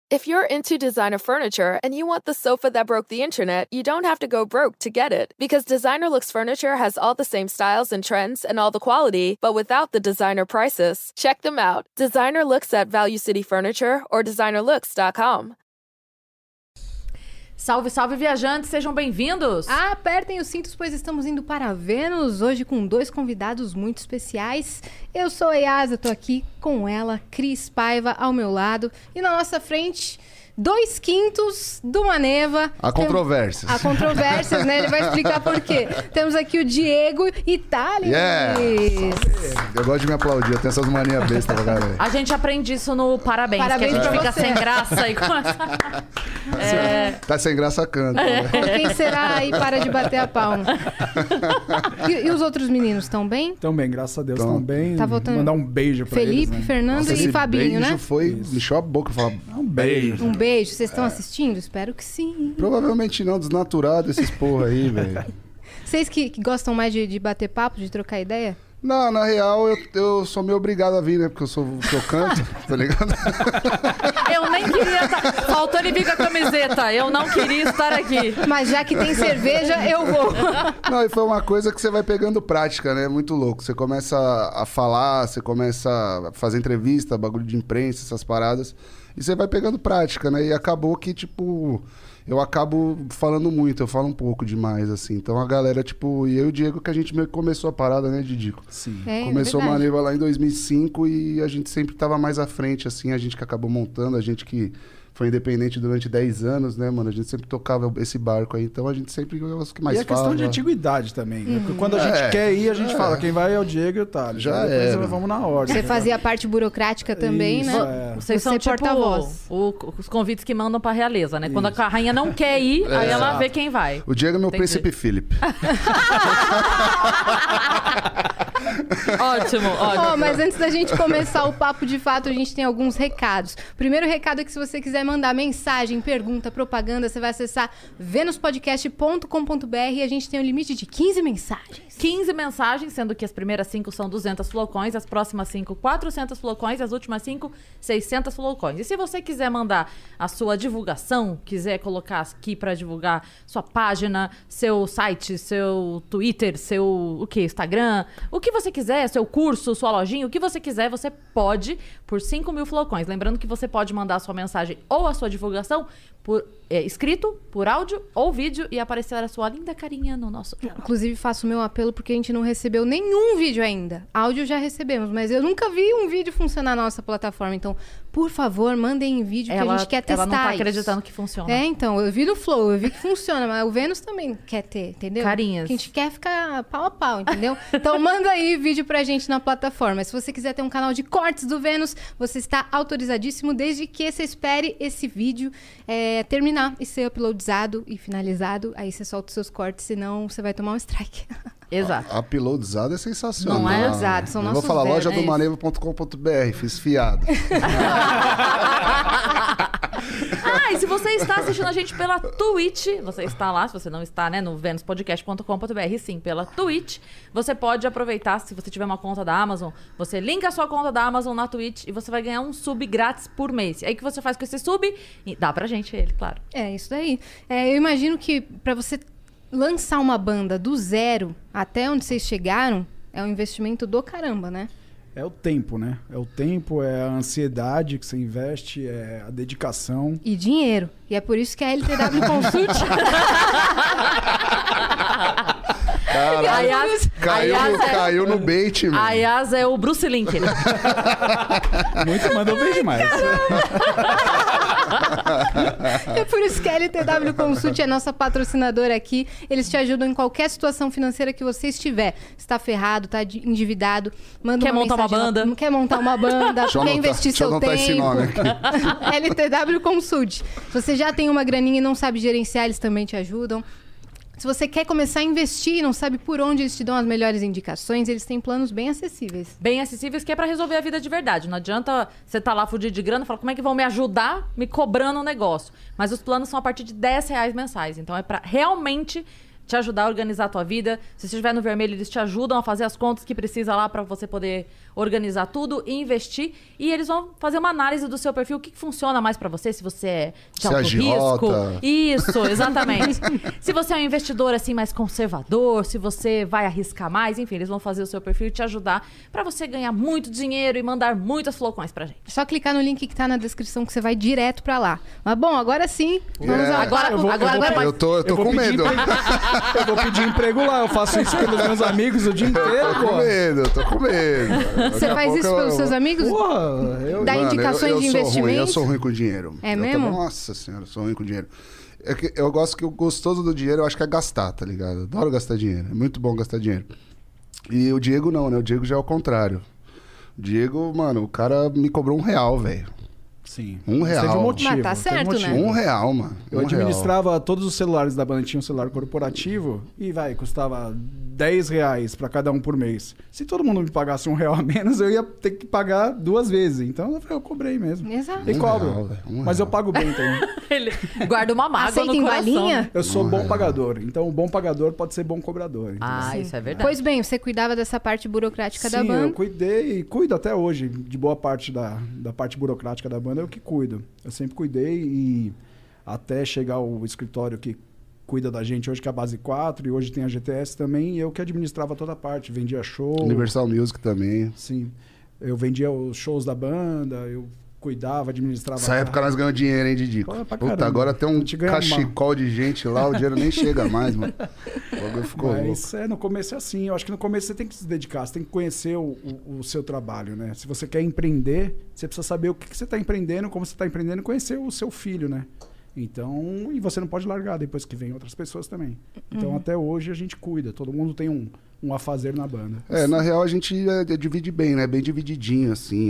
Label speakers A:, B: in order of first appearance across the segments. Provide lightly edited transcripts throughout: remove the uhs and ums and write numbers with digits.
A: If you're into designer furniture and you want the sofa that broke the internet, you don't have to go broke to get it. Because Designer Looks Furniture has all the same styles and trends and all the quality, but without the designer prices. Check them out. Designer Looks at Value City Furniture or designerlooks.com.
B: Salve, salve, viajantes! Sejam bem-vindos!
C: Apertem os cintos, pois estamos indo para Vênus, hoje com 2 convidados muito especiais. Eu sou a Yasa, tô aqui com ela, Cris Paiva, ao meu lado. E na nossa frente, 2/5 do Maneva.
D: Há controvérsias.
C: Há controvérsias, né? Ele vai explicar por quê. Temos aqui o Diego Itália.
D: Yeah. Eu gosto de me aplaudir, eu tenho essas manias bestas pra galera.
B: A gente aprende isso no Parabéns,
C: Parabéns
B: que a gente
C: pra
B: fica
C: você.
B: sem graça e começa...
D: Tá sem graça, canta. Né?
C: Quem será aí para de bater a palma? E os outros meninos estão bem?
E: Estão bem, graças a Deus, estão bem.
C: Tá voltando.
E: Mandar um beijo pra
C: Felipe,
E: eles, né?
C: Fernando
D: Nossa,
C: e
D: esse
C: Fabinho,
D: beijo
C: né?
D: foi... Me encheu a boca, falar
E: Um beijo.
C: Um beijo. Vocês estão assistindo? Espero que sim.
D: Provavelmente não, desnaturado esses porra aí, velho.
C: Vocês que gostam mais de bater papo, de trocar ideia?
D: Não, na real, eu sou meio obrigado a vir, né? Porque eu canto, tá ligado?
B: Eu nem queria estar... Faltou ele vir com a camiseta. Eu não queria estar aqui.
C: Mas já que tem cerveja, eu vou.
D: Não, e foi uma coisa que você vai pegando prática, né? Muito louco. Você começa a falar, você começa a fazer entrevista, bagulho de imprensa, essas paradas. E você vai pegando prática, né? E acabou que, tipo... Eu acabo falando muito, eu falo um pouco demais, assim. Então a galera, tipo... E eu e o Diego que a gente meio que começou a parada, né, Didico?
E: Sim.
D: Começou a
C: verdade.
D: Maneva lá em 2005 e a gente sempre tava mais à frente, assim. A gente que acabou montando, a gente que foi independente durante 10 anos, né, mano? A gente sempre tocava esse barco aí. Então a gente sempre é os que mais
E: E a questão
D: fala.
E: de antiguidade também, né? Porque quando a gente quer ir, a gente fala, quem vai é o Diego e o Thales.
D: Já
E: Aí depois
D: era.
E: vamos na ordem.
C: Você fazia a parte burocrática também,
E: Isso,
C: né?
E: é.
B: Vocês
C: Você
B: são tipo
C: porta-voz.
B: os convites que mandam pra realeza, né? Quando
E: Isso.
B: a rainha não quer ir, aí ela
D: Exato.
B: vê quem vai.
D: O Diego é meu
B: Entendi.
D: príncipe Philip.
B: Ótimo, ótimo.
C: Ó, mas antes da gente começar o papo de fato, a gente tem alguns recados. O primeiro recado é que se você quiser mandar mensagem, pergunta, propaganda, você vai acessar venuspodcast.com.br e a gente tem um limite de 15 mensagens.
B: 15 mensagens, sendo que as primeiras 5 são 200 flocões, as próximas 5, 400 flocões, as últimas 5, 600 flocões. E se você quiser mandar a sua divulgação, quiser colocar aqui para divulgar sua página, seu site, seu Twitter, seu Instagram, o que você quiser, seu curso, sua lojinha, o que você quiser, você pode por 5.000 flocões. Lembrando que você pode mandar a sua mensagem ou a sua divulgação por escrito, por áudio ou vídeo e aparecer a sua linda carinha no nosso canal.
C: Inclusive, faço o meu apelo porque a gente não recebeu nenhum vídeo ainda. Áudio já recebemos, mas eu nunca vi um vídeo funcionar na nossa plataforma. Então, por favor, mandem em vídeo que a gente quer testar
B: Ela não tá
C: isso.
B: acreditando que funciona.
C: É, então, eu vi no Flow, eu vi que funciona, mas o Vênus também quer ter, entendeu?
B: Carinhas.
C: Que a gente quer ficar pau a pau, entendeu? Então manda aí vídeo pra gente na plataforma. Se você quiser ter um canal de cortes do Vênus, você está autorizadíssimo, desde que você espere esse vídeo terminar e ser uploadizado e finalizado. Aí você solta os seus cortes, senão você vai tomar um strike.
B: Exato.
D: Uploadizado é sensacional.
C: Não é usado, são
D: Eu
C: nossos
D: vou falar
C: velhos,
D: loja
C: é
D: do
C: isso.
D: maneva.com.br, fiz fiado.
B: E se você está assistindo a gente pela Twitch, você está lá, se você não está, né, no venuspodcast.com.br, sim, pela Twitch, você pode aproveitar, se você tiver uma conta da Amazon, você linka a sua conta da Amazon na Twitch e você vai ganhar um sub grátis por mês. Aí o que você faz com esse sub? E dá pra gente ele, claro.
C: É, isso daí. Eu imagino que pra você lançar uma banda do zero até onde vocês chegaram, é um investimento do caramba, né?
E: É o tempo, né? É o tempo, é a ansiedade que você investe, é a dedicação.
C: E dinheiro. E é por isso que a LTW Consult...
D: Caralho, caiu no bait, mano.
B: A Yasa é o Bruce Link.
E: Muito mandou bem demais.
C: É por isso que a LTW Consult é nossa patrocinadora aqui. Eles te ajudam em qualquer situação financeira que você estiver. Está ferrado, está endividado, manda
B: Quer
C: uma
B: montar uma
C: mensagem lá.
B: banda?
C: Não quer montar uma banda,
D: Deixa eu
C: quer
D: anotar-
C: investir
D: deixa eu
C: seu
D: anotar
C: tempo.
D: esse nome aqui.
C: LTW Consult. Se você já tem uma graninha e não sabe gerenciar, eles também te ajudam. Se você quer começar a investir e não sabe por onde eles te dão as melhores indicações, eles têm planos bem acessíveis.
B: Bem acessíveis, que é pra resolver a vida de verdade. Não adianta você tá lá fudido de grana e falar como é que vão me ajudar me cobrando um negócio. Mas os planos são a partir de R$10 mensais. Então é pra realmente te ajudar a organizar a tua vida. Se você estiver no vermelho, eles te ajudam a fazer as contas que precisa lá para você poder organizar tudo e investir. E eles vão fazer uma análise do seu perfil, o que funciona mais para você, se você é de alto risco. Isso, exatamente. Se você é um investidor assim mais conservador, se você vai arriscar mais, enfim, eles vão fazer o seu perfil e te ajudar para você ganhar muito dinheiro e mandar muitas flowcoins pra gente.
C: Só clicar no link que tá na descrição que você vai direto pra lá. Mas bom, agora sim. Vamos
D: Eu tô com medo.
E: Eu vou pedir emprego lá, eu faço isso pelos meus amigos o dia inteiro,
D: tô com medo.
C: Você faz isso pelos seus amigos?
E: Porra,
C: Dá indicações de investimento?
D: Eu sou ruim com dinheiro.
C: É mesmo?
D: Nossa senhora, eu sou ruim com dinheiro. Eu gosto que o gostoso do dinheiro, eu acho que é gastar, tá ligado? Eu adoro gastar dinheiro. É muito bom gastar dinheiro. E o Diego não, né? O Diego já é o contrário. O Diego, mano, o cara me cobrou R$1, velho.
E: Sim.
D: R$1.
E: Teve um motivo.
C: Mas tá certo, né?
D: R$1, mano.
E: Eu administrava todos os celulares da banda, tinha um celular corporativo e, custava R$10 pra cada um por mês. Se todo mundo me pagasse R$1 a menos, eu ia ter que pagar 2 vezes. Então, eu cobrei mesmo.
C: Exato.
E: E cobro. Mas eu pago bem também.
B: Ele guarda uma mágoa
C: Aceita
B: no
C: em
B: coração.
C: balinha?
E: Eu sou bom pagador. Então, o bom pagador pode ser bom cobrador.
B: Ah, isso é verdade.
C: Pois bem, você cuidava dessa parte burocrática da
E: Sim,
C: banda.
E: eu cuidei e cuido até hoje de boa parte da parte burocrática da banda, eu que cuido. Eu sempre cuidei e até chegar o escritório que cuida da gente hoje, que é a Base 4, e hoje tem a GTS também, e eu que administrava toda a parte, vendia show.
D: Universal Music também.
E: Sim. Eu vendia os shows da banda, eu cuidava, administrava...
D: Nessa época nós ganhamos dinheiro, hein, Didico? Puta, agora tem um cachecol de gente lá, o dinheiro nem chega mais, mano. O bagulho ficou louco.
E: No começo é assim, eu acho que no começo você tem que se dedicar, você tem que conhecer o seu trabalho, né? Se você quer empreender, você precisa saber o que você está empreendendo, como você está empreendendo, e conhecer o seu filho, né? Então, e você não pode largar depois que vem outras pessoas também. Então, até hoje a gente cuida, todo mundo tem um a fazer na banda.
D: Na real a gente divide bem, né? Bem divididinho, assim.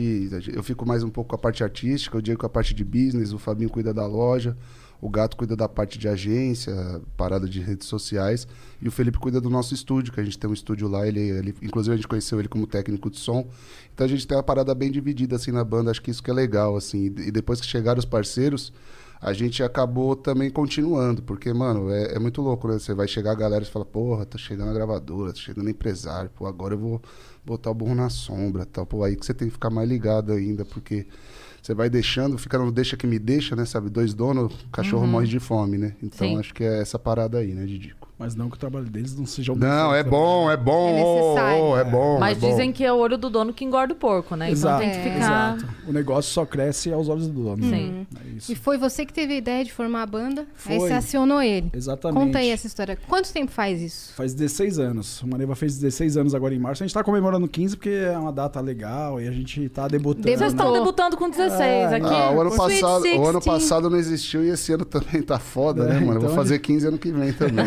D: Eu fico mais um pouco com a parte artística, o Diego com a parte de business, o Fabinho cuida da loja, o Gato cuida da parte de agência, parada de redes sociais, e o Felipe cuida do nosso estúdio, que a gente tem um estúdio lá, ele inclusive a gente conheceu ele como técnico de som. Então a gente tem uma parada bem dividida assim na banda, acho que isso que é legal, assim. E depois que chegaram os parceiros, a gente acabou também continuando, porque, mano, é muito louco, né? Você vai chegar a galera e fala, porra, tá chegando a gravadora, tá chegando a empresário, pô, agora eu vou botar o burro na sombra, tal. Pô, aí que você tem que ficar mais ligado ainda, porque você vai deixando, fica no deixa que me deixa, né? Sabe, 2 donos, o cachorro morre de fome, né? Então,
B: Sim.
E: Uhum.
D: Acho que é essa parada aí, né, Didico?
E: Mas não que o trabalho deles não seja
D: Não, é bom,
C: É necessário.
D: é bom.
B: Mas
D: é bom.
B: dizem que é o olho do dono que engorda o porco, né?
E: Exato,
B: Então tem que ficar...
E: exato. O negócio só cresce aos olhos do dono.
B: Sim.
E: É isso.
C: E foi você que teve a ideia de formar a banda? Aí
E: Foi.
C: você acionou ele.
E: Exatamente.
C: Conta aí essa história. Quanto tempo faz isso?
E: Faz 16 anos. O Maneva fez 16 anos agora em março. A gente tá comemorando 15 porque é uma data legal e a gente tá debutando.
B: Vocês estão debutando com 16 aqui.
D: O ano
C: Sweet
D: passado
C: 16.
D: não existiu e esse ano também tá foda, né, mano? Eu
E: então
D: vou fazer 15 ano que vem também.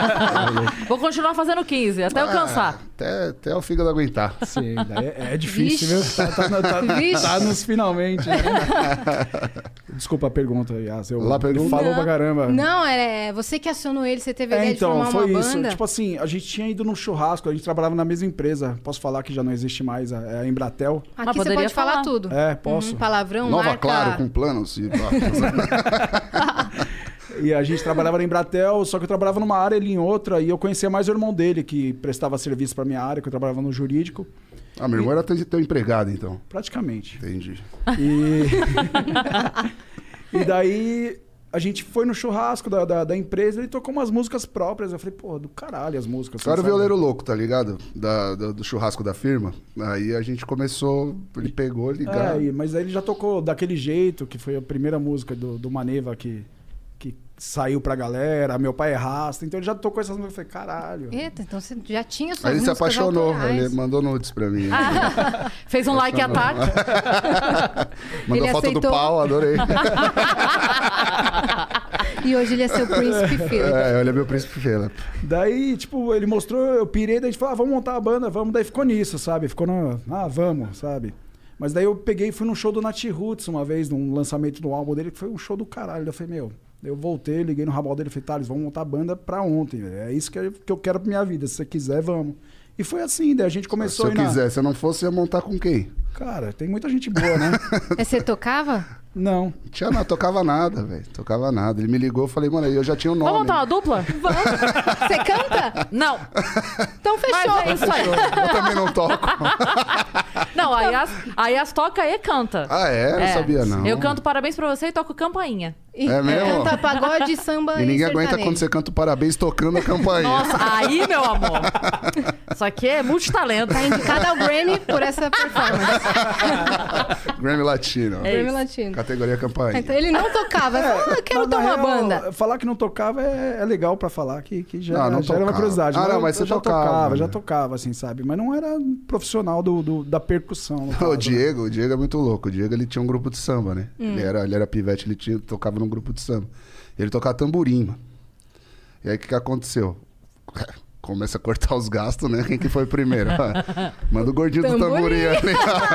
B: Vou continuar fazendo 15, até eu cansar.
D: Até o fígado aguentar.
E: Sim, daí é difícil,
C: Vixe.
E: viu?
C: Vixe.
E: Tá nos finalmente. Né? Desculpa a pergunta, Yas.
D: Lá a pergunta?
E: Falou pra caramba.
C: Não, é você que acionou ele, você teve a ideia de
E: Então,
C: formar
E: foi
C: uma
E: isso.
C: banda.
E: Tipo assim, a gente tinha ido num churrasco, a gente trabalhava na mesma empresa. Posso falar que já não existe mais, é a Embratel.
C: Aqui
B: Mas
C: você
B: poderia
C: pode falar
B: falar.
C: tudo.
E: É, posso.
C: Palavrão,
D: Nova
C: marca...
D: Claro, com planos.
E: E a gente trabalhava na Embratel, só que eu trabalhava numa área, ele em outra, e eu conhecia mais o irmão dele, que prestava serviço pra minha área, que eu trabalhava no jurídico.
D: Ah, meu irmão era teu empregado, então.
E: Praticamente.
D: Entendi.
E: E, e daí a gente foi no churrasco da empresa e ele tocou umas músicas próprias. Eu falei, pô, do caralho as músicas.
D: Só era o
E: sabe?
D: violeiro louco, tá ligado? Do churrasco da firma. Aí a gente começou, ele pegou, ligar.
E: Mas aí ele já tocou daquele jeito, que foi a primeira música do Maneva que saiu pra galera, Meu Pai é Rasta. Então ele já tocou essas músicas. Eu falei, caralho.
C: Eita, então você já tinha suas
D: Aí ele se
C: músicas
D: apaixonou,
C: autorais.
D: ele mandou nudes pra mim.
B: Fez um like ataque.
D: Mandou
C: Ele
D: foto do
C: aceitou.
D: pau, adorei.
C: E hoje ele é seu príncipe Philip.
D: Olha meu príncipe Philip.
E: Daí, tipo, ele mostrou, eu pirei, daí a gente falou, vamos montar a banda, vamos. Daí ficou nisso, sabe? Ficou vamos, sabe? Mas daí eu peguei e fui num show do Nat Roots uma vez, num lançamento do álbum dele, que foi um show do caralho. Eu falei, eu voltei, liguei no rabal dele e falei, Thales, vamos montar a banda pra ontem. É isso que eu quero pra minha vida. Se você quiser, vamos. E foi assim, daí a gente começou
D: Se eu quiser, se eu não fosse, ia montar com quem?
E: Cara, tem muita gente boa, né?
C: Mas você tocava?
E: Não.
D: Tinha nada, tocava nada, velho. Tocava nada. Ele me ligou, eu falei, mano, eu já tinha o nome.
B: Vamos montar uma dupla?
C: Vamos. Você canta?
B: Não.
C: Então fechou.
B: Mas é isso aí.
D: Eu também não toco.
B: Não, aí as toca e canta.
D: Ah, é? Não sabia, não.
B: Eu canto parabéns pra você e toco campainha.
D: É mesmo?
C: Canta pagode, samba
D: E ninguém
C: sertanejo.
D: aguenta quando você canta o parabéns tocando a campainha.
B: Nossa, aí, meu amor. Isso aqui é multitalento.
C: Tá indicado ao Grammy por essa performance.
D: Grammy Latino.
B: É
C: Grammy
B: isso.
C: Latino.
D: Categoria campainha.
C: Então ele não tocava. Ele falou, quero
E: Mas,
C: ter
E: na
C: uma
E: real,
C: banda.
E: Falar que não tocava é legal pra falar, que já,
D: Não
E: já era uma
D: tocava.
E: curiosidade.
D: Ah, não, mas
E: eu
D: você tocava,
E: já
D: né?
E: tocava, assim, sabe? Mas não era profissional da percussão. no caso,
D: O
E: né?
D: Diego é muito louco. O Diego, ele tinha um grupo de samba, né? Ele era pivete, tocava num grupo de samba. Ele tocava tamborim, mano. E aí, o que aconteceu? Começa a cortar os gastos, né? Quem que foi primeiro? Manda o gordinho do tamborim ali.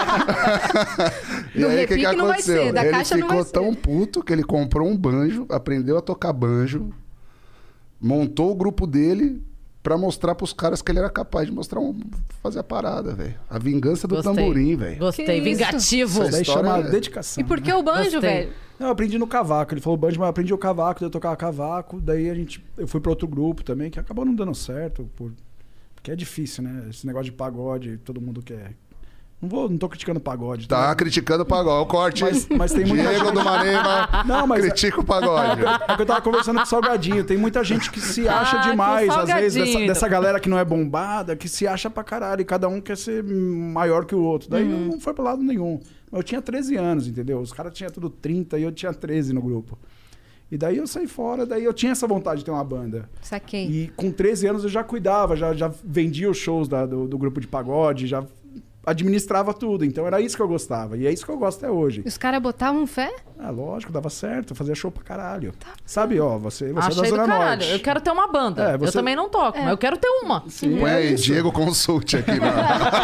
D: E
C: Do
D: aí, o que
C: repique não vai
D: aconteceu?
C: ser, da
D: Ele
C: caixa não vai
D: ficou
C: ser.
D: tão puto que ele comprou um banjo, aprendeu a tocar banjo, montou o grupo dele pra mostrar pros caras que ele era capaz de fazer a parada, velho. A vingança do
B: Gostei.
D: tamborim, velho.
B: Gostei,
C: Que isso?
B: vingativo.
D: Essa
E: Daí
D: história
E: chama
D: é-
E: dedicação.
C: E por que o banjo,
B: Gostei.
C: velho?
E: Não, eu aprendi no cavaco. Ele falou banjo, mas eu aprendi o cavaco, daí eu tocava cavaco. Daí eu fui pra outro grupo também, que acabou não dando certo. Porque é difícil, né? Esse negócio de pagode, todo mundo quer. Não tô criticando pagode.
D: Tá criticando o pagode. O corte.
E: Mas tem muita
D: Diego
E: gente...
D: do Manema
E: Não, mas
D: critica o pagode.
E: É que eu tava conversando com o Salgadinho. Tem muita gente que se acha
B: Ah,
E: demais,
B: com o
E: às vezes,
B: Salgadinho.
E: dessa galera que não é bombada, que se acha pra caralho. E cada um quer ser maior que o outro. Daí não foi pra lado nenhum. Eu tinha 13 anos, entendeu? Os caras tinham tudo 30 e eu tinha 13 no grupo. E daí eu saí fora, daí eu tinha essa vontade de ter uma banda.
C: Saquei.
E: E com 13 anos eu já cuidava, já vendia os shows do grupo de pagode, já administrava tudo. Então era isso que eu gostava. E é isso que eu gosto até hoje.
C: Os caras botavam fé?
E: Ah, lógico, dava certo, eu fazia show pra caralho. Sabe, ó, você é da
B: Achei do
E: Zona
B: caralho.
E: Norte.
B: Eu quero ter uma banda.
E: É,
B: Eu
E: você-
B: também não toco, mas eu quero ter uma.
E: Sim,
D: Põe
E: é
D: aí,
E: isso.
D: Diego Consult aqui. Mano.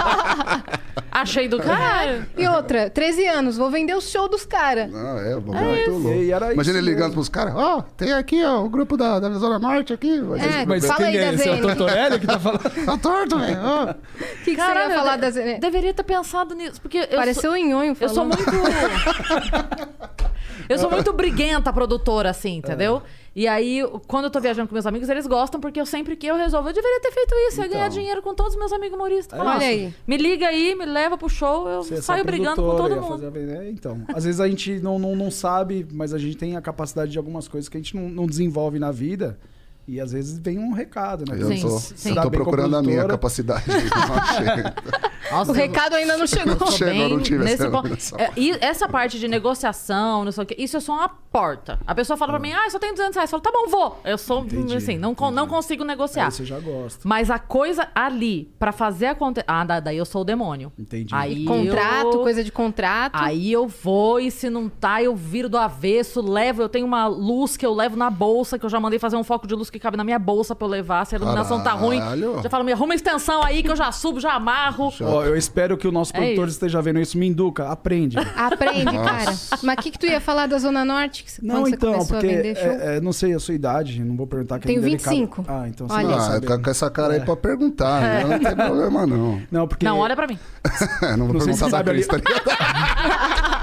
B: Achei do caralho.
C: E outra, 13 anos, vou vender o show dos caras.
D: Não, o bagulho é muito louco.
E: E era
D: Imagina
E: isso
D: ele ligando
E: mesmo.
D: pros caras. Ó, tem aqui, ó, o grupo da Zona Norte aqui.
C: Mas fala aí da
E: Esse é o
C: Zene.
E: Tortorelli que tá falando?
D: Tá torto, velho. ó.
C: O que você ia falar da Zene?
B: Deveria ter pensado nisso, porque
C: Pareceu o Nhonho
B: eu sou
C: falando.
B: muito... Eu sou muito briguenta produtora, assim, entendeu? E aí, quando eu tô viajando com meus amigos, eles gostam, porque eu sempre que eu resolvo, eu deveria ter feito isso, eu ia ganhar dinheiro com todos os meus amigos humoristas. Fala,
C: Olha
B: "Nossa,
C: aí.
B: Me liga aí, me leva pro show, eu
E: Você ia ser
B: saio brigando com
E: produtora,
B: todo
E: ia
B: mundo.
E: fazer- Então, às vezes a gente não sabe, mas a gente tem a capacidade de algumas coisas que a gente não desenvolve na vida. E às vezes vem um recado, né?
D: Eu
B: Sim,
D: tô,
B: sim.
D: eu
E: Tá
D: tô
E: bem como
D: procurando a minha
E: produtora.
D: capacidade. Não achei.
B: Nossa,
C: O recado ainda não chegou.
B: tô
D: Chegou,
B: bem
D: não tive
B: nesse
D: essa
B: ponto.
D: iluminação.
B: E essa parte de negociação, não sei o quê, isso é só uma porta. A pessoa fala pra mim, eu só tenho R$200. Eu falo, tá bom, vou. Eu sou,
E: Entendi,
B: assim, não consigo negociar.
E: Aí você já gosta.
B: Mas a coisa ali, pra fazer acontecer... Ah, daí eu sou o demônio.
E: Entendi.
B: Aí
C: Contrato,
B: eu...
C: coisa de contrato.
B: Aí eu vou e se não tá, eu viro do avesso, levo. Eu tenho uma luz que eu levo na bolsa, que eu já mandei fazer um foco de luz que cabe na minha bolsa pra eu levar. Se a iluminação tá ruim,
D: Caralho.
B: já falo, me arruma extensão aí que eu já subo, já amarro.
E: Ó, eu espero que o nosso produtor
B: isso.
E: esteja vendo isso. Minduca, aprende.
C: Aprende, cara. Mas o que tu ia falar da Zona Norte?
E: Não,
C: quando você
E: então,
C: começou
E: porque
C: a vender show?
E: não sei a sua idade, não vou perguntar que
C: Tenho
E: é delicado.
C: 25.
E: Ah, então você
C: Olha.
E: não vai
D: Ah,
E: saber.
D: tá com essa cara aí pra perguntar. Né? Não tem problema, não.
E: Não, porque
B: Não, olha pra mim.
D: Não vou
E: Não sei se
D: perguntar
E: você
D: da
E: sabe
D: Cris, tá ligado?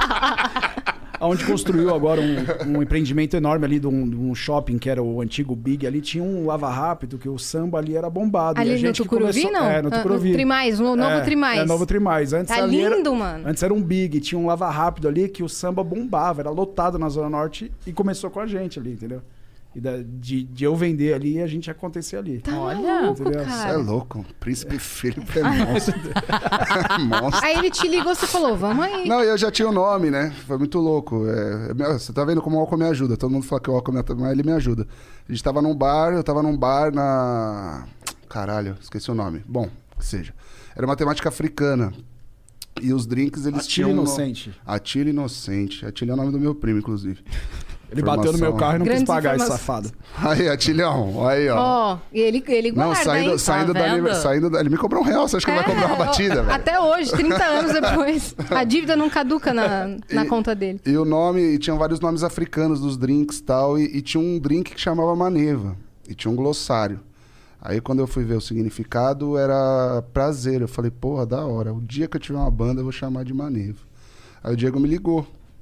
E: onde construiu agora um empreendimento enorme ali de um shopping, que era o antigo Big, ali tinha um lava rápido, que o samba ali era bombado. E a
C: Ali no
E: gente que
C: Tucuruvi,
E: começou...
C: não?
E: É, no Tucuruvi.
C: Trimais, no novo Trimais.
E: É, novo Trimais. Antes
C: Tá
E: ali
C: lindo, mano.
E: Antes era um Big, tinha um lava rápido ali que o samba bombava, era lotado na Zona Norte e começou com a gente ali, entendeu? E de eu vender ali, a gente acontecer ali.
C: Tá
B: Olha,
C: maluco,
E: entendeu?
D: Você é
C: cara.
D: louco. Príncipe Felipe é monstro. Monstro.
C: Aí ele te ligou, você falou, vamos aí.
D: Não, eu já tinha o nome, né? Foi muito louco. Você tá vendo como o álcool me ajuda. Todo mundo fala que o álcool me ajuda, mas ele me ajuda. A gente tava num bar, eu tava num bar na... Caralho, esqueci o nome. Bom, que seja. Era uma temática africana. E os drinks, eles
E: Atílio
D: tinham...
E: Inocente.
D: Atílio Inocente. Atílio é o nome do meu primo, inclusive.
E: Ele bateu no meu
D: Informação.
E: carro e não quis
C: Grandes
E: pagar esse
C: informações.
E: safado.
D: Aí, Atilhão. Aí, ó.
C: Ó, e ele
D: Não,
C: guarda, hein?
D: saindo
B: Tá
D: dali,
B: vendo?
D: saindo dali. Ele me cobrou R$1. Você acha que ele vai cobrar uma batida, velho?
C: Até hoje, 30 anos depois. A dívida não caduca na conta dele.
D: E o nome, e tinham vários nomes africanos dos drinks tal, e tinha um drink que chamava Maneva. E tinha um glossário. Aí quando eu fui ver o significado, era prazer. Eu falei, porra, da hora. O dia que eu tiver uma banda, eu vou chamar de Maneva. Aí o Diego me ligou.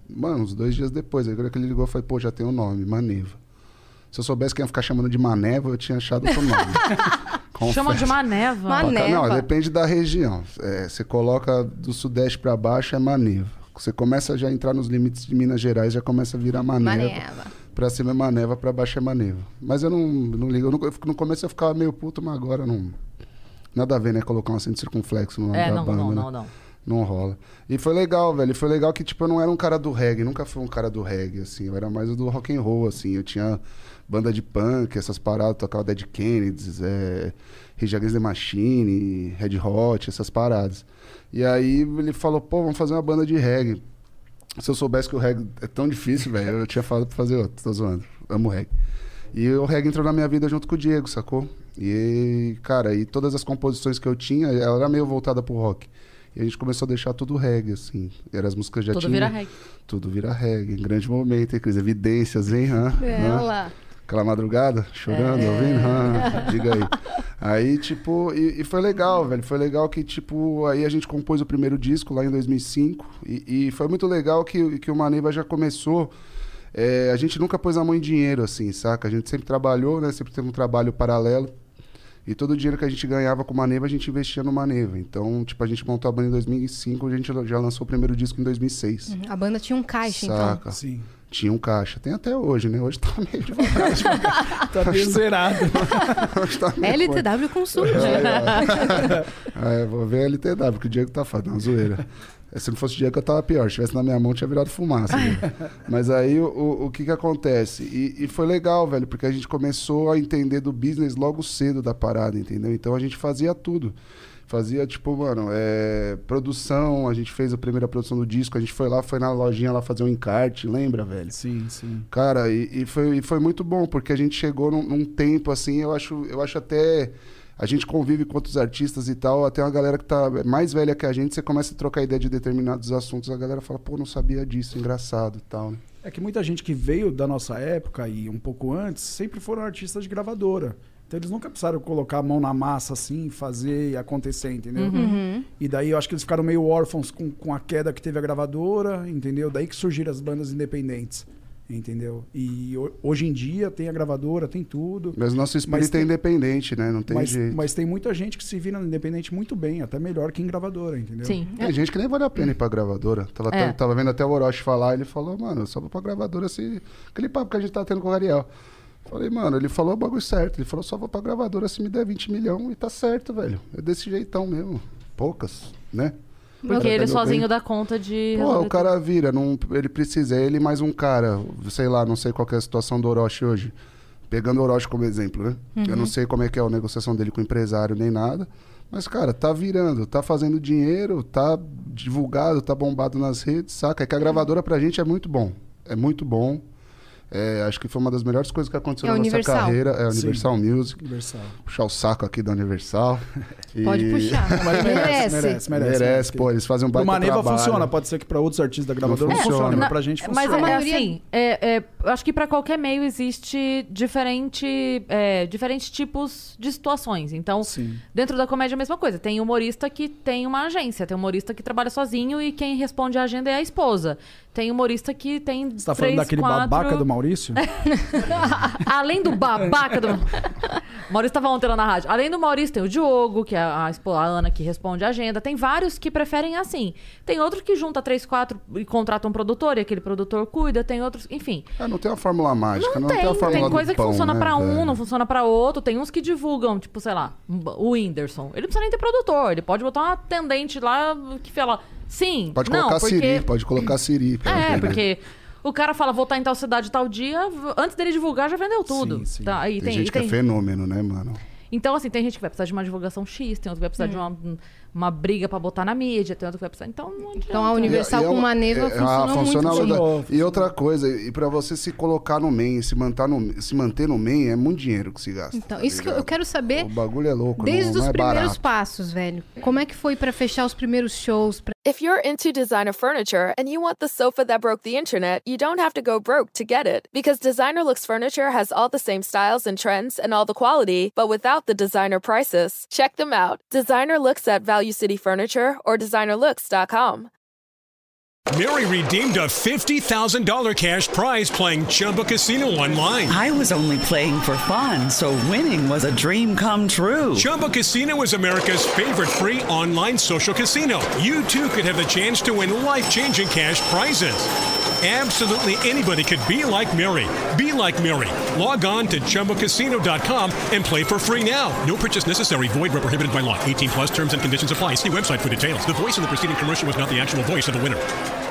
D: Mano, uns 2 dias depois. Aí quando ele ligou, eu falei, pô, já tem um nome, Maneva. Se eu soubesse que ia ficar chamando de Maneva, eu tinha achado outro nome.
B: Chama de Maneva.
C: Maneva.
D: Não, depende da região. Você coloca do sudeste pra baixo, é Maneva. Você começa já a entrar nos limites de Minas Gerais, já começa a virar Maneva. Pra cima é Maneva, pra baixo é Maneva. Mas eu não ligo. No começo eu ficava meio puto, mas agora não... Nada a ver, né? Colocar um acento circunflexo no nome da banda, né? Não rola. E foi legal, velho. Foi legal que, tipo, eu não era um cara do reggae. Nunca fui um cara do reggae, assim. Eu era mais o do rock and roll, assim. Eu tinha banda de punk, essas paradas. Tocava Dead Kennedys, Rage Against the Machine, Red Hot, essas paradas. E aí ele falou, pô, vamos fazer uma banda de reggae. Se eu soubesse que o reggae é tão difícil, velho, eu tinha falado pra fazer outro. Tô zoando. Amo reggae. E o reggae entrou na minha vida junto com o Diego, sacou? E, cara, e todas as composições que eu tinha, ela era meio voltada pro rock. E a gente começou a deixar tudo reggae, assim. E as músicas já
B: Tudo
D: tinham...
B: vira reggae.
D: Tudo vira reggae. Em grande momento, hein, Cris? Evidências, hein?
C: Olha lá.
D: Aquela madrugada, chorando, ouvindo? Diga aí. Aí, tipo... E foi legal, velho. Foi legal que, tipo... Aí a gente compôs o primeiro disco lá em 2005. E foi muito legal que o Maneva já começou... a gente nunca pôs a mão em dinheiro, assim, saca? A gente sempre trabalhou, né? Sempre teve um trabalho paralelo. E todo o dinheiro que a gente ganhava com o Maneva, a gente investia no Maneva. Então, tipo, a gente montou a banda em 2005, a gente já lançou o primeiro disco em 2006.
C: A banda tinha um caixa,
D: Saca?
C: então.
E: Sim.
D: Tinha um caixa. Tem até hoje, né? Hoje tá meio devagar.
E: Tá meio zerado.
D: Hoje tá meio
C: LTW Consult.
D: vou ver a LTW, porque o Diego tá falando, não, zoeira. Se não fosse o Diego, eu tava pior. Se tivesse na minha mão, tinha virado fumaça. Né? Mas aí, o que acontece? E foi legal, velho, porque a gente começou a entender do business logo cedo da parada, entendeu? Então, a gente fazia tudo. Fazia, tipo, mano, produção, a gente fez a primeira produção do disco, a gente foi na lojinha lá fazer um encarte, lembra, velho?
E: Sim, sim.
D: Cara, e foi muito bom, porque a gente chegou num tempo, assim, eu acho até... A gente convive com outros artistas e tal, até uma galera que tá mais velha que a gente, você começa a trocar ideia de determinados assuntos, a galera fala, pô, não sabia disso, engraçado e tal, né?
E: É que muita gente que veio da nossa época e um pouco antes, sempre foram artistas de gravadora. Então eles nunca precisaram colocar a mão na massa assim, fazer e acontecer, entendeu? E daí eu acho que eles ficaram meio órfãos com a queda que teve a gravadora, entendeu? Daí que surgiram as bandas independentes. Entendeu? E hoje em dia tem a gravadora, tem tudo.
D: Mas o nosso espírito é independente, né? Não tem jeito.
E: Mas tem muita gente que se vira no independente muito bem, até melhor que em gravadora, entendeu?
B: Sim.
D: Tem gente que nem vale a pena ir pra gravadora. Tava vendo até o Orochi falar, ele falou, mano, eu só vou pra gravadora se... Aquele papo que a gente tá tendo com o Ariel. Falei, mano, ele falou o bagulho certo. Ele falou, só vou pra gravadora se me der 20 milhões e tá certo, velho. É desse jeitão mesmo. Poucas, né?
B: Porque ele sozinho dá conta de...
D: Pô, o cara vira, ele precisa, ele mais um cara, sei lá, não sei qual que é a situação do Orochi hoje. Pegando o Orochi como exemplo, né? Eu não sei como é que é a negociação dele com o empresário nem nada, mas, cara, tá virando, tá fazendo dinheiro, tá divulgado, tá bombado nas redes, saca? É que a gravadora pra gente é muito bom. É muito bom. Acho que foi uma das melhores coisas que aconteceu na nossa carreira. É a Universal Music.
E: Universal.
D: Puxar o saco aqui da Universal.
C: Pode puxar.
E: Mas merece.
D: Pô, eles fazem um baita
E: trabalho. O Maneva funciona. Pode ser que para outros artistas da gravadora não funcione, mas pra gente funciona.
B: Mas assim, eu acho que para qualquer meio existe diferentes tipos de situações. Então, dentro da comédia é a mesma coisa. Tem humorista que tem uma agência. Tem humorista que trabalha sozinho e quem responde a agenda é a esposa. Tem humorista que tem
E: Você tá falando daquele babaca do Maurício?
B: Além do babaca do... O Maurício tava ontem lá na rádio. Além do Maurício, tem o Diogo, que é a Ana, que responde a agenda. Tem vários que preferem assim. Tem outros que junta 3, 4 e contrata um produtor, e aquele produtor cuida. Tem outros... Enfim.
D: Não tem uma fórmula mágica. Não tem a fórmula
B: Tem coisa
D: do pão,
B: que funciona
D: né,
B: pra um,
D: velho?
B: não funciona pra outro. Tem uns que divulgam, tipo, sei lá, o Whindersson. Ele não precisa nem ter produtor. Ele pode botar uma atendente lá que fala... Sim,
D: pode colocar Siri, pode colocar Siri.
B: Porque o cara fala, vou estar em tal cidade tal dia, antes dele divulgar já vendeu tudo.
E: Sim.
B: Tá, aí
D: tem gente que é fenômeno, né, mano?
B: Então, assim, tem gente que vai precisar de uma divulgação X, tem outro que vai precisar de uma briga pra botar na mídia, tem outro que vai precisar... Então, não adianta.
C: Então a Universal com Maneva funciona muito bem.
D: E outra coisa, e pra você se colocar no main, se manter no main, é muito dinheiro que se gasta.
C: Então, isso que eu quero saber...
D: O bagulho é louco,
C: desde os
D: não é
C: primeiros
D: barato.
C: passos, velho. Como é que foi pra fechar os primeiros shows?
A: If you're into designer furniture and you want the sofa that broke the internet, you don't have to go broke to get it. Because Designer Looks Furniture has all the same styles and trends and all the quality, but without the designer prices. Check them out. Designer Looks at Value City Furniture or designerlooks.com.
F: Mary redeemed a $50,000 cash prize playing Chumba Casino online.
G: I was only playing for fun, so winning was a dream come true.
F: Chumba Casino is America's favorite free online social casino. You too could have the chance to win life-changing cash prizes. Absolutely anybody could be like Mary. Be like Mary. Log on to ChumbaCasino.com and play for free now. No purchase necessary. Void where prohibited by law. 18 plus terms and conditions apply. See website for details. The voice in the preceding commercial was not the actual voice of the winner.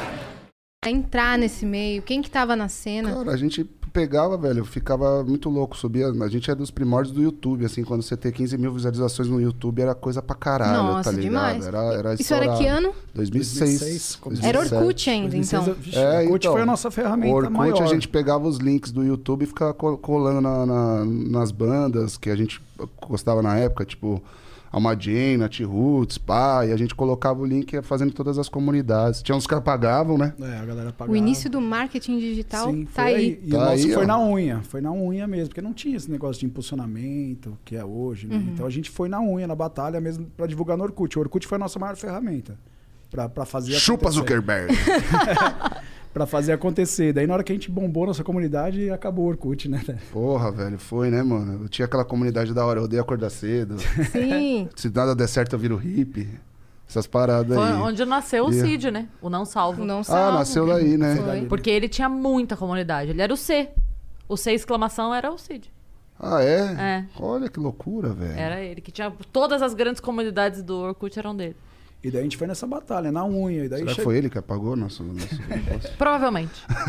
C: Entrar nesse meio, quem que tava na cena?
D: Cara, a gente pegava, velho, ficava muito louco, subia. A gente é dos primórdios do YouTube, assim, quando você ter 15 mil visualizações no YouTube era coisa pra caralho,
C: Nossa,
D: tá ligado?
C: demais.
D: Era
C: Isso era que ano?
D: 2006.
C: Era Orkut ainda, então.
E: Orkut foi a nossa ferramenta
D: Orkut,
E: maior.
D: a gente pegava os links do YouTube e ficava colando nas bandas que a gente gostava na época, tipo Alma Jane, Nat Roots, pá, e a gente colocava o link fazendo todas as comunidades. Tinha uns que pagavam, né?
E: A galera pagava.
C: O início do marketing digital.
E: Sim,
C: tá aí.
E: E o nosso foi na unha. Foi na unha mesmo, porque não tinha esse negócio de impulsionamento que é hoje, né? Então a gente foi na unha, na batalha mesmo, pra divulgar no Orkut. O Orkut foi a nossa maior ferramenta pra fazer
D: Chupa
E: acontecer.
D: Zuckerberg!
E: Pra fazer acontecer. Daí na hora que a gente bombou nossa comunidade, acabou o Orkut, né?
D: Porra, velho, foi, né, mano? Eu tinha aquela comunidade da hora, eu odeio acordar cedo.
C: Sim.
D: Se nada der certo, eu viro hippie. Essas paradas
B: Foi
D: aí.
B: onde nasceu o Cid, né? O Não Salvo.
C: Não salvo.
D: Nasceu daí, né?
C: Foi.
B: Porque ele tinha muita comunidade. Ele era o C. O C exclamação era o Cid.
D: Ah, é?
B: É.
D: Olha que loucura, velho.
B: Era ele que tinha... Todas as grandes comunidades do Orkut eram dele.
E: E daí a gente foi nessa batalha, na unha. E daí
D: Será que foi ele que apagou nosso
B: Provavelmente.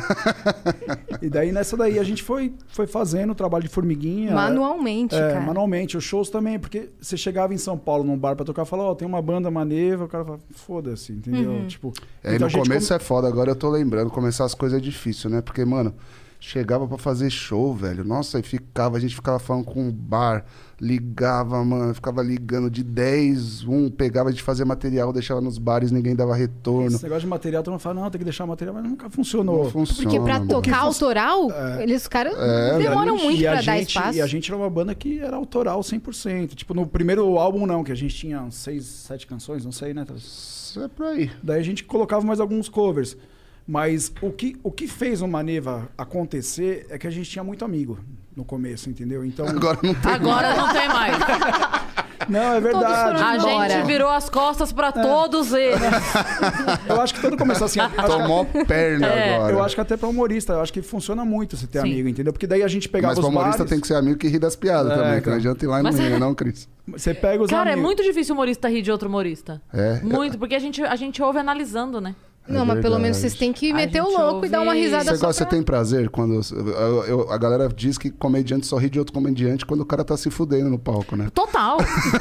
E: E daí nessa daí a gente foi fazendo o trabalho de formiguinha.
C: Manualmente, cara.
E: Manualmente. Os shows também, porque você chegava em São Paulo num bar pra tocar e falava, tem uma banda Maneva, o cara fala, foda-se, entendeu? Tipo,
D: Aí
E: então
D: no começo é foda, agora eu tô lembrando, começar as coisas é difícil, né? Porque, mano, chegava pra fazer show, velho. Nossa, a gente ficava falando com o bar, ligava, mano, ficava ligando de 10, pegava de fazer material, deixava nos bares, ninguém dava retorno.
E: Esse negócio de material, todo mundo fala, não, tem que deixar o material, mas nunca funcionou.
D: Não funciona,
C: Porque pra
D: mano.
C: tocar autoral, os caras demoram muito pra dar espaço.
E: E a gente era uma banda que era autoral 100%. Tipo, no primeiro álbum não, que a gente tinha 6, 7 canções, não sei, né?
D: É por aí.
E: Daí a gente colocava mais alguns covers. Mas o que fez o Maneva acontecer é que a gente tinha muito amigo no começo, entendeu? Então
D: Agora não tem
B: Agora não tem mais.
E: não, é verdade.
B: A
C: embora.
B: gente virou as costas pra todos eles.
E: Eu acho que tudo começou assim.
D: Tomou perna agora.
E: Eu acho que até pra humorista, eu acho que funciona muito você ter
B: Sim.
E: amigo, entendeu? Porque daí a gente pegava
D: Mas pra
E: os
D: humorista
E: bares,
D: tem que ser amigo que ri das piadas também, que não adianta ir lá e não
B: Mas-
D: rir, né, não, Cris?
E: Você pega os
B: Cara, é
E: amigos.
B: muito difícil o humorista rir de outro humorista.
D: É.
B: Muito, porque a gente ouve analisando, né?
C: Não, mas pelo menos
D: verdade.
C: vocês têm que
B: A
C: meter o
B: gente
C: louco e dar uma
B: ouve-
C: risada
D: Você
C: só
D: gosta, você
C: pra...
D: tem prazer quando... a galera diz que comediante só ri de outro comediante quando o cara tá se fudendo no palco, né?
B: Total.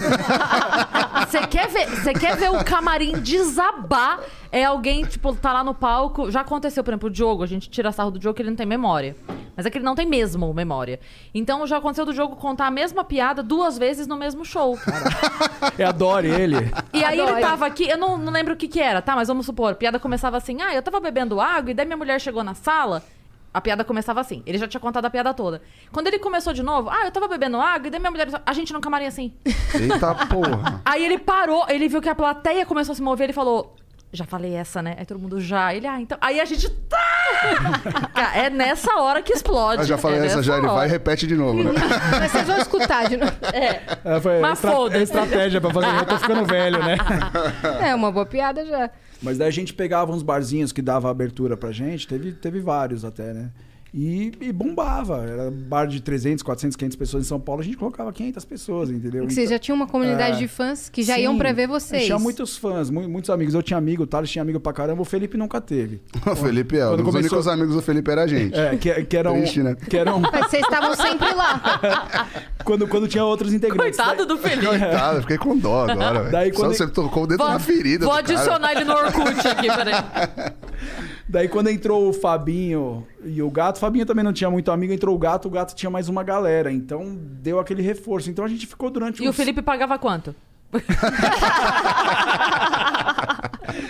B: Você quer ver o camarim desabar? É alguém, tipo, tá lá no palco. Já aconteceu, por exemplo, o Diogo. A gente tira sarro do Diogo que ele não tem memória. Mas é que ele não tem mesmo memória. Então já aconteceu do Diogo contar a mesma piada 2 vezes no mesmo show.
E: Eu adoro ele.
B: E aí
C: Adoro.
B: ele tava aqui, eu não lembro o que era, tá? Mas vamos supor, a piada começava assim, eu tava bebendo água e daí minha mulher chegou na sala, a piada começava assim, ele já tinha contado a piada toda. Quando ele começou de novo, eu tava bebendo água e daí minha mulher, a gente no camarim assim.
D: Eita porra.
B: Aí ele parou, ele viu que a plateia começou a se mover, ele falou, já falei essa, né? Aí todo mundo já, ele, então... Aí a gente, Cara, é nessa hora que explode.
D: Eu já falei essa já, ele vai e repete de novo, né?
C: Mas vocês vão escutar de novo.
E: Foi
B: Mas foda-se.
E: estratégia pra fazer, eu tô ficando velho, né?
C: É uma boa piada já.
E: Mas daí a gente pegava uns barzinhos que dava abertura pra gente, teve vários até, né? E bombava. Era bar de 300, 400, 500 pessoas em São Paulo, a gente colocava 500 pessoas, entendeu?
C: Porque vocês já tinham uma comunidade de fãs que já
E: Sim,
C: iam pra ver vocês.
E: Tinha muitos fãs, muitos amigos. Eu tinha amigo, o Thales tinha amigo pra caramba, o Felipe nunca teve.
D: O Felipe é,
E: Quando
D: os
E: começou-
D: únicos amigos do Felipe era a gente.
E: Que eram...
D: Triste, né?
E: Que eram
C: Mas vocês estavam sempre lá.
E: quando tinha outros integrantes.
B: Coitado do Felipe.
D: Coitado, eu fiquei com dó agora, velho.
E: Daí
D: Só
E: quando-
D: você tocou o dedo na ferida
B: Vou
D: do cara.
B: adicionar ele no Orkut aqui, peraí.
E: Daí quando entrou o Fabinho e o Gato, o Fabinho também não tinha muito amigo, entrou o Gato tinha mais uma galera. Então deu aquele reforço. Então a gente ficou durante
B: E o Felipe pagava quanto?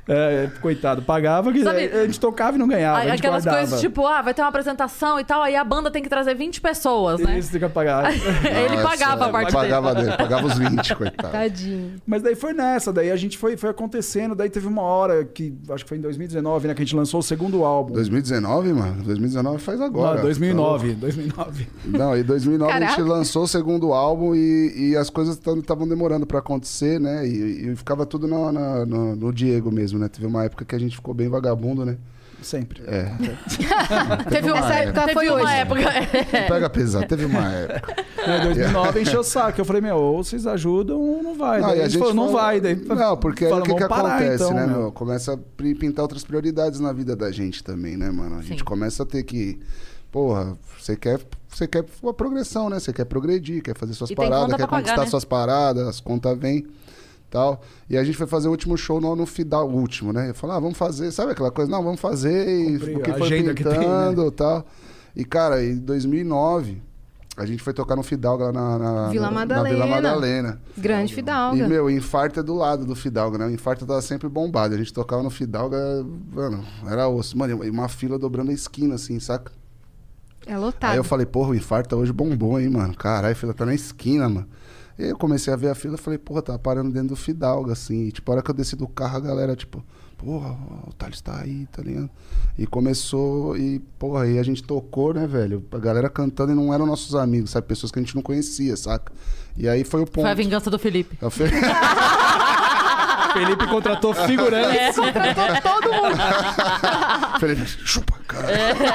E: Coitado, pagava, que
B: Sabe,
E: a gente tocava e não ganhava. A gente
B: aquelas
E: guardava.
B: coisas tipo, vai ter uma apresentação e tal, aí a banda tem que trazer 20 pessoas, né?
E: Isso, tem que pagar.
B: Ele pagava a parte dele.
D: Pagava os 20, coitado.
C: Tadinho.
E: Mas daí foi nessa, daí a gente foi acontecendo, daí teve uma hora que, acho que foi em 2019, né, que a gente lançou o segundo álbum.
D: 2019, mano? 2019 faz agora.
E: Não, 2009.
D: Não, em 2009
C: Caraca.
D: a gente lançou o segundo álbum e as coisas estavam demorando pra acontecer, né? E ficava tudo no Diego mesmo, né? Teve uma época que a gente ficou bem vagabundo, né?
E: Sempre.
B: Teve uma
C: Essa época
B: teve
C: foi
B: uma
C: hoje.
B: época.
D: Não pega pesado, teve uma época.
E: Em 2009 encheu o saco. Eu falei, ou vocês ajudam ou não vai.
D: Não,
E: Daí
D: e
E: a gente falou, não vai. Daí,
D: Não, porque aí o que
E: vamos parar,
D: acontece,
E: então,
D: né,
E: meu?
D: meu? Começa a pintar outras prioridades na vida da gente também, né, mano? A gente começa a ter que... Porra, você quer uma progressão, né? Você quer progredir, quer fazer suas
B: E tem
D: paradas,
B: conta
D: quer
B: pra
D: conquistar
B: pagar, né?
D: suas paradas, as contas vêm. Tal. E a gente foi fazer o último show no Fidal, o último, né? Eu falei, vamos fazer, sabe aquela coisa? Não, vamos fazer e
E: Cumprir
D: o que
E: a
D: foi
E: agenda que tem,
D: pintando
E: né?
D: tal. E, cara, em 2009, a gente foi tocar no Fidalga na
C: Vila
D: na
C: Madalena.
D: Vila Madalena.
C: Grande Fidalga.
D: E, meu, o Infarto é do lado do Fidalga, né? O Infarto tava sempre bombado. A gente tocava no Fidalga, mano, era osso. Mano, e uma fila dobrando a esquina, assim, saca?
C: É lotado.
D: Aí eu falei, porra, o Infarto hoje bombou, hein, mano? Caralho, a fila tá na esquina, mano. E aí eu comecei a ver a fila e falei, porra, tava parando dentro do Fidalga, assim. E, tipo, a hora que eu desci do carro, a galera, tipo, porra, o Thales tá aí, tá ligado? E começou, e, porra, aí a gente tocou, né, velho? A galera cantando e não eram nossos amigos, sabe? Pessoas que a gente não conhecia, saca? E aí foi o ponto.
B: Foi a vingança do Felipe.
D: Eu falei...
E: Felipe contratou figurantes.
C: Contratou todo mundo.
D: Felipe, chupa, caralho.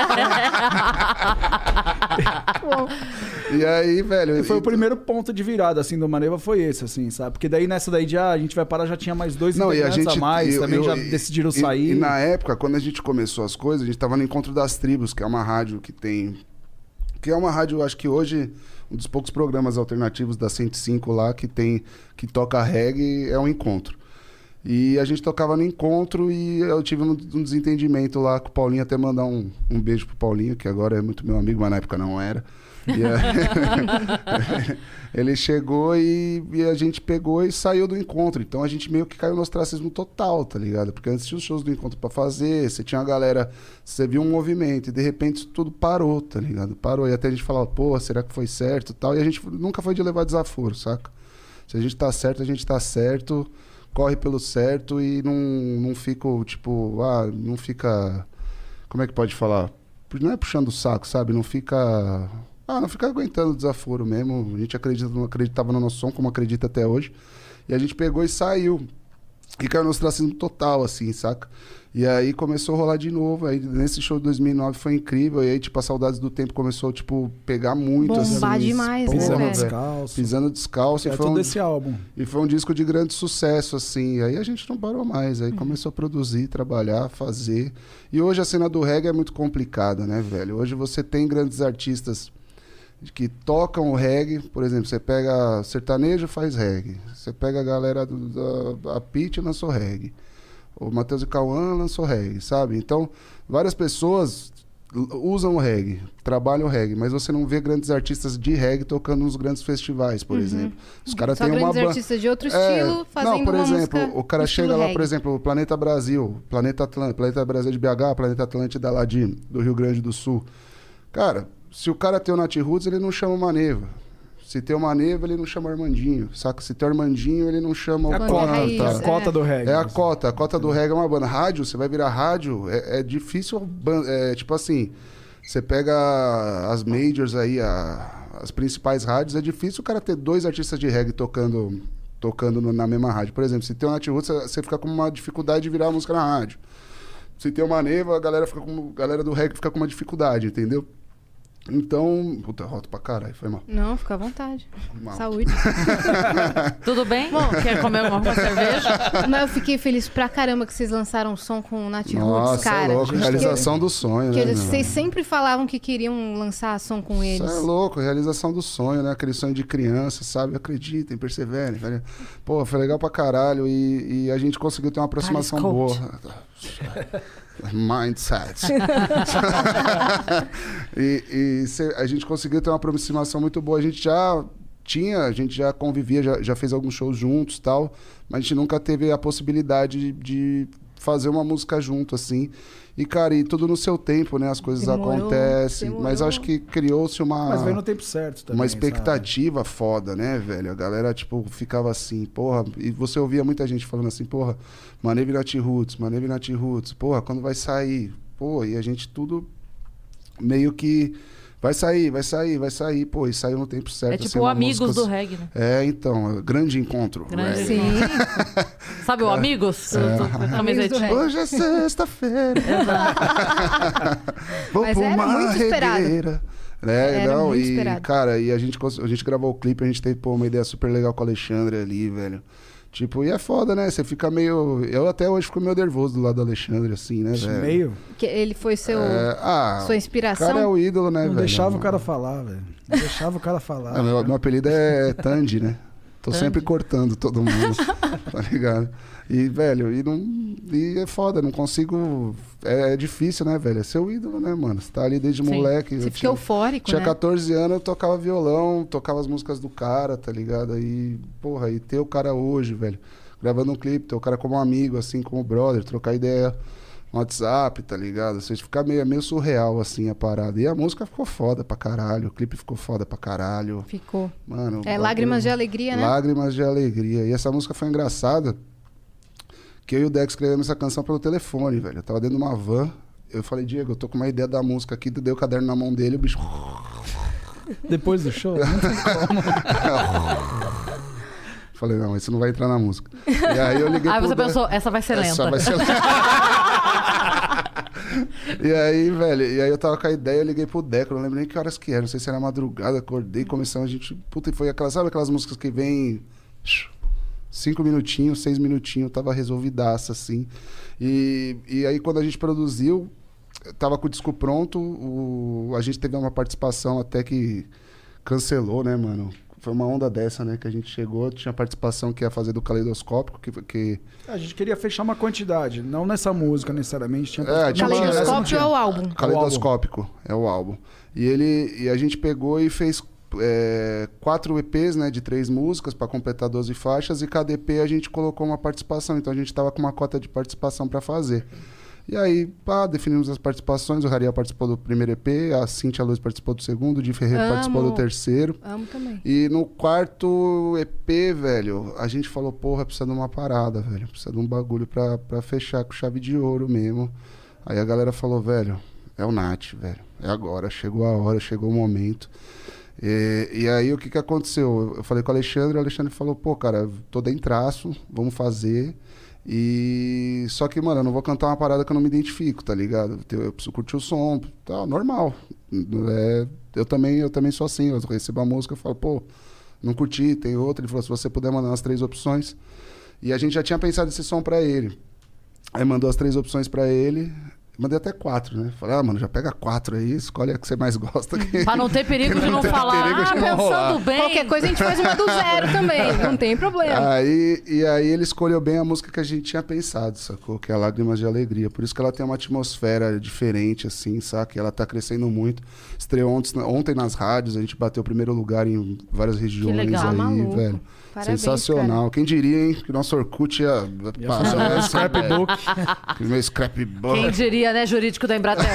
D: E aí, velho...
E: E foi o primeiro ponto de virada, assim, do Maneva, foi esse, assim, sabe? Porque daí, nessa daí, a gente vai parar, já tinha mais dois integrantes a mais, também já decidiram sair.
D: E na época, quando a gente começou as coisas, a gente tava no Encontro das Tribos, que é uma rádio que tem... Que é uma rádio, acho que hoje, um dos poucos programas alternativos da 105 lá, que toca reggae, é um Encontro. E a gente tocava no Encontro e eu tive um desentendimento lá com o Paulinho, até mandar um beijo pro Paulinho, que agora é muito meu amigo, mas na época não era. E aí, ele chegou e a gente pegou e saiu do Encontro. Então a gente meio que caiu no ostracismo total, tá ligado? Porque antes tinha os shows do Encontro pra fazer, você tinha a galera, você viu um movimento e de repente isso tudo parou, tá ligado? Parou. E até a gente falava, pô, será que foi certo e tal? E a gente nunca foi de levar desaforo, saca? Se a gente tá certo, a gente tá certo, corre pelo certo e não fica, tipo, não fica... Como é que pode falar? Não é puxando o saco, sabe? Não fica aguentando o desaforo mesmo. A gente acreditava no nosso som, como acredita até hoje. E a gente pegou e saiu. E caiu no ostracismo total, assim, saca? E aí começou a rolar de novo. Aí nesse show de 2009 foi incrível. E aí, tipo, a Saudades do Tempo começou, tipo, pegar muito,
C: Bombar
D: assim.
C: demais, né,
E: Pisando
C: velho?
E: descalço.
D: Pisando descalço.
E: É
D: E foi
E: todo esse álbum.
D: e foi um disco de grande sucesso, assim. Aí a gente não parou mais. Aí começou a produzir, trabalhar, fazer. E hoje a cena do reggae é muito complicada, né, velho? Hoje você tem grandes artistas que tocam o reggae. Por exemplo, você pega sertanejo, faz reggae. Você pega a galera da Pitty, lançou reggae. O Matheus e Cauã lançou reggae, sabe? Então, várias pessoas usam o reggae, trabalham o reggae, mas você não vê grandes artistas de reggae tocando nos grandes festivais, por exemplo. Os caras
C: Só
D: têm uma
C: grandes artistas de outro estilo fazendo
D: não, por
C: uma
D: exemplo,
C: música
D: o cara
C: no
D: chega
C: estilo
D: lá,
C: reggae.
D: por exemplo, o Planeta Brasil, Planeta Brasil de BH, Planeta Atlântida lá do Rio Grande do Sul. Cara, se o cara tem o Nat Roots, ele não chama o Maneva. Se tem o Maneva, ele não chama o Armandinho, saca? Se tem o Armandinho, ele não chama o
E: É a
C: Banda
E: cota,
C: Raiz,
E: a cota do reggae.
D: É a cota do reggae é uma banda. Rádio, você vai virar rádio, é difícil, tipo assim, você pega as majors aí, as principais rádios, é difícil o cara ter dois artistas de reggae tocando na mesma rádio. Por exemplo, se tem o Nat Roots, você fica com uma dificuldade de virar a música na rádio. Se tem o Maneva, a galera do reggae fica com uma dificuldade, entendeu? Então, puta, roto pra caralho, foi mal.
C: Não, fica à vontade.
D: Mal.
C: Saúde.
B: Tudo bem? Quer comer uma cerveja?
C: Mas eu fiquei feliz pra caramba que vocês lançaram um som com o Nat Roots,
D: Nossa,
C: cara.
D: é louco, realização do sonho,
C: Que
D: né?
C: vocês sempre falavam que queriam lançar som com eles.
D: Isso é louco, realização do sonho, né? Aquele sonho de criança, sabe? Acreditem, perseverem. Velho. Pô, foi legal pra caralho e a gente conseguiu ter uma aproximação boa. Mindset. A gente conseguiu ter uma aproximação muito boa. A gente já convivia, já fez alguns shows juntos e tal, mas a gente nunca teve a possibilidade de fazer uma música junto, assim. E, cara, e tudo no seu tempo, né? As coisas acontecem. Mas acho que criou-se
E: Mas veio no tempo certo também,
D: uma expectativa foda, né, velho? A galera, tipo, ficava assim, porra... E você ouvia muita gente falando assim, porra, Maneve Nat Roots, porra, quando vai sair? Pô, e a gente tudo meio que... Vai sair, pô, e saiu no tempo certo.
B: É tipo
D: assim,
B: o Amigos do reggae, né?
D: É, então, grande encontro.
B: Grande
C: Sim.
B: Sabe o Amigos? Camisetinha.
D: Hoje é sexta-feira. Vou
C: Mas
D: pra
C: era
D: uma
C: muito esperado.
D: regueira. Né?
C: Era
D: Não,
C: muito
D: e,
C: esperado.
D: cara, e a gente gravou o clipe, a gente teve pô, uma ideia super legal com o Alexandre ali, velho. Tipo, e é foda, né? Você fica meio... Eu até hoje fico meio nervoso do lado do Alexandre, assim, né, velho?
E: Meio.
C: Que ele foi sua
D: O
C: inspiração?
D: cara é o ídolo, né,
E: Não
D: velho?
E: deixava o cara falar, velho. Não deixava o cara falar.
D: Meu apelido é Tandy, né? Tô sempre cortando todo mundo, tá ligado? E, velho, e é foda, não consigo... É difícil, né, velho? É seu ídolo, né, mano? Você tá ali desde
B: Sim.
D: moleque.
C: Você fica eufórico,
D: Tinha
C: né?
D: 14 anos, eu tocava violão, tocava as músicas do cara, tá ligado? Aí, porra, e ter o cara hoje, velho, gravando um clipe, ter o cara como um amigo, assim, como brother, trocar ideia no WhatsApp, tá ligado? Você fica meio surreal, assim, a parada. E a música ficou foda pra caralho, o clipe ficou foda pra caralho.
C: Ficou.
D: Mano,
C: Lágrimas de Alegria, né?
D: Lágrimas de Alegria. E essa música foi engraçada, que eu e o Dex escrevemos essa canção pelo telefone, velho. Eu tava dentro de uma van, eu falei, Diego, eu tô com uma ideia da música aqui, dei o caderno na mão dele, o bicho...
E: Depois do show, não tem como.
D: Falei, não, isso não vai entrar na música. E aí eu liguei
B: Aí
D: pro
B: você
D: Dex.
B: pensou, essa vai ser lenta.
D: Essa vai ser lenta. E aí, velho, eu tava com a ideia, eu liguei pro Deco, não lembro nem que horas que era, não sei se era madrugada, acordei, começamos a gente... Puta, e foi sabe aquelas músicas que vem 5 minutinhos, 6 minutinhos, tava resolvidaça, assim. E aí, quando a gente produziu, tava com o disco pronto, a gente teve uma participação até que cancelou, né, mano? Foi uma onda dessa, né? Que a gente chegou, tinha participação que ia fazer do Caleidoscópico, que...
E: A gente queria fechar uma quantidade, não nessa música necessariamente. Tinha
D: tinha uma-
C: Caleidoscópio é o álbum.
D: Caleidoscópico, é o álbum. E a gente pegou e fez 4 EPs, né, de 3 músicas para completar 12 faixas, e cada EP a gente colocou uma participação, então a gente tava com uma cota de participação para fazer. E aí, definimos as participações, o Rariel participou do primeiro EP, a Cintia Luz participou do segundo, o Di Ferreiro participou do terceiro.
C: Amo também.
D: E no quarto EP, velho, a gente falou, porra, precisa de uma parada, velho. Precisa de um bagulho pra fechar com chave de ouro mesmo. Aí a galera falou, velho, é o Nath, velho. É agora, chegou a hora, chegou o momento. E aí o que aconteceu? Eu falei com o Alexandre falou, pô, cara, tô dentro, vamos fazer. E só que, mano, eu não vou cantar uma parada que eu não me identifico, tá ligado? Eu preciso curtir o som, tá normal. Eu também sou assim, eu recebo a música e falo, pô, não curti, tem outra. Ele falou, se você puder mandar as 3 opções. E a gente já tinha pensado esse som pra ele. Aí mandou as 3 opções pra ele. Mandei até 4, né? Falei, mano, já pega 4 aí, escolhe a que você mais gosta.
B: Pra não ter perigo de não
D: ter
B: falar,
D: perigo de não rolar.
B: pensando bem.
C: Qualquer coisa a gente faz uma do zero também, não tem problema.
D: E aí ele escolheu bem a música que a gente tinha pensado, sacou? Que é Lágrimas de Alegria. Por isso que ela tem uma atmosfera diferente, assim, saca? Ela tá crescendo muito. Estreou ontem nas rádios, a gente bateu o primeiro lugar em várias regiões
B: legal.
D: aí,
C: Maluco.
D: velho.
C: Parabéns,
D: Sensacional.
C: cara.
D: Quem diria, hein? Que o nosso Orkut ia passar
E: Scrapbook.
D: meu scrapbook.
B: Quem diria, né, jurídico da Embratel?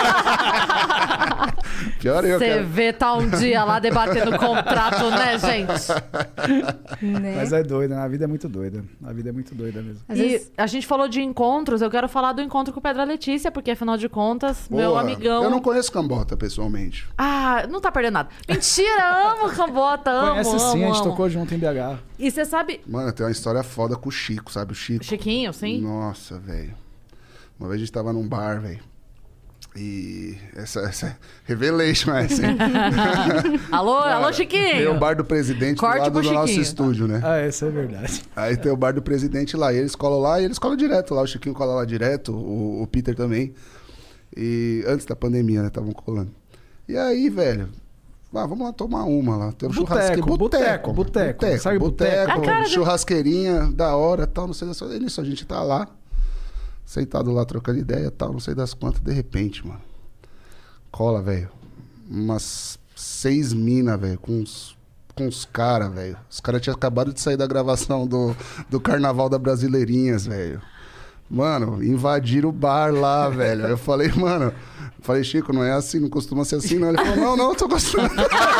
D: Pior eu,
B: Você
D: cara.
B: vê, tá um dia lá debatendo contrato, né, gente?
C: Né?
E: Mas é doida, né? A vida é muito doida. A vida é muito doida mesmo.
C: Às
B: E
C: vezes-
B: a gente falou de encontros, eu quero falar do encontro com o Pedra Letícia, porque afinal de contas, meu
D: Porra,
B: amigão...
D: Eu não conheço Cambota, pessoalmente.
B: Ah, não tá perdendo nada. Mentira, amo Cambota, amo,
E: Conhece
B: amo,
E: sim, a gente
B: amo.
E: tocou junto em BH.
B: E você sabe...
D: Mano, tem uma história foda com o Chico, sabe? O Chico.
B: Chiquinho, sim?
D: Nossa, velho. Uma vez a gente tava num bar, velho. E essa revelation, assim.
B: Alô, Chiquinho?
D: Tem o bar do presidente
B: Corte
D: do lado
B: pro
D: do nosso
B: Chiquinho.
D: estúdio, né?
E: Ah, isso é verdade.
D: Aí tem o bar do presidente lá. E eles colam lá e eles colam direto lá. O Chiquinho cola lá direto, o Peter também. E antes da pandemia, né? Estavam colando. E aí, velho... vamos lá tomar uma lá. Tem um churrasqueiro.
E: Boteco. Sabe boteco?
B: A cara
D: Churrasqueirinha, da hora, tal, não sei das quantas. Nisso a gente tá lá, sentado lá, trocando ideia, tal, não sei das quantas. De repente, mano, cola, velho. Umas 6 minas, velho, com uns caras, velho. Os caras tinham acabado de sair da gravação do Carnaval da Brasileirinhas, velho. Mano, invadiram o bar lá, velho. Aí eu falei, mano... Falei, Chico, não é assim, não costuma ser assim, não. Ele falou, não, tô gostando.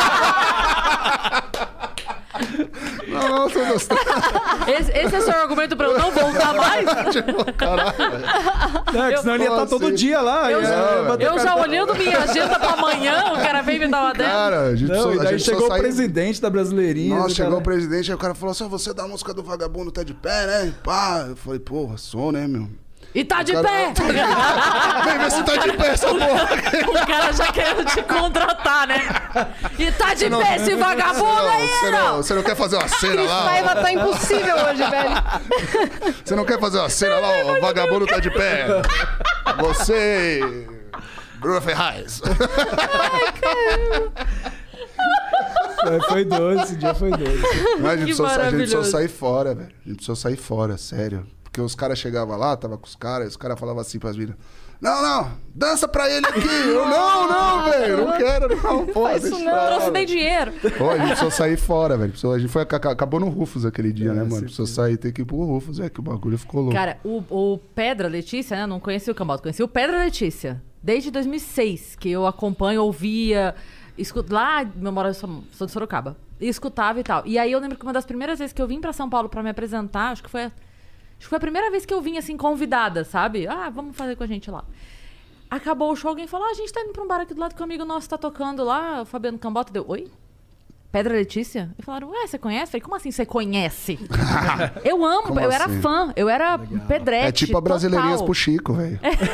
D: Não, tô gostando.
B: Esse é o seu argumento pra eu não voltar mais?
D: Tipo, caralho, velho.
E: Não, senão ele ia estar todo dia lá.
B: Eu já olhando minha agenda pra amanhã, o cara veio me dar uma dessa.
D: Cara, a gente
E: Não, e daí chegou o
D: saiu...
E: presidente da Brasileirinha.
D: Nossa, chegou o presidente, aí o cara falou assim, você da música do Vagabundo tá de pé, né? Pá. Eu falei, porra, sou, né, meu?
B: E tá de
D: cara...
B: pé!
D: Vem ver se tá de pé essa porra.
B: O cara já querendo te contratar, né? E tá de pé esse vagabundo aí,
D: Você não quer fazer uma cena
C: Cris
D: lá?
C: Paiva tá impossível hoje, velho.
D: Você não quer fazer uma cena lá? O vagabundo tá de pé. Você... Bruna Ferraz.
E: Foi doce, esse dia foi doce.
D: Mas a gente precisou
B: maravilhoso.
D: sair fora, velho. A gente precisou sair fora, sério. Porque os caras chegavam lá, tava com os caras, e os caras falavam assim pras meninas: Não, dança pra ele aqui. Eu, não, velho, não quero, não. Porra,
C: Faz isso
D: deixa
C: não.
D: pra lá,
B: Trouxe nem
D: velho.
B: dinheiro.
D: Pô, a gente precisou sair fora, velho. A gente acabou no Rufus aquele dia, né, mano?
E: sim,
D: Precisou sair, ter que ir pro Rufus. Que o bagulho ficou louco.
B: Cara, o Pedra Letícia, né? Não conheci o Cambota, conheci o Pedra Letícia. Desde 2006, que eu acompanho, ouvia... Lá, eu moro, sou de Sorocaba. E escutava e tal. E aí eu lembro que uma das primeiras vezes que eu vim pra São Paulo pra me apresentar, acho que foi a primeira vez que eu vim, assim, convidada, sabe? Vamos fazer com a gente lá. Acabou o show, alguém falou, a gente tá indo pra um bar aqui do lado que um amigo nosso tá tocando lá, o Fabiano Cambota. Deu, oi? Pedra Letícia? E falaram, você conhece? Eu falei, como assim você conhece? Eu amo,
D: Como
B: eu era
D: assim?
B: fã, eu era pedrete.
D: É tipo a Brasileirinhas
B: total.
D: pro Chico, velho.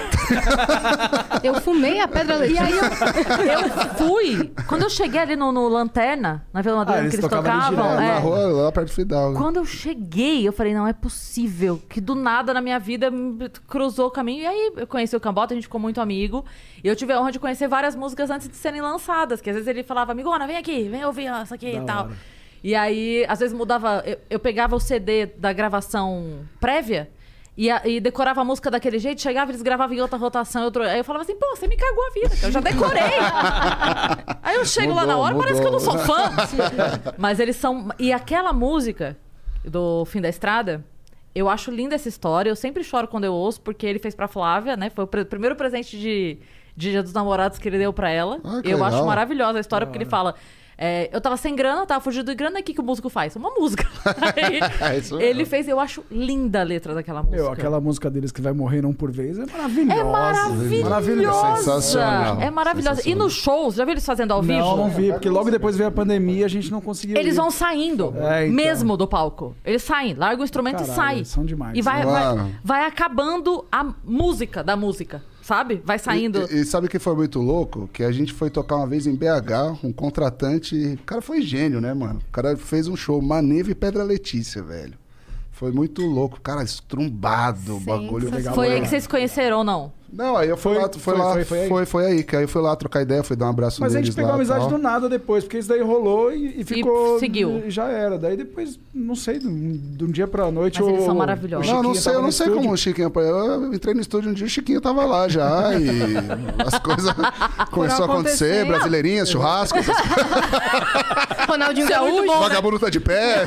C: Eu fumei a pedra
B: E
C: Letícia.
B: aí eu fui. Quando eu cheguei ali no Lanterna, na Vila Madalena,
E: eles
B: que eles
E: tocavam ali
B: tocavam.
E: direto,
D: Na rua, lá perto do Fidalgo.
B: Quando eu cheguei, eu falei, não é possível. Que do nada na minha vida cruzou o caminho. E aí eu conheci o Cambota, a gente ficou muito amigo. E eu tive a honra de conhecer várias músicas antes de serem lançadas. Que às vezes ele falava, amigona, vem aqui, vem ouvir essa aqui e tal.
E: hora.
B: E aí, às vezes mudava. Eu pegava o CD da gravação prévia. E decorava a música daquele jeito, chegava, eles gravavam em outra rotação. Aí eu falava assim, pô, você me cagou a vida, que eu já decorei. Aí eu chego lá na hora, parece que eu não sou fã. Mas eles são... E aquela música do Fim da Estrada, eu acho linda essa história. Eu sempre choro quando eu ouço, porque ele fez pra Flávia, né? Foi o primeiro presente de Dia dos Namorados que ele deu pra ela.
D: Que
B: Eu acho
D: legal.
B: maravilhosa a história, porque ele fala... eu tava sem grana, tava fugindo de grana, e o que o músico faz? Uma música. Aí,
D: Isso
B: ele
D: mesmo.
B: fez, eu acho linda a letra daquela música.
E: Aquela música deles que vai morrer um por vez é maravilhosa.
B: É maravilhosa.
D: Sensacional.
B: É maravilhosa. E nos shows, já viu eles fazendo ao vivo?
E: Não vi, porque logo depois veio a pandemia a gente não conseguiu
B: Eles
E: ir.
B: vão saindo,
E: Então.
B: mesmo do palco. Eles saem, largam o instrumento
E: Caralho,
B: e saem.
E: eles são demais.
B: E vai
D: Mano.
B: acabando a música da música, sabe? Vai saindo.
D: E sabe o que foi muito louco? Que a gente foi tocar uma vez em BH, um contratante... O cara foi gênio, né, mano? O cara fez um show, Maneva e Pedra Letícia, velho. Foi muito louco. Cara, estrumbado, o bagulho legal.
B: Foi aí que vocês se conheceram ou não?
D: Não, aí eu fui lá... Foi aí. Que aí eu fui lá trocar ideia, fui dar um abraço
E: Mas a
D: neles
E: gente pegou
D: lá,
E: amizade
D: tal.
E: do nada depois, porque isso daí rolou e ficou...
B: seguiu.
E: E já era. Daí depois, não sei, de um dia pra noite...
B: Mas eles são
E: o
B: maravilhosos.
D: Não,
E: Chiquinho tava
D: eu
E: no
D: não sei
E: estúdio.
D: como o Chiquinho... Eu entrei no estúdio um dia, o Chiquinho tava lá já e as coisas começou a acontecer,
C: acontecendo.
D: brasileirinhas, churrasco, essas coisas.
C: Ronaldinho
B: Isso é muito
C: Gaúcho.
B: bom, né?
D: Vagabundo tá de pé,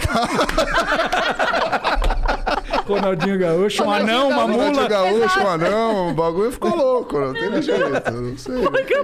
E: Ronaldinho Gaúcho, um anão, uma
D: Ronaldinho
E: mula.
D: Gaúcho, um anão, o bagulho ficou louco, não tem jeito, não sei.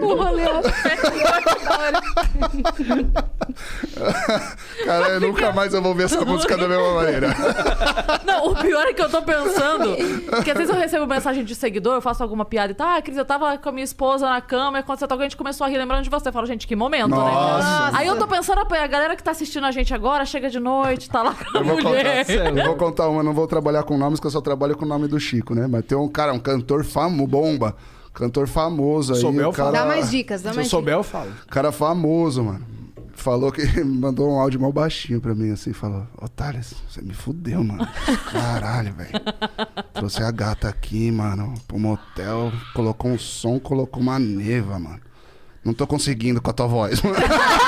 D: Cara, eu nunca mais eu vou ver essa música da mesma maneira.
B: Não, o pior é que eu tô pensando que às vezes eu recebo mensagem de seguidor, eu faço alguma piada e tal. Cris, eu tava com a minha esposa na cama e quando você tocou, a gente começou a rir lembrando de você. Eu falo, gente, que momento,
D: Nossa.
B: né? Aí eu tô pensando, a galera que tá assistindo a gente agora, chega de noite, tá lá com a
D: Eu vou
B: mulher.
D: contar uma, não vou trabalhar com nomes, que eu só trabalho com o nome do Chico, né? Mas tem um cara, um cantor famoso, bomba, cantor famoso aí.
E: Souber,
D: o cara,
C: Dá mais dicas, dá
E: Se eu
C: mais
E: souber,
C: dicas.
E: eu falo.
D: cara famoso, mano. Falou que mandou um áudio mal baixinho pra mim, assim, falou: Ô, Thales, você me fudeu, mano. Caralho, velho. Trouxe a gata aqui, mano, pro motel, colocou um som, colocou uma neva, mano. Não tô conseguindo com a tua voz, mano.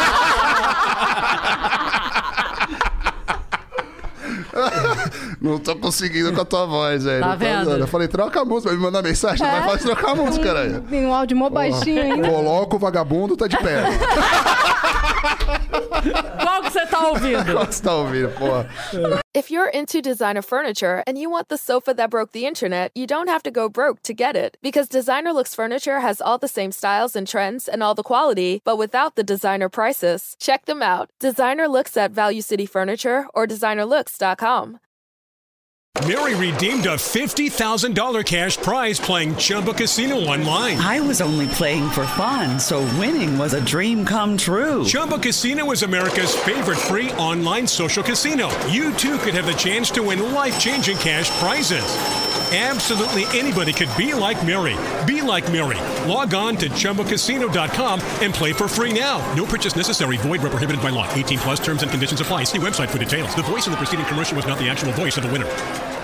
D: Não tô conseguindo com a tua voz, velho.
B: Tá
D: Não
B: vendo?
D: dando. Eu falei, troca a música, vai me mandar mensagem, vai fazer trocar a música, caralho.
C: Tem um áudio mó baixinho ainda.
D: Coloca o vagabundo, tá de pé.
B: Qual que você tá ouvindo?
D: Qual que você tá ouvindo, porra?
A: If you're into designer furniture and you want the sofa that broke the internet, you don't have to go broke to get it. Because Designer Looks Furniture has all the same styles and trends and all the quality, but without the designer prices. Check them out. Designer Looks at Value City Furniture or designerlooks.com.
F: Mary redeemed a $50,000 cash prize playing Chumba Casino online.
G: I was only playing for fun, so winning was a dream come true.
F: Chumba Casino is America's favorite free online social casino. You too could have the chance to win life-changing cash prizes. Absolutely anybody could be like Mary. Be like Mary. Log on to ChumbaCasino.com and play for free now. No purchase necessary. Void where prohibited by law. 18 plus terms and conditions apply. See website for details. The voice in the preceding commercial was not the actual voice of the winner.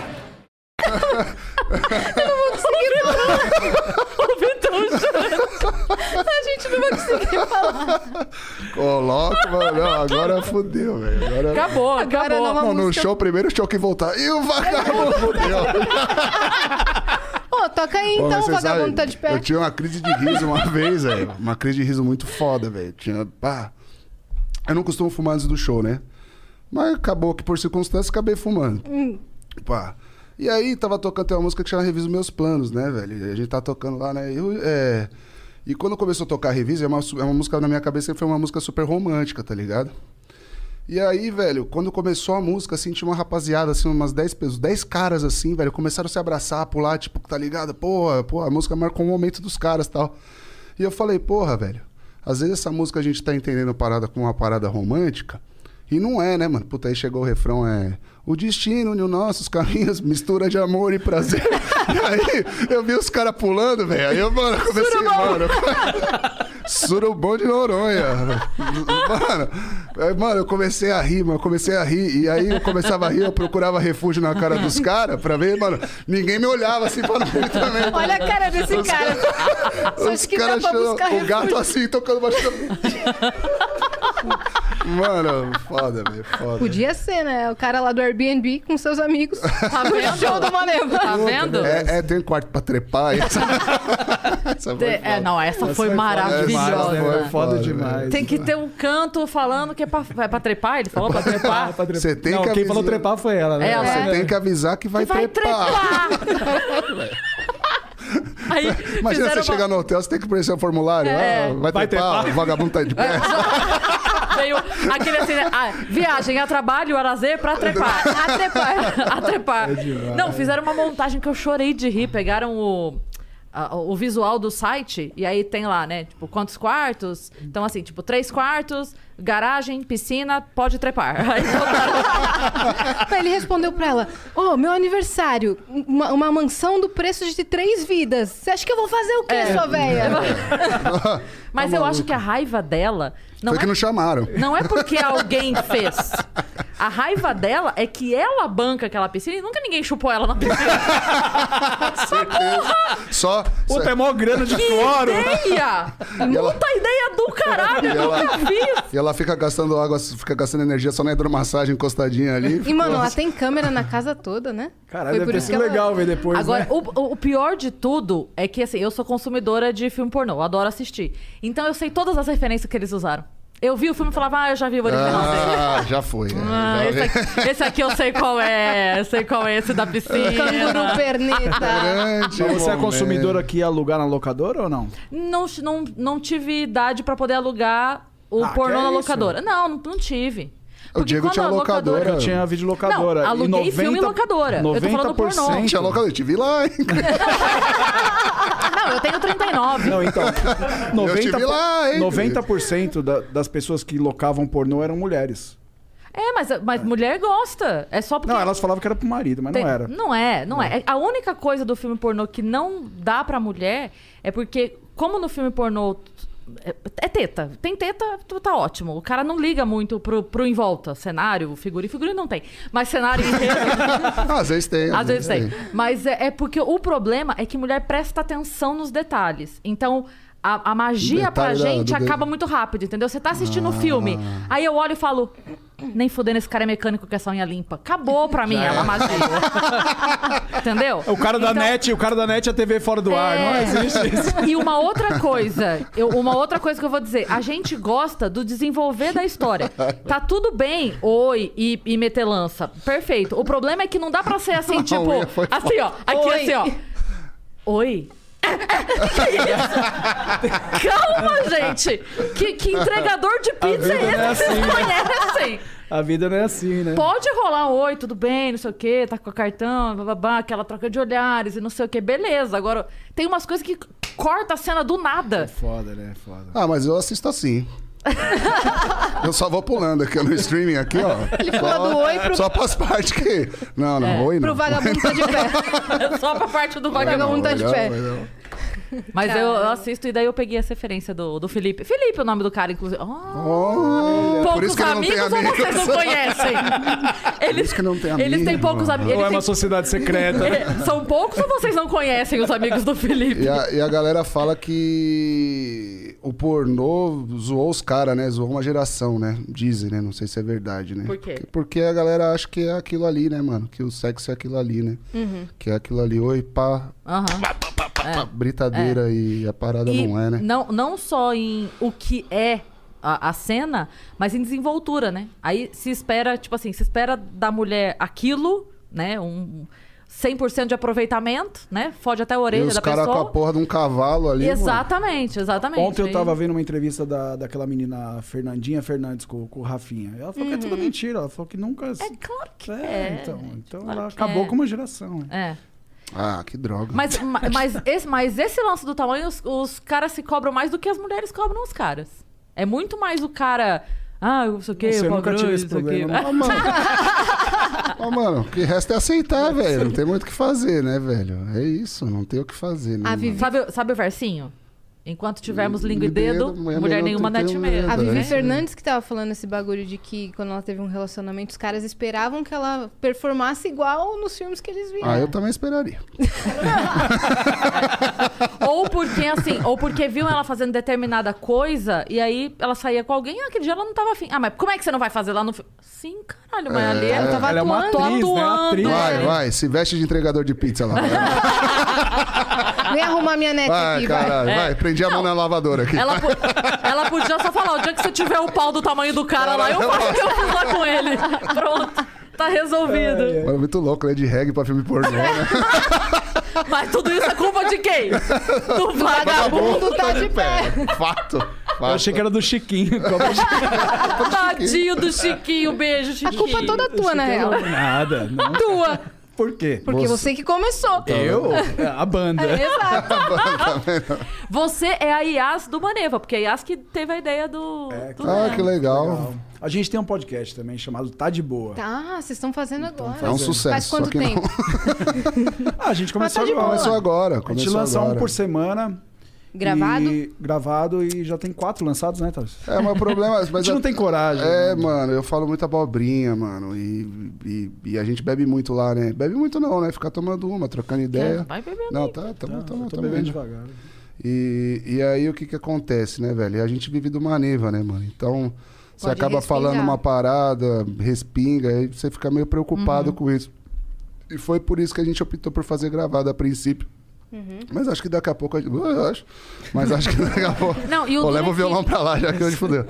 C: A gente não vai conseguir falar.
D: Coloca, mano. Não, agora fudeu, velho. Agora...
B: Acabou,
C: Agora
B: acabou.
C: nova
D: Não, no
C: música.
D: show, primeiro show que voltar. E o vagabundo fudeu.
C: Pô, toca aí
D: Pô,
C: então,
D: mas
C: o
D: você
C: vagabundo
D: sabe,
C: tá de pé.
D: Eu tinha uma crise de riso uma vez, velho. Uma crise de riso muito foda, velho. Tinha. Pá. Eu não costumo fumar antes do show, né? Mas acabou que por circunstâncias acabei fumando. Pá. E aí tava tocando, tem uma música que chama Reviso Meus Planos, né, velho? E a gente tá tocando lá, né? E quando começou a tocar Revisa, é uma música na minha cabeça, foi uma música super romântica, tá ligado? E aí, velho, quando começou a música, assim, tinha uma rapaziada, assim, umas 10 pessoas, 10 caras, assim, velho, começaram a se abraçar, pular, tipo, tá ligado? Pô, a música marcou um momento dos caras e tal. E eu falei, porra, velho, às vezes essa música a gente tá entendendo a parada como uma parada romântica, e não é, né, mano? Puta, aí chegou o refrão, o destino uniu nossos caminhos, mistura de amor e prazer. E aí, eu vi os caras pulando, velho. Aí eu, mano, comecei, mano. Surubom de Noronha. Mano, eu comecei a rir, mano. E aí eu começava a rir, eu procurava refúgio na cara dos caras pra ver, mano. Ninguém me olhava assim pra não ver também.
C: Olha a cara desse cara.
D: Os caras achando o gato assim, tocando baixo. Mano, foda, velho, foda.
C: Podia ser, né? O cara lá do Airbnb com seus amigos.
B: Tá
C: No
B: vendo?
C: show do Maneva.
B: Tá vendo?
D: Tem quarto pra trepar. Essa foi foda.
B: Não, essa foi maravilhosa.
E: Foi foda demais.
B: Tem que ter um canto falando que é pra trepar. Ele falou pra trepar.
D: Você tem
E: Não,
D: que
E: quem
D: avisar.
E: falou trepar foi ela, né?
B: Ela.
D: Você tem que avisar que vai,
B: Vai
D: trepar.
B: Aí
D: Imagina
B: fizeram
D: você chegar no hotel, você tem que preencher o formulário. Vai trepar, o vagabundo tá de pé.
B: Veio aquele assim, né? Viagem a trabalho, a lazer, pra trepar. A trepar. A trepar. Não, fizeram uma montagem que eu chorei de rir. Pegaram o visual do site e aí tem lá, né? Tipo, quantos quartos? Então, assim, tipo, 3 quartos, garagem, piscina, pode trepar. Aí botaram...
C: Ele respondeu pra ela: meu aniversário, uma mansão do preço de 3 vidas. Você acha que eu vou fazer o quê, sua véia?
B: Mas eu acho que a raiva dela...
D: Foi que não chamaram.
B: Não é porque alguém fez. A raiva dela é que ela banca aquela piscina e nunca ninguém chupou ela na piscina.
D: Só.
E: Puta, é mó grana de
B: Que
E: cloro.
B: ideia! Puta ideia do caralho, eu nunca fiz.
D: E ela fica gastando água, fica gastando energia só na hidromassagem encostadinha ali.
C: E, mano, ela tem câmera na casa toda, né?
E: Caralho,
C: Foi
E: deve
C: por
E: ter
C: isso
E: sido
C: que ela-
E: legal ver depois,
B: Agora,
E: né?
B: o pior de tudo é que, assim, eu sou consumidora de filme pornô, eu adoro assistir. Então eu sei todas as referências que eles usaram. Eu vi o filme e falava, eu já vi o original dele.
D: Já foi.
B: Esse aqui eu sei qual é. Eu sei qual é esse da piscina.
C: Canguru perneta.
D: Grande
E: Mas você é
D: momento.
E: consumidora que ia alugar na locadora ou não?
B: Não tive idade pra poder alugar o
E: Ah,
B: pornô
E: que
B: na
E: é
B: locadora. Não tive.
D: O
B: Porque
D: Diego
B: quando
D: tinha
B: a
D: locadora.
E: Eu tinha videolocadora.
B: Não, aluguei filme em locadora. Eu tô falando pornô.
D: Tinha locadora, eu te vi lá, hein?
B: Não, eu tenho 39.
E: Não, então.
D: Eu te vi lá, hein?
E: 90% das pessoas que locavam pornô eram mulheres.
B: Mas mulher gosta. É só porque...
E: Não, elas falavam que era pro marido, mas não era.
B: Não é. A única coisa do filme pornô que não dá pra mulher é porque, como no filme pornô é teta. Tem teta, tá ótimo. O cara não liga muito pro em volta. Cenário, figurino não tem. Mas cenário inteiro...
D: Às vezes tem.
B: Às vezes tem. Mas é porque o problema é que mulher presta atenção nos detalhes. Então... A magia pra
D: Detalhe
B: gente
D: do
B: acaba muito rápido, entendeu? Você tá assistindo um filme, aí eu olho e falo... Nem fudendo, esse cara é mecânico com essa unha limpa. Acabou pra mim a magia. Entendeu?
E: O cara da net, a TV fora do ar, não existe isso.
B: E uma outra coisa que eu vou dizer, a gente gosta do desenvolver da história. Tá tudo bem, oi, e meter lança. Perfeito. O problema é que não dá pra ser assim, tipo, assim, ó. Aqui,
C: Oi.
B: assim, ó. Oi. Que isso? Calma, gente. Que entregador de pizza é esse
E: não é
B: que vocês
E: assim.
B: conhecem?
E: A vida não é assim, né?
B: Pode rolar um oi, tudo bem, não sei o quê, tá com o cartão, bababá, aquela troca de olhares e não sei o quê, beleza. Agora, tem umas coisas que corta a cena do nada.
E: Foda, né? Foda.
D: Ah, mas eu assisto assim. Eu só vou pulando aqui no streaming, aqui, ó.
C: Ele pula do oi pro...
D: Só pras partes que... Não, oi não.
C: Pro vagabundo tá de pé.
B: Só pra parte do
C: O vagabundo tá de
D: Não,
C: pé.
D: não.
B: Mas eu assisto e daí eu peguei essa referência do Felipe. Felipe é o nome do cara, inclusive.
D: Oh, por
B: Poucos
D: isso que ele não tem
B: amigos ou vocês
D: amigos.
B: não conhecem? Eles,
D: isso que não tem
B: Eles têm
D: amigo.
B: poucos amigos.
E: Não é uma sociedade secreta.
B: São poucos ou vocês não conhecem os amigos do Felipe?
D: E a galera fala que o pornô zoou os caras, né? Zoou uma geração, né? Dizem, né? Não sei se é verdade, né?
B: Por quê?
D: Porque a galera acha que é aquilo ali, né, mano? Que o sexo é aquilo ali, né? Que é aquilo ali, oi, pá,
B: Aham.
D: britadeira e a parada
B: E
D: não é, né?
B: não só em o que é a cena, mas em desenvoltura, né? Aí se espera, tipo assim, se espera da mulher aquilo, né? 100% de aproveitamento, né? Fode até a
D: E
B: orelha
D: os
B: da
D: caras
B: pessoa.
D: com a porra de um cavalo ali, mano.
B: Exatamente.
E: Ontem eu
B: Aí-
E: tava vendo uma entrevista daquela menina Fernandinha Fernandes com o Rafinha. Ela falou que é tudo mentira. Ela falou que nunca...
B: É claro que é.
E: Então
B: Claro
E: ela
B: que
E: acabou
B: é.
E: com uma geração. Né?
B: É.
D: Ah, que droga.
B: Mas esse lance do tamanho, os caras se cobram mais do que as mulheres cobram os caras. É muito mais o cara... Ah, eu sei o quê,
E: Nossa, eu
B: pau
E: nunca tive
B: grande,
E: esse
B: não sei o quê.
E: problema,
D: Ó, mano. Ó, mano, o que resta é aceitar, velho. Não tem muito o que fazer, né, velho? É isso, não tem o que fazer, né?
C: A
D: mano?
C: Vivi-
B: Sabe o versinho? Enquanto tivermos língua e
D: Dedo,
B: dedo,
D: mulher
B: mulher
D: nenhuma
B: nenhuma
D: tem
B: net
D: um
B: medo.
D: dedo.
C: A Vivi
D: né?
C: Fernandes que tava falando esse bagulho de que quando ela teve um relacionamento, os caras esperavam que ela performasse igual nos filmes que eles viam.
D: Ah, eu também esperaria.
B: Ou porque viu ela fazendo determinada coisa e aí ela saía com alguém, aquele dia ela não tava afim. Ah, mas como é que você não vai fazer lá no filme? Sim, caralho, mas ali ela tava
E: Ela é uma
B: atuando.
E: atriz, né? Atriz.
D: Vai, se veste de entregador de pizza lá.
C: Vem arrumar minha net
D: Vai,
C: aqui,
D: caralho,
C: vai.
D: vai. Prendi a mão na lavadora aqui.
B: Ela podia só falar, o dia que você tiver o pau do tamanho do cara lá, eu faço o que eu fiz lá com ele. Pronto, tá resolvido.
D: Mano, muito louco, né? De reggae pra filme pornô, né?
B: Mas tudo isso é culpa de quem? Do vagabundo.
C: tá de pé.
D: Fato.
E: Eu achei que era do Chiquinho.
B: Tadinho do Chiquinho, beijo,
C: A
B: Chiquinho.
C: culpa é toda tua, na real.
E: Nada. Não.
B: tua.
E: Por quê?
C: Porque você que começou.
E: Eu? A banda.
B: Exato. Você é a Yas do Maneva, porque é a Yas que teve a ideia do... do
D: Ah,
B: Zé.
D: que legal.
E: A gente tem um podcast também chamado Tá de Boa.
C: Tá, vocês estão fazendo agora.
D: É um sucesso.
C: Faz quanto
D: só que
C: tempo?
E: Ah, a gente começou
C: Mas tá de
E: agora.
C: boa.
D: Começou agora.
E: A gente
D: Começou
E: lança
D: agora.
E: um por semana.
C: Gravado?
E: Gravado e já tem 4 lançados, né, Thales?
D: É, mas o problema...
E: A gente não tem coragem.
D: É,
E: né?
D: mano, eu falo muita abobrinha, mano. E a gente bebe muito lá, né? Bebe muito não, né? Ficar tomando uma, trocando ideia.
B: Vai bebendo
D: Não,
B: aí.
D: tá,
E: Tô
D: tá
E: bebendo devagar.
D: E aí o que acontece, né, velho? A gente vive do Maneva, né, mano? Então, você
C: Pode
D: acaba
C: respingar.
D: falando uma parada, respinga, aí você fica meio preocupado com isso. E foi por isso que a gente optou por fazer gravado a princípio. Mas acho que daqui a pouco... Eu acho. Mas acho que daqui a pouco...
B: Não, e o
D: Pô,
B: duro
D: leva
B: é
D: o violão
B: que-
D: pra lá, já que hoje fudeu.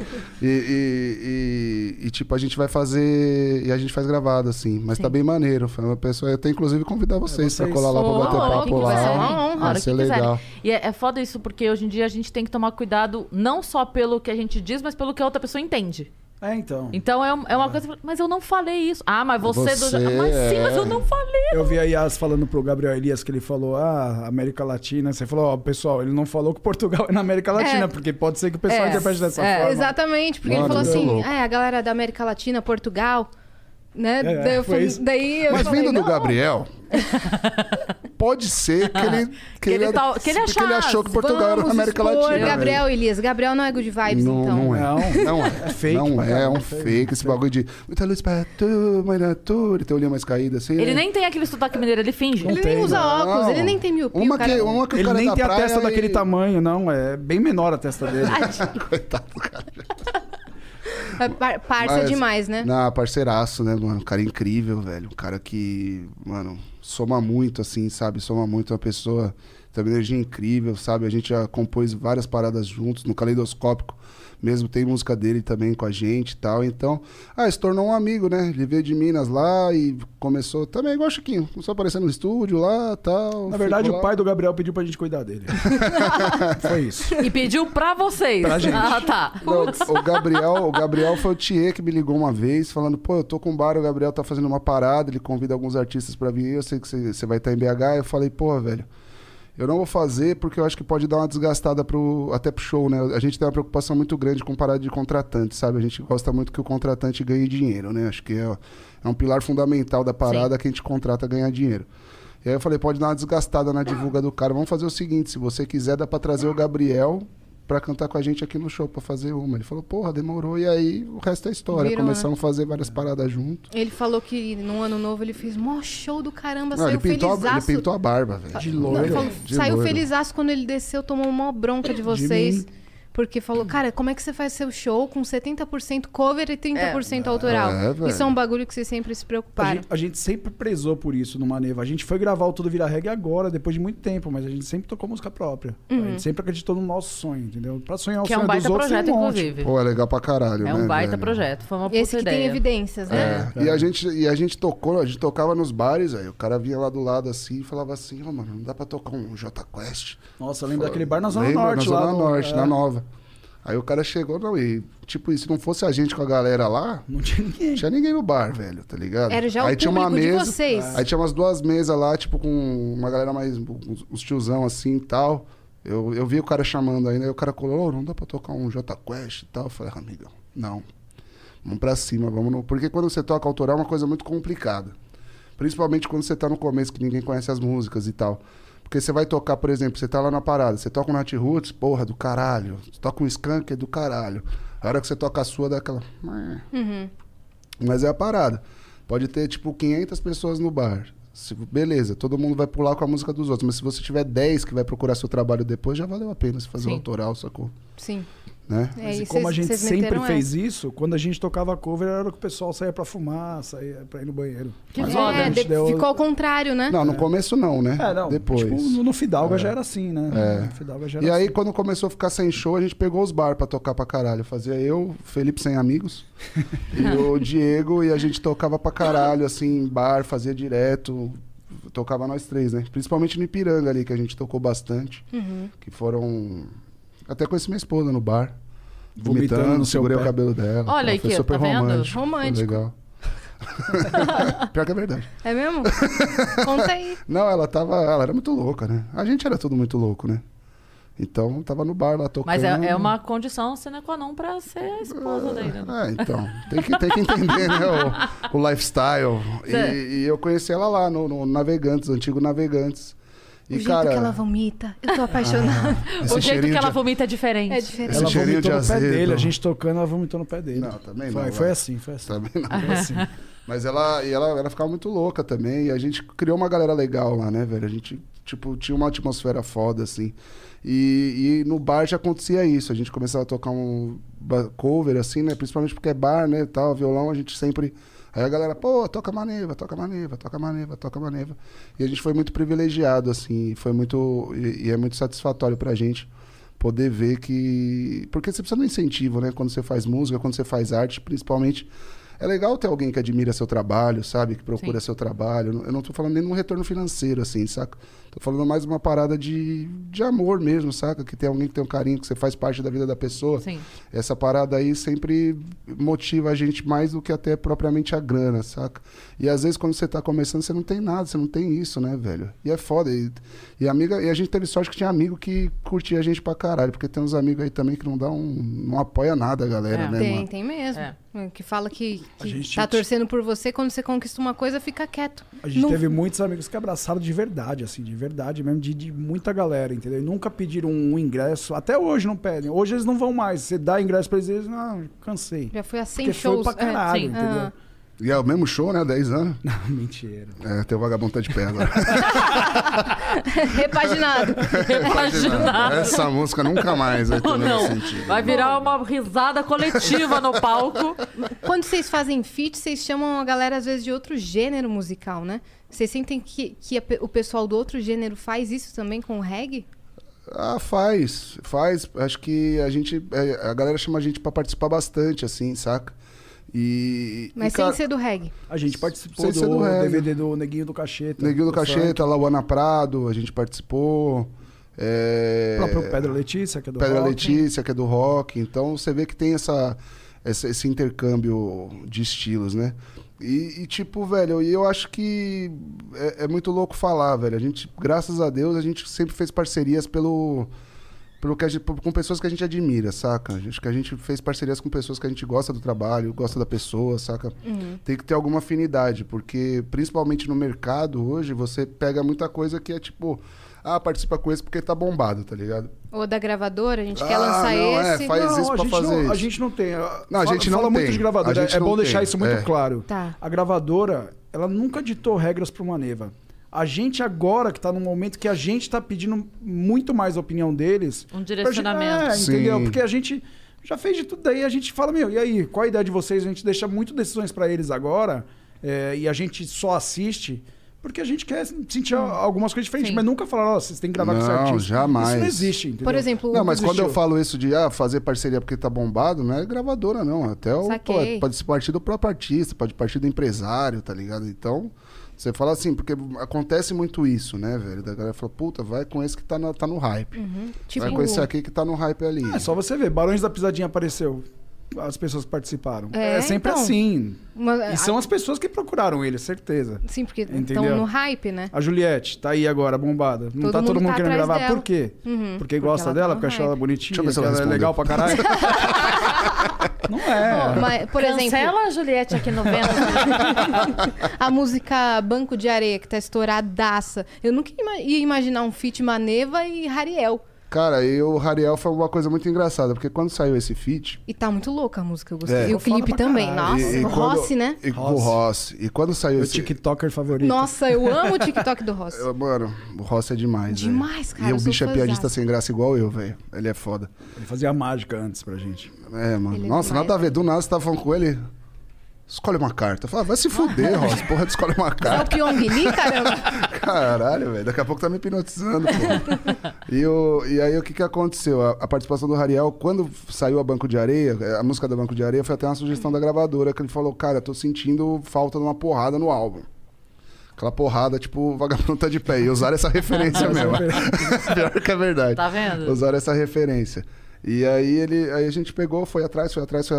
D: E, tipo, a gente vai fazer... E a gente faz gravado, assim. Mas tá bem maneiro. Foi uma pessoa... Eu até, inclusive, convidar vocês pra
E: vocês.
D: colar lá pra
B: Ô,
D: bater
B: a hora
D: papo
B: que quiserem,
D: lá.
B: a hora
D: Vai
B: que
D: ser
B: quiserem.
D: legal.
B: E é foda isso, porque hoje em dia a gente tem que tomar cuidado não só pelo que a gente diz, mas pelo que a outra pessoa entende.
E: É, então.
B: Então é uma coisa... Mas eu não falei isso. Ah, mas você...
D: Você,
B: Mas sim, mas eu não falei.
E: Eu vi a Yas falando pro Gabriel Elias que ele falou, América Latina. Você falou, ó, pessoal, ele não falou que Portugal é na América Latina, porque pode ser que o pessoal interprete dessa forma.
C: Exatamente, porque
D: Mano,
C: ele falou
D: é
C: assim,
D: louco.
C: a galera da América Latina, Portugal, né?
E: É,
C: daí eu
E: foi
C: falei,
E: isso.
C: daí eu
D: Mas
C: falei,
D: vindo do
C: não.
D: Gabriel, pode ser que ele...
B: Que ele
D: achou que Portugal era na
C: Vamos
D: América
C: expor
D: Latina.
C: Gabriel Elias. Gabriel não é good vibes,
D: Não,
C: então.
D: não é. Não é.
E: É fake
D: Não
E: pra
D: é,
E: caramba,
D: um fake. Esse bagulho de muita luz pra tu, mas na tu, e tem olhinho mais caído assim.
B: Ele
D: né?
B: nem tem aquele sotaque mineiro, ele finge.
C: Ele nem
E: tem,
C: usa óculos,
D: Não.
C: ele nem tem miopia,
D: Uma
C: o cara.
D: que o
E: Ele
D: cara
E: nem
D: da
E: tem a
D: praia
E: testa
D: e-
E: daquele tamanho, não. É bem menor a testa dele.
D: Coitado, cara.
C: Parça demais, né?
D: Parceiraço, né, mano? Um cara incrível, velho. Um cara que, mano, soma muito, assim, sabe? Soma muito, uma pessoa, tem uma energia incrível, sabe? A gente já compôs várias paradas juntos, no Caleidoscópico mesmo, tem música dele também com a gente e tal. Então, se tornou um amigo, né? Ele veio de Minas lá e começou também, igual o Chiquinho, começou a aparecer no estúdio lá e tal.
E: Na verdade, o pai do Gabriel pediu pra gente cuidar dele. Foi isso.
B: E pediu pra vocês.
E: Pra gente.
B: Ah, tá.
D: Não, o Gabriel foi o Thier que me ligou uma vez, falando, pô, eu tô com um bar, o Gabriel tá fazendo uma parada, ele convida alguns artistas pra vir, eu sei que você vai estar em BH. Eu falei, pô, velho, eu não vou fazer porque eu acho que pode dar uma desgastada até pro show, né? A gente tem uma preocupação muito grande com parada de contratante, sabe? A gente gosta muito que o contratante ganhe dinheiro, né? Acho que é um pilar fundamental da parada. Sim. Que a gente contrata ganhar dinheiro. E aí eu falei, pode dar uma desgastada na divulga do cara. Vamos fazer o seguinte, se você quiser, dá pra trazer o Gabriel pra cantar com a gente aqui no show, pra fazer uma. Ele falou, porra, demorou. E aí o resto é história.
C: Virou,
D: começamos a fazer várias paradas juntos.
C: Ele falou que no ano novo ele fez mó show do caramba,
D: não,
C: saiu felizaço.
D: Ele pintou a barba, velho.
E: De loiro.
C: Saiu felizaço quando ele desceu, tomou uma bronca de vocês. Porque falou, cara, como é que você faz seu show com 70% cover e 30% autoral? Isso é um bagulho que vocês sempre se preocuparam.
E: A gente sempre prezou por isso no Maneva. A gente foi gravar o Tudo Vira Reggae agora, depois de muito tempo, mas a gente sempre tocou música própria. A gente sempre acreditou no nosso sonho, entendeu? Pra sonhar o sonho dos outros,
B: projeto, inclusive.
D: Pô, é legal pra caralho, né?
B: É um baita projeto, foi uma puta
C: Esse que
B: ideia.
C: tem evidências, né?
D: E a gente tocava nos bares, aí o cara vinha lá do lado assim e falava assim, mano, não dá pra tocar um J Quest.
E: Nossa, eu lembro daquele bar na Zona Norte,
D: lá. Na Zona Norte, na Nova. Aí o cara chegou, tipo, e se não fosse a gente com a galera lá,
E: não tinha ninguém.
D: Não tinha ninguém no bar, velho, tá ligado?
C: Era já
D: aí
C: o
D: tinha uma mesa,
C: de vocês.
D: Aí tinha umas 2 mesas lá, tipo, com uma galera mais, uns tiozão assim e tal. Eu vi o cara chamando aí, né? O cara falou, não dá pra tocar um J Quest e tal. Eu falei, amigão, não. Vamos pra cima, Porque quando você toca autoral é uma coisa muito complicada. Principalmente quando você tá no começo, que ninguém conhece as músicas e tal. Porque você vai tocar, por exemplo, você tá lá na parada, você toca um Nat Roots, porra, do caralho. Você toca um Skunk, é do caralho. A hora que você toca a sua, dá aquela... Mas é a parada. Pode ter, tipo, 500 pessoas no bar. Beleza, todo mundo vai pular com a música dos outros. Mas se você tiver 10 que vai procurar seu trabalho depois, já valeu a pena você fazer um autoral, sacou?
C: Sim.
D: Né?
E: E como a gente sempre fez isso, quando a gente tocava cover, era que o pessoal saía pra fumar, saía pra ir no banheiro.
C: Que foda. Ficou ao contrário, né?
D: Não, no começo não, né?
E: Não.
D: Depois.
E: Tipo, no Fidalga já era assim, né? Fidalga já era
D: e aí,
E: assim.
D: quando começou a ficar sem show, a gente pegou os bar pra tocar pra caralho. Fazia eu, Felipe Sem Amigos, e o Diego, e a gente tocava pra caralho, assim, bar, fazia direto. Tocava nós 3, né? Principalmente no Ipiranga ali, que a gente tocou bastante. Que foram... Até conheci minha esposa no bar. Vomitando no segurei o cabelo dela.
B: Olha aí,
D: foi super
B: tá
D: romântico.
C: Romântico.
D: Foi legal. Pior que é verdade.
C: É mesmo? Conta aí.
D: Não, ela era muito louca, né? A gente era tudo muito louco, né? Então, tava no bar lá tocando.
B: Mas é uma condição sine qua non pra ser a esposa dele, né?
D: Então. Tem que entender, né? O lifestyle. E eu conheci ela lá no Navegantes, antigo Navegantes. E,
C: o jeito que ela vomita, eu tô apaixonada.
B: O jeito que ela vomita é diferente.
C: É diferente.
D: Esse cheirinho de
E: no pé
D: azedo.
E: dele, a gente tocando, ela vomitou no pé dele.
D: Não, também não.
E: Foi assim.
D: Também não. Foi assim. Mas ela ficava muito louca também. E a gente criou uma galera legal lá, né, velho? A gente, tipo, tinha uma atmosfera foda, assim. E no bar já acontecia isso. A gente começava a tocar um cover, assim, né? Principalmente porque é bar, né? Tal, violão, a gente sempre... Aí a galera, pô, toca Maneva, toca Maneva, toca Maneva, toca Maneva. E a gente foi muito privilegiado, assim. Foi muito... E é muito satisfatório pra gente poder ver que... Porque você precisa de um incentivo, né? Quando você faz música, quando você faz arte, principalmente... É legal ter alguém que admira seu trabalho, sabe? Que procura seu trabalho. Eu não tô falando nem de um retorno financeiro, assim, saca? Tô falando mais de uma parada de amor mesmo, saca? Que tem alguém que tem um carinho, que você faz parte da vida da pessoa.
B: Sim.
D: Essa parada aí sempre motiva a gente mais do que até propriamente a grana, saca? E às vezes quando você tá começando, você não tem nada, você não tem isso, né, velho? E é foda. E a gente teve sorte que tinha amigo que curtia a gente pra caralho, porque tem uns amigos aí também que não apoia nada a galera, né, mano?
C: Tem mesmo. Que fala que
E: gente
C: tá torcendo por você, quando você conquista uma coisa, fica quieto.
E: A gente teve muitos amigos que abraçaram de verdade, assim, de verdade mesmo, de muita galera, entendeu? E nunca pediram um ingresso, até hoje não pedem. Hoje eles não vão mais. Você dá ingresso pra eles, não, cansei.
C: Já foi a 100
E: porque
C: shows.
E: foi pra caralho, entendeu?
D: E é o mesmo show, né? 10 anos.
E: Não, mentira.
D: É, teu vagabundo tá de pé agora.
C: Repaginado.
B: Repaginado.
D: Essa música nunca mais vai ter
B: Não,
D: nenhum sentido.
B: vai virar uma risada coletiva no palco.
C: Quando vocês fazem feat, vocês chamam a galera, às vezes, de outro gênero musical, né? Vocês sentem que o pessoal do outro gênero faz isso também com o reggae?
D: Ah, faz. Acho que a galera chama a gente pra participar bastante, assim, saca?
C: Mas sem ser do reggae.
E: A gente participou
D: Sem ser do
E: do
D: reggae.
E: DVD do Neguinho do Cacheta.
D: Neguinho do Cacheta, Lauana Prado, a gente participou.
E: O próprio Pedra Letícia, que é do
D: Pedra
E: rock.
D: Letícia, que é do rock. Então você vê que tem esse intercâmbio de estilos, né? E tipo, velho, eu acho que é muito louco falar, velho. A gente, graças a Deus, a gente sempre fez parcerias com pessoas que a gente admira, saca? Acho que a gente fez parcerias com pessoas que a gente gosta do trabalho, gosta da pessoa, saca? Tem que ter alguma afinidade, porque principalmente no mercado hoje, você pega muita coisa que é tipo... participa com esse porque tá bombado, tá ligado?
C: Ou da gravadora, a gente quer lançar esse.
D: Faz isso pra fazer isso.
E: A gente não tem.
D: Não, a gente não
E: fala muito
D: tem.
E: de gravadora.
D: A gente
E: É
D: não
E: bom deixar
D: tem.
E: isso muito claro.
C: Tá.
E: A gravadora, ela nunca ditou regras pra uma Neva. A gente agora, que tá num momento que a gente tá pedindo muito mais a opinião deles...
B: Um direcionamento.
E: Entendeu?
D: Sim.
E: Porque a gente já fez de tudo. Daí a gente fala, e aí, qual a ideia de vocês? A gente deixa muito decisões pra eles agora, e a gente só assiste... Porque a gente quer sentir algumas coisas diferentes,
B: Sim.
E: mas nunca falar, vocês têm que gravar com esse
D: Não,
E: artista.
D: jamais.
E: Isso não existe, entendeu?
C: Por exemplo,
D: Não, mas quando eu
E: existiu.
D: falo isso de fazer parceria porque tá bombado, não é gravadora, não. Até
C: Saquei.
D: pode partir do próprio artista, pode partir do empresário, tá ligado? Então, você fala assim, porque acontece muito isso, né, velho? Da galera fala, puta, vai com esse que tá no hype.
C: tipo,
D: Vai com esse aqui que tá no hype ali.
E: É só você ver, Barões da Pisadinha apareceu. As pessoas que participaram.
C: É,
E: É sempre
C: então.
E: assim.
C: uma-
E: E são as pessoas que procuraram ele, certeza.
C: Sim, porque estão
E: Entendeu?
C: no hype, né?
E: A Juliette tá aí agora, bombada. Não tá todo
C: mundo
E: mundo
C: tá
E: querendo
C: atrás
E: gravar.
C: dela.
E: Por quê? Porque gosta
C: ela tá
E: dela,
C: no
E: porque acha ela
C: hype.
E: bonitinha,
D: Deixa eu ver se
E: que
D: ela
E: ela é
D: respondeu.
E: legal pra caralho. Não é.
C: Mas, por exemplo,
B: Cancela a Juliette aqui no Vênus.
C: a música Banco de Areia, que tá estouradaça. Eu nunca ia imaginar um feat Maneva e Hariel.
D: Cara, o Hariel foi uma coisa muito engraçada, porque quando saiu esse feat...
C: E tá muito louca a música, eu gostei.
D: É.
C: E o
E: Foda
C: clipe
E: pra
C: também.
E: caralho.
C: Nossa, o Rossi, né?
D: E com o Rossi. E quando saiu
E: Meu
D: esse...
E: TikToker favorito.
C: Nossa, eu amo o TikTok do Rossi.
D: Mano, o Rossi é demais, velho.
C: Demais, cara,
D: E
C: eu
D: o
C: sou
D: bicho é
C: fãzaça.
D: piadista sem graça igual eu, velho. Ele é foda.
E: Ele fazia mágica antes pra gente.
D: É, mano.
C: Ele é
D: Nossa,
C: demais,
D: nada a ver. Do nada você tava falando com ele... Escolhe uma carta. Fala, vai se fuder, Rossi. Porra, escolhe uma
C: É o
D: carta.
C: Pyong Lee, caramba.
D: Caralho, velho. Daqui a pouco tá me hipnotizando, pô. E aí, o que aconteceu? A participação do Hariel, quando saiu a Banco de Areia, a música da Banco de Areia foi até uma sugestão da gravadora, que ele falou, cara, eu tô sentindo falta de uma porrada no álbum. Aquela porrada, tipo, o vagabundo tá de pé. E usaram essa referência mesmo. Pior que é verdade.
B: Tá vendo?
D: Usaram essa referência. E aí, aí a gente pegou, foi atrás.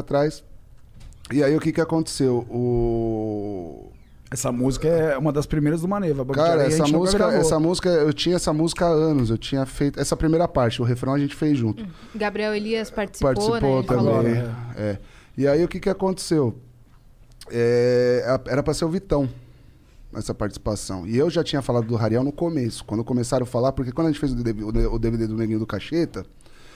D: E aí, o que aconteceu?
E: Essa música é uma das primeiras do Maneva. Banco de
D: Cara,
E: Areia, a gente nunca gravou.
D: eu tinha essa música há anos. Eu tinha feito essa primeira parte, o refrão a gente fez junto.
C: Gabriel Elias participou, né?
D: Participou
C: Ele falou.
D: também. É. E aí o que aconteceu? Era pra ser o Vitão essa participação. E eu já tinha falado do Hariel no começo, quando começaram a falar, porque quando a gente fez o DVD do Neguinho do Cacheta,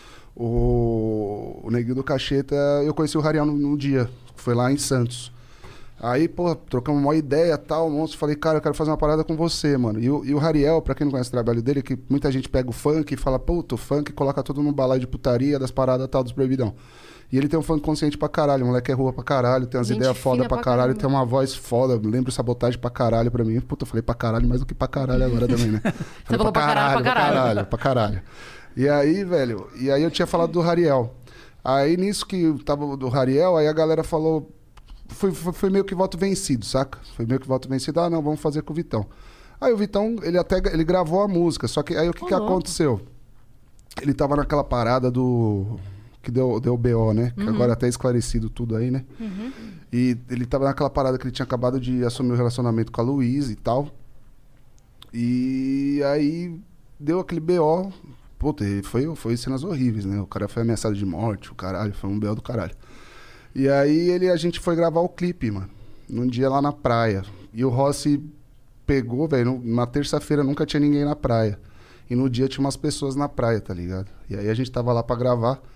D: o Neguinho do Cacheta, eu conheci o Hariel no dia, foi lá em Santos. Aí, pô, trocamos uma ideia e tal, monstro, falei, cara, eu quero fazer uma parada com você, mano. E o Hariel, pra quem não conhece o trabalho dele, que muita gente pega o funk e fala, puto, o funk coloca tudo no balaio de putaria, das paradas tal, dos proibidão. E ele tem um funk consciente pra caralho, o moleque é rua pra caralho, tem umas
C: Gente
D: ideias foda
C: fina
D: pra
C: pra
D: caralho,
C: caramba.
D: tem uma voz foda, lembro Sabotagem pra caralho pra mim. Puta, eu falei pra caralho mais do que pra caralho agora também, né? Falei
B: falou pra caralho.
D: pra caralho. E aí, velho, eu tinha falado do Hariel. Aí nisso que tava do Hariel, aí a galera falou... Foi meio que voto vencido, saca? Foi meio que voto vencido. Ah, não, vamos fazer com o Vitão. Aí o Vitão, ele gravou a música. Só que aí o que aconteceu? Ele tava naquela parada do... Que deu BO, né? Que agora até esclarecido tudo aí, né? E ele tava naquela parada que ele tinha acabado de assumir o relacionamento com a Luísa e tal. E aí deu aquele BO. Puta, foi cenas horríveis, né? O cara foi ameaçado de morte, o caralho. Foi um BO do caralho. E aí a gente foi gravar o clipe, mano. Num dia lá na praia. E o Rossi pegou, velho, numa terça-feira nunca tinha ninguém na praia. E no dia tinha umas pessoas na praia, tá ligado? E aí a gente tava lá pra gravar.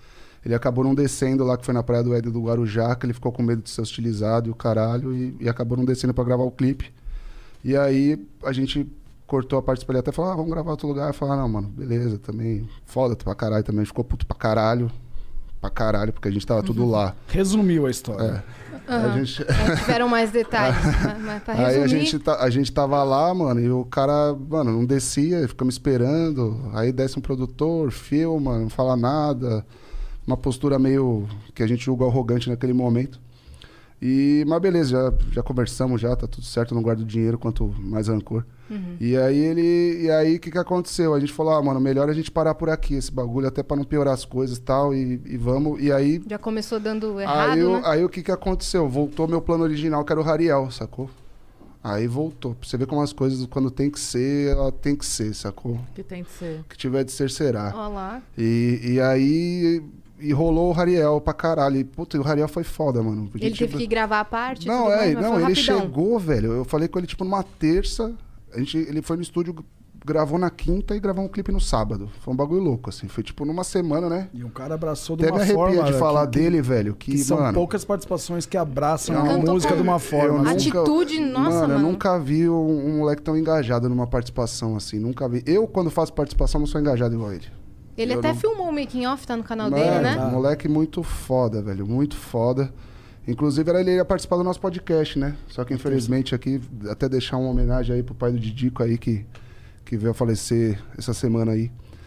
D: Ele acabou não descendo lá, que foi na praia do Éder do Guarujá, que ele ficou com medo de ser hostilizado e o caralho, e acabou não descendo pra gravar o clipe. E aí a gente cortou a parte pra ele até falar, vamos gravar em outro lugar. Eu falei, não, mano, beleza, também, foda pra caralho também. Ficou puto pra caralho, porque a gente tava tudo lá.
E: Resumiu a história.
D: A gente...
C: Não tiveram mais detalhes, mas pra resumir...
D: Aí a gente tava lá, mano, e o cara, mano, não descia, ficamos esperando. Aí desce um produtor, filma, não fala nada. Uma postura meio que a gente julga arrogante naquele momento. Mas beleza, já conversamos, já tá tudo certo, eu não guardo dinheiro, quanto mais rancor. E aí o que aconteceu? A gente falou, mano, melhor a gente parar por aqui, esse bagulho, até pra não piorar as coisas tal, e vamos, e aí...
C: Já começou dando errado, né?
D: Aí o que aconteceu? Voltou meu plano original, que era o Rariel, sacou? Aí voltou. Pra você ver como as coisas, quando tem que ser, ela tem que ser, sacou?
B: Que tem que ser.
D: O que tiver de ser, será.
C: Ó lá.
D: E aí... E rolou o Rariel pra caralho. E, puta, o Rariel foi foda, mano. Porque,
C: Ele teve que gravar a parte?
D: Não,
C: tudo mais, mas foi
D: ele
C: rapidão.
D: chegou, velho. Eu falei com ele, tipo, numa terça. Ele foi no estúdio, gravou na quinta e gravou um clipe no sábado. Foi um bagulho louco, assim. Foi, tipo, numa semana, né?
E: E um cara abraçou de
D: Até
E: uma
D: me arrepia
E: forma...
D: de falar dele, velho. Que
E: são
D: mano,
E: poucas participações que abraçam a
C: Cantou
E: música
C: com
E: de uma forma.
C: atitude, nossa,
D: eu
C: mano.
D: nunca vi um moleque tão engajado numa participação, assim. Nunca vi. Eu, quando faço participação, não sou engajado igual ele.
C: Ele
D: Eu
C: até
D: não-
C: filmou o making off, tá no canal
D: Mano,
C: dele, né?
D: moleque muito foda, velho. Muito foda. Inclusive, ele ia participar do nosso podcast, né? Só que, infelizmente, aqui, até deixar uma homenagem aí pro pai do Didico aí, que veio a falecer essa semana aí.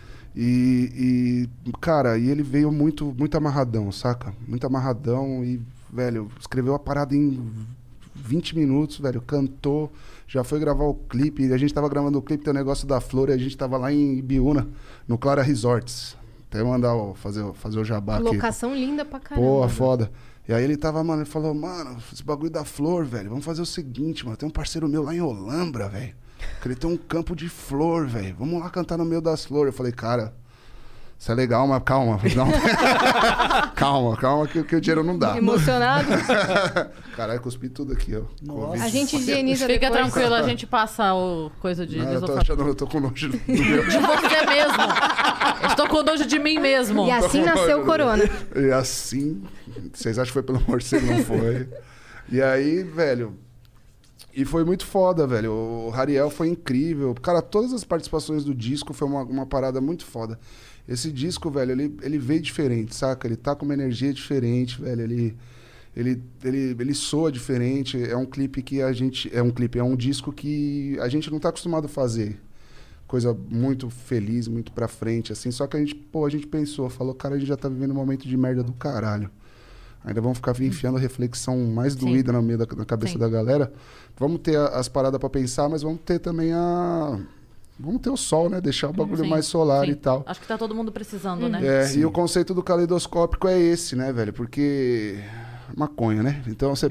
D: Cara, ele veio muito amarradão, saca? Muito amarradão e, velho, escreveu a parada em 20 minutos, velho. Cantou, já foi gravar o clipe. A gente tava gravando o clipe, tem o negócio da Flor, e a gente tava lá em Ibiúna, no Clara Resorts. Até mandar fazer o jabá aqui.
C: Locação linda pra caramba.
D: Pô, foda. E aí ele tava, mano, ele falou, mano, esse bagulho da Flor, velho, vamos fazer o seguinte, mano, tem um parceiro meu lá em Olambra, velho, que ele tem um campo de flor, velho, vamos lá cantar no meio das flores. Eu falei, cara, isso é legal, mas calma, não. calma, que o dinheiro não dá.
C: Emocionado?
D: Caralho, cuspi tudo aqui, ó. Covid.
C: A gente higieniza
B: Fica
C: depois.
B: tranquilo, a gente passa o coisa de
D: Não, eu tô com nojo do meu.
B: De você mesmo. Eu estou com nojo de mim mesmo.
C: E assim nasceu o corona.
D: E assim, vocês acham que foi pelo morcego, não foi? E aí, velho, e foi muito foda, velho. O Rariel foi incrível. Cara, todas as participações do disco foi uma parada muito foda. Esse disco, velho, ele veio diferente, saca? Ele tá com uma energia diferente, velho. Ele soa diferente. É um clipe que a gente... É um disco que a gente não tá acostumado a fazer. Coisa muito feliz, muito pra frente, assim. Só que a gente pensou, falou, cara, a gente já tá vivendo um momento de merda do caralho. Ainda vamos ficar enfiando a reflexão mais doída no meio da cabeça
B: Sim.
D: da galera. Vamos ter as paradas pra pensar, mas vamos ter também Vamos ter o sol, né? Deixar o bagulho
B: Sim,
D: mais solar
B: sim.
D: e tal.
B: Acho que tá todo mundo precisando, né?
D: E o conceito do caleidoscópico é esse, né, velho? Porque... maconha, né? Então você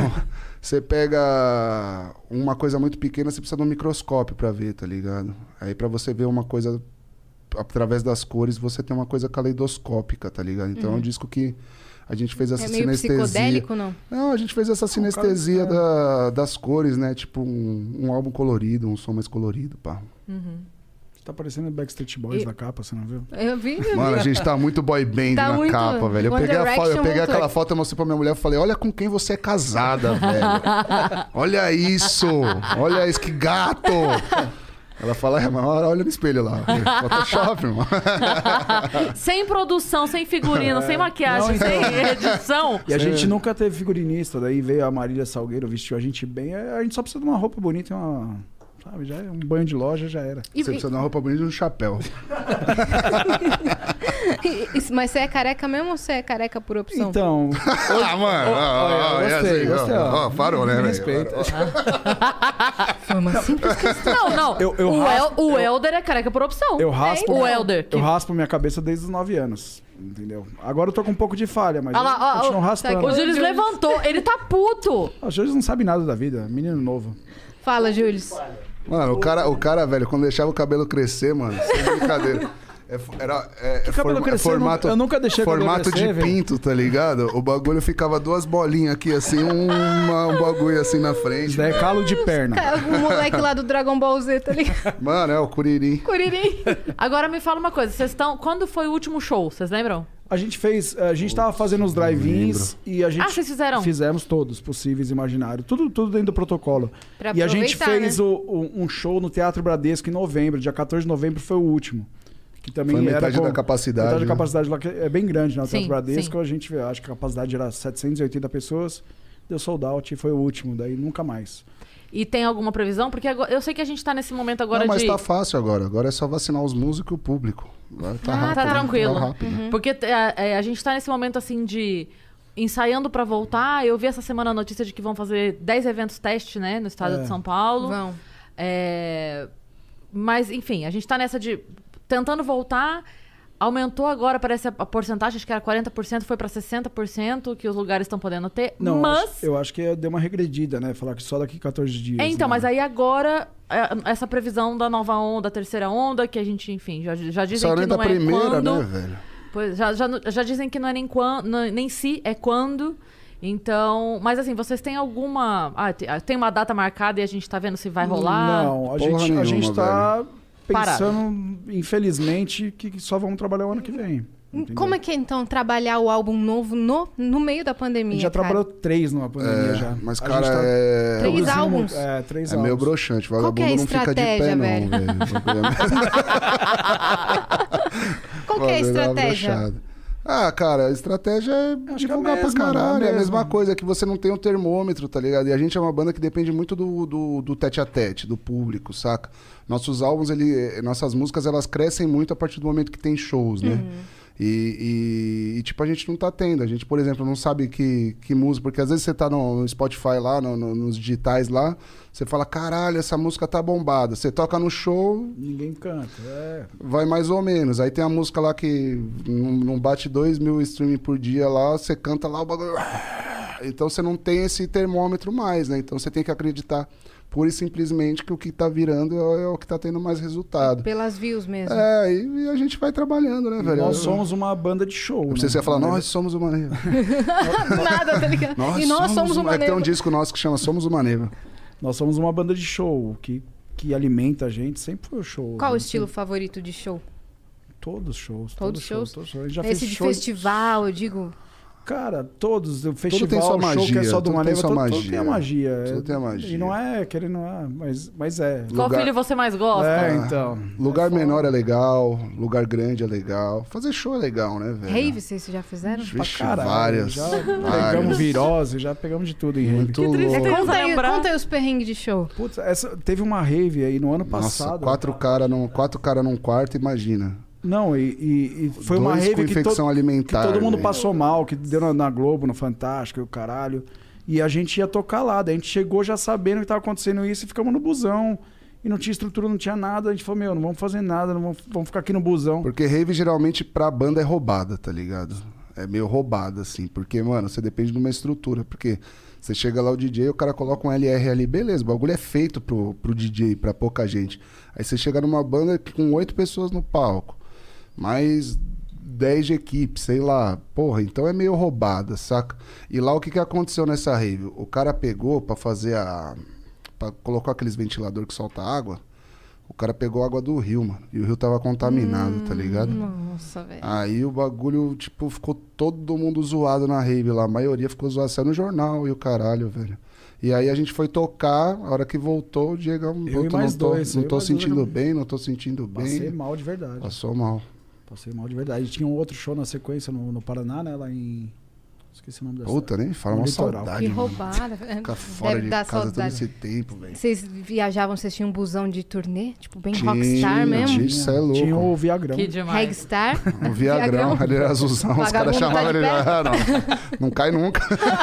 D: pega uma coisa muito pequena, você precisa de um microscópio pra ver, tá ligado? Aí pra você ver uma coisa através das cores, você tem uma coisa caleidoscópica, tá ligado? Então é um disco que a gente fez essa
C: É meio
D: sinestesia.
C: psicodélico, não?
D: Não, a gente fez essa sinestesia das cores, né? Tipo um álbum colorido, um som mais colorido, pá.
E: Tá parecendo Backstreet Boys na capa, você não viu?
C: Eu vi.
D: Mano, a gente tá muito boy band
C: Tá
D: na
C: muito
D: capa, velho. Eu
C: One
D: peguei,
C: Direction
D: eu peguei
C: muito.
D: aquela foto, eu mostrei pra minha mulher e falei, olha com quem você é casada, velho. Olha isso! Olha isso, que gato! Ela fala, mas olha no espelho lá. Photoshop, mano.
B: Sem produção, sem figurino, sem maquiagem,
E: Não,
B: sem edição.
E: E a gente nunca teve figurinista, daí veio a Marília Salgueiro, vestiu a gente bem. A gente só precisa de uma roupa bonita e uma... sabe, já é um banho de loja, já era.
C: E-
D: Você precisa de uma roupa bonita e um chapéu.
C: Mas você é careca mesmo ou você é careca por opção?
E: Então,
D: Mano,
E: gostei, ó.
D: parou, né,
E: me
D: velho?
E: respeita.
C: Foi uma simples questão.
B: Não.
E: Eu
B: O Helder é careca por opção.
E: Eu raspo,
B: O Helder.
E: eu raspo minha cabeça desde os 9 anos, entendeu? Agora eu tô com um pouco de falha, mas
B: Olha lá,
E: eu
B: ó,
E: continuo
B: ó,
E: raspando.
B: O Júlio levantou, ele tá puto.
E: O Júlio não sabe nada da vida, menino novo.
C: Fala, Júlio.
D: Mano, o cara, velho, quando deixava o cabelo crescer, mano, sem brincadeira.
E: cabelo crescer, eu nunca deixei o cabelo
D: formato
E: crescer,
D: de
E: velho.
D: pinto, tá ligado? O bagulho ficava duas bolinhas aqui, assim, um bagulho assim na frente.
E: Isso daí é calo de perna.
C: O moleque lá do Dragon Ball Z, tá ligado?
D: Mano, é o Curirim.
C: Curirim.
B: Agora me fala uma coisa, vocês estão... Quando foi o último show, vocês lembram?
E: A gente tava fazendo os drive-ins e a gente...
B: Ah, vocês fizeram?
E: Fizemos todos, possíveis e imaginários. Tudo dentro do protocolo.
C: Pra
E: E a gente
C: aproveitar,
E: fez um show no Teatro Bradesco em novembro. Dia 14 de novembro foi o último. Que também
D: Foi
E: era
D: metade da capacidade.
E: Metade
D: né?
E: da capacidade lá, que é bem grande, né? O
B: Sim,
E: Teatro Bradesco,
B: sim.
E: a gente acho que a capacidade era 780 pessoas. Deu sold out e foi o último. Daí nunca mais.
B: E tem alguma previsão? Porque agora, eu sei que a gente tá nesse momento agora
D: Não, mas
B: de...
D: tá fácil agora. Agora é só vacinar os músicos e o público. Tá rápido,
B: tá tranquilo.
D: Tá rápido.
B: Porque a gente tá nesse momento assim de ensaiando pra voltar. Eu vi essa semana a notícia de que vão fazer 10 eventos teste, né, no estado de São Paulo.
C: Vão.
B: Mas, enfim, a gente tá nessa de tentando voltar. Aumentou agora, parece a porcentagem, acho que era 40%, foi pra 60% que os lugares estão podendo ter.
E: Não,
B: mas...
E: eu acho que deu uma regredida, né? Falar que só daqui 14 dias.
B: então,
E: né?
B: mas aí agora, essa previsão da nova onda, terceira onda, que a gente, enfim, já dizem
D: Só
B: que
D: nem da
B: não é
D: primeira,
B: quando.
D: né, velho?
B: Pois, já dizem que não é nem quando, nem se, é quando. Então, mas assim, vocês têm alguma... tem uma data marcada e a gente tá vendo se vai rolar?
E: Não, a
D: Porra
E: gente
D: nenhuma,
E: tá
B: Parado.
E: pensando, infelizmente, que só vamos trabalhar o ano que vem. Entendeu?
C: Como é que é, então, trabalhar o álbum novo no meio da
E: A
C: pandemia,
E: gente já
C: cara?
E: trabalhou 3 numa pandemia já.
D: Mas,
E: A
D: cara,
E: gente tá
D: é...
C: Três
E: produzindo
C: álbuns?
E: muito. 3
D: É
E: álbuns.
D: meio broxante.
C: Qual que é a
D: Vagabundo não fica de pé,
C: estratégia,
D: não,
C: velho? Qual que é a estratégia?
D: Ah, cara, a estratégia é
E: Acho que é a
D: divulgar
E: mesma,
D: pra caralho.
E: né?
D: É a
E: A
D: mesma
E: mesma.
D: coisa, que você não tem o termômetro, tá ligado? E a gente é uma banda que depende muito do tete-a-tete, do público, saca? Nossos álbuns, nossas músicas, elas crescem muito a partir do momento que tem shows, né? E, tipo, a gente não tá tendo. A gente, por exemplo, não sabe que música... Porque às vezes você tá no Spotify lá, nos digitais lá, você fala, caralho, essa música tá bombada. Você toca no show,
E: Ninguém canta.
D: vai mais ou menos. Aí tem a música lá que não bate 2.000 streaming por dia lá, você canta lá o bagulho... Então você não tem esse termômetro mais, né? Então você tem que acreditar pura e simplesmente que o que tá virando é o que tá tendo mais resultado.
C: Pelas views mesmo.
D: E a gente vai trabalhando, né, velho?
E: Nós somos uma banda de show, né?
D: Você ia falar, nós somos uma Neva.
C: Nada, tá ligado? E nós somos uma
D: É que tem um
C: neva.
D: disco nosso que chama Somos uma Neva.
E: Nós somos uma banda de show. Que alimenta a gente sempre foi o show.
C: Qual o
E: né?
C: estilo favorito de show?
E: Todos os shows.
C: Todos os shows?
E: Todos os shows. A gente já
C: Esse
E: fez
C: de
E: show...
C: festival, eu digo...
E: Cara, todos. O festival,
D: tem sua
E: o show
D: magia,
E: que é só do
D: tudo tem
E: Maneva,
D: sua
E: todo
D: magia.
E: tem a magia.
D: Tudo tem a magia.
E: E não é querendo, mas é.
B: Qual
D: Lugar-
B: filho você mais gosta?
E: Então.
D: Lugar menor é legal, lugar grande é legal. Fazer show é legal, né, velho?
C: Rave, vocês já fizeram?
E: Pra
D: Vixe,
E: caralho,
D: várias.
E: Já
D: várias.
E: pegamos virose, já pegamos de tudo em rave.
D: Muito
B: Que tristeza.
D: louco.
C: Conta aí os perrengues de show.
E: Putz, teve uma rave aí no ano
D: Nossa,
E: passado.
D: quatro cara num quarto, imagina.
E: Não, e foi uma
D: Dois
E: rave
D: com
E: que,
D: infecção alimentar,
E: que todo mundo
D: velho.
E: passou mal, que deu na Globo, no Fantástico e o caralho. E a gente ia tocar lá. Daí a gente chegou já sabendo que tava acontecendo isso e ficamos no busão. E não tinha estrutura, não tinha nada. A gente falou, não vamos fazer nada, vamos ficar aqui no busão.
D: Porque rave geralmente pra banda é roubada, tá ligado? É meio roubada, assim. Porque, mano, você depende de uma estrutura. Porque você chega lá o DJ, o cara coloca um LR ali, beleza, o bagulho é feito pro DJ, pra pouca gente. Aí você chega numa banda com 8 pessoas no palco. Mais 10 de equipe, sei lá. Porra, então é meio roubada, saca? E lá o que aconteceu nessa rave? O cara pegou pra fazer pra colocar aqueles ventilador que solta água. O cara pegou água do rio, mano. E o rio tava contaminado, tá ligado?
C: Nossa, velho.
D: Aí o bagulho, tipo, ficou todo mundo zoado na rave lá. A maioria ficou zoada, saiu no jornal e o caralho, velho. E aí a gente foi tocar, a hora que voltou, o Diego
E: Eu e mais dois.
D: não
E: Eu e
D: tô
E: mais
D: sentindo
E: dois.
D: bem, não tô sentindo bem.
E: Passei mal de verdade.
D: Passou mal.
E: Passei mal de verdade. Tinha um outro show na sequência no Paraná, né? Lá em... Esqueci o nome da
D: Puta, nem fala,
E: No
D: uma
E: litoral.
D: saudade,
C: Que
D: mano.
C: roubada.
D: Ficar fora
C: Deve
D: de
C: dar
D: casa todo
C: saudade.
D: esse tempo, velho.
C: Vocês viajavam, vocês tinham um busão de turnê? Tipo, bem
D: Tinha,
C: rockstar mesmo?
D: Isso é louco.
E: Tinha o Viagrão.
B: Que demais.
C: Regstar?
D: O Viagrão, ele era azulzão, os caras
C: Vagabundo tá
D: chamavam
C: de
D: ele...
C: pé?
D: Ah, não cai nunca.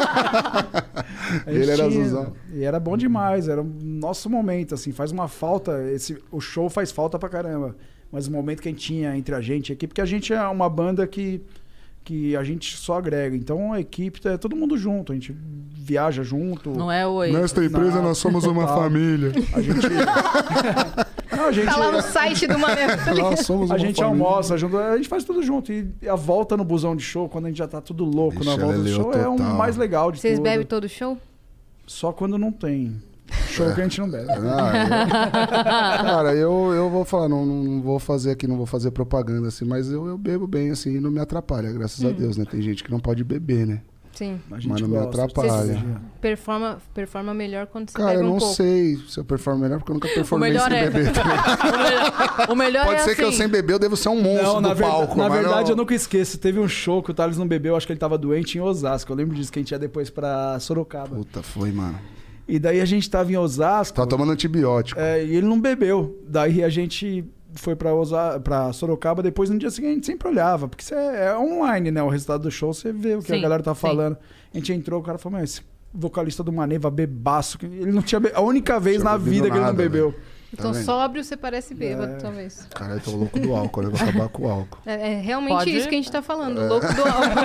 D: Ele era
E: Tinha.
D: azulzão.
E: E era bom demais, era o nosso momento, assim, faz uma falta, o show faz falta pra caramba, mas o momento que a gente tinha entre a gente aqui, porque a gente é uma banda que a gente só agrega, então a equipe é todo mundo junto, a gente viaja junto.
B: Não é oi.
D: Nesta empresa
E: Não,
D: nós somos uma
E: total.
D: família.
E: A gente... Não, a gente...
C: Tá lá no site do Mané.
D: Nós somos
E: A
D: uma
E: gente
D: família.
E: almoça junto, a gente faz tudo junto. E a volta no busão de show, quando a gente já tá tudo louco
D: Vixe,
E: na volta
D: ela
E: do
D: leu
E: show, é o
D: total.
E: mais legal de
C: Vocês
E: tudo.
C: bebem todo show?
E: Só quando não tem show que a gente não bebe.
D: Cara, eu vou falar, não vou fazer aqui, não vou fazer propaganda, assim, mas eu bebo bem, assim, e não me atrapalha, graças a Deus, né? Tem gente que não pode beber, né?
C: Sim.
D: Mas não me atrapalha.
C: Performa melhor quando você
D: Cara,
C: bebe
D: eu não
C: um pouco.
D: sei se eu performo melhor, porque eu nunca performei sem beber.
B: O melhor
D: Pode
B: é
D: ser
B: assim.
D: que eu sem beber eu devo ser um monstro do palco.
E: Na
D: mas
E: verdade,
D: não...
E: eu nunca esqueço. Teve um show que o Thales não bebeu, acho que ele tava doente em Osasco. Eu lembro disso, que a gente ia depois pra Sorocaba.
D: Puta, foi, mano.
E: E daí a gente tava em Osasco.
D: Tava tomando antibiótico.
E: E ele não bebeu. Daí a gente foi pra Sorocaba, depois no dia seguinte a gente sempre olhava, porque isso é online, né? O resultado do show, você vê o que a galera tá falando. A gente entrou, o cara falou, mas esse vocalista do Maneva, bebaço, ele não tinha a única vez na vida que ele não bebeu.
C: Então,
D: Tá
C: sóbrio você parece bêbado, talvez.
D: Caralho, eu tô louco do álcool, eu vou acabar com o álcool.
C: É realmente
B: Pode?
C: isso que a gente tá falando, louco do álcool.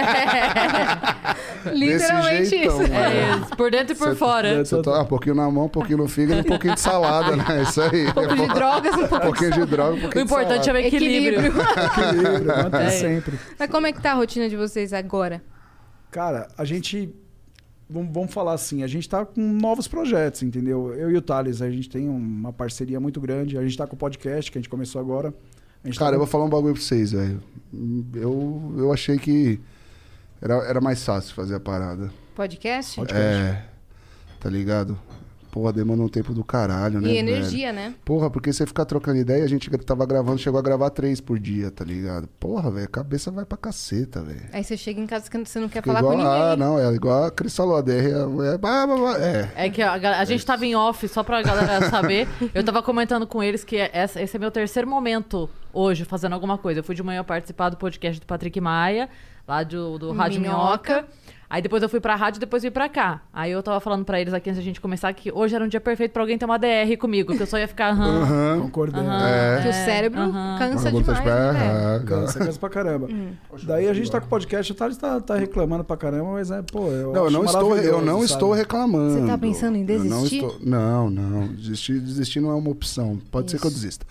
C: Literalmente
D: Desse jeitão,
C: isso.
D: mano.
B: É isso, por dentro e por fora.
D: Você tá um pouquinho na mão, um pouquinho no fígado, um pouquinho de salada, né? Isso aí.
C: Um pouco de drogas, um
D: Um
C: pouco
D: pouquinho de droga, um
B: O
D: pouquinho de
B: importante é o
D: salada.
B: equilíbrio.
E: Equilíbrio, manter sempre.
C: Mas como é que tá a rotina de vocês agora?
E: Cara, a gente... Vamos falar assim, a gente tá com novos projetos, entendeu? Eu e o Thales, a gente tem uma parceria muito grande. A gente tá com o podcast, que a gente começou agora.
D: Cara, eu vou falar um bagulho pra vocês, velho. Eu achei que era mais fácil fazer a parada.
C: Podcast?
D: Tá ligado? Porra, demanda um tempo do caralho, né?
C: E energia, né?
D: Porra, porque você ficar trocando ideia, a gente tava gravando, chegou a gravar 3 por dia, tá ligado? Porra, velho, a cabeça vai pra caceta, velho.
C: Aí você chega em casa que você não quer
D: Fica
C: falar
D: igual,
C: com ninguém.
D: não, é igual a Cris falou, a DR
B: É que a gente tava em off, só pra galera saber. Eu tava comentando com eles que esse é meu terceiro momento hoje, fazendo alguma coisa. Eu fui de manhã participar do podcast do Patrick Maia, lá do Rádio Minhoca. Aí depois eu fui pra rádio e depois vim pra cá. Aí eu tava falando pra eles aqui antes da gente começar que hoje era um dia perfeito pra alguém ter uma DR comigo, que eu só ia ficar...
E: Concordando.
C: Que o cérebro cansa demais, né?
E: Cansa pra caramba. Daí a gente tá com o podcast, o Thales tá reclamando pra caramba, mas
D: Não, eu não estou reclamando.
C: Você tá pensando em desistir?
D: Não. Desistir não é uma opção. Pode ser que eu desista.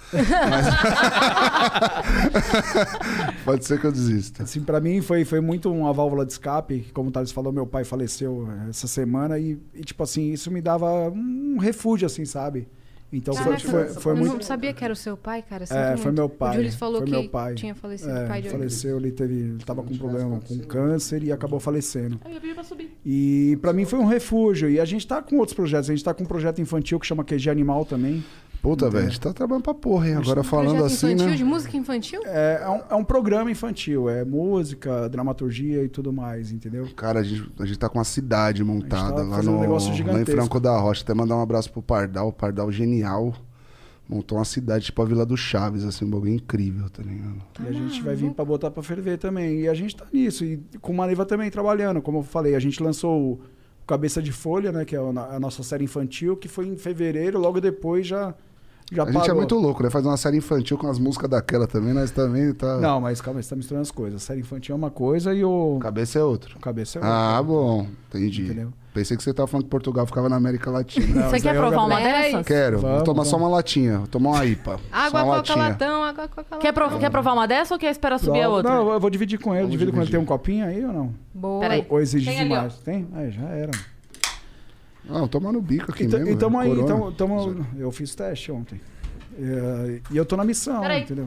D: Pode ser que eu desista.
E: Assim, pra mim foi muito uma válvula de escape. Como o Thales falou, meu pai faleceu essa semana e tipo assim, isso me dava um refúgio, assim, sabe? Então foi
C: eu
E: muito...
C: não sabia que era o seu pai, cara.
E: Foi meu pai.
C: O Julius falou
E: foi
C: que
E: meu pai.
C: tinha falecido o pai de alguém.
E: Faleceu, ele tava com problema com câncer e acabou falecendo.
B: Aí eu vim pra subir.
E: E pra mim foi um refúgio. E a gente tá com outros projetos. A gente tá com um projeto infantil que chama QG Animal também.
D: Puta, velho, a gente tá trabalhando pra porra, hein? Agora falando
C: Projeto
D: assim,
C: infantil,
D: né?
C: de música infantil?
E: É um programa infantil. É música, dramaturgia e tudo mais, entendeu?
D: Cara, a gente tá com uma cidade montada
E: tá
D: lá,
E: fazendo um negócio
D: lá em
E: gigantesco.
D: Franco da Rocha. Até mandar um abraço pro Pardal genial. Montou uma cidade tipo a Vila do Chaves, assim, um bagulho incrível, tá ligado?
E: E a gente vai vir pra botar pra ferver também. E a gente tá nisso. E com o Maneva também trabalhando. Como eu falei, a gente lançou o Cabeça de Folha, né? Que é a nossa série infantil, que foi em fevereiro. Logo depois já
D: A gente é muito louco, né? Faz uma série infantil com as músicas daquela também, nós também tá...
E: Não, mas calma, você tá misturando as coisas. A série infantil é uma coisa e o...
D: Cabeça é outro.
E: Cabeça é outra.
D: Ah, bom. Entendi.
E: Entendeu?
D: Pensei que você tava falando que Portugal ficava na América Latina.
E: Não,
B: Você
E: isso
B: quer
E: daí é o
B: provar uma
E: Gabriel.
B: dessas?
D: Quero.
E: Vamos,
D: Vou tomar só
E: vamos.
D: uma latinha. Vou tomar uma IPA.
C: Água,
D: só uma
C: coca,
D: latinha.
C: latão, água, coca, latão.
B: Quer provar uma dessa ou quer esperar subir a outra?
E: Não, eu vou dividir com ele.
D: Vamos
E: Divido com ele.
D: dividir.
E: Tem um copinho aí ou não?
C: Boa.
B: Peraí.
E: Ou exige
B: Tem ali,
E: demais? Tem? Aí, já era.
D: Não, toma no bico aqui
E: Então,
D: mesmo.
E: então aí,
D: Corona.
E: eu fiz teste ontem. E eu tô na missão,
B: Peraí.
E: entendeu?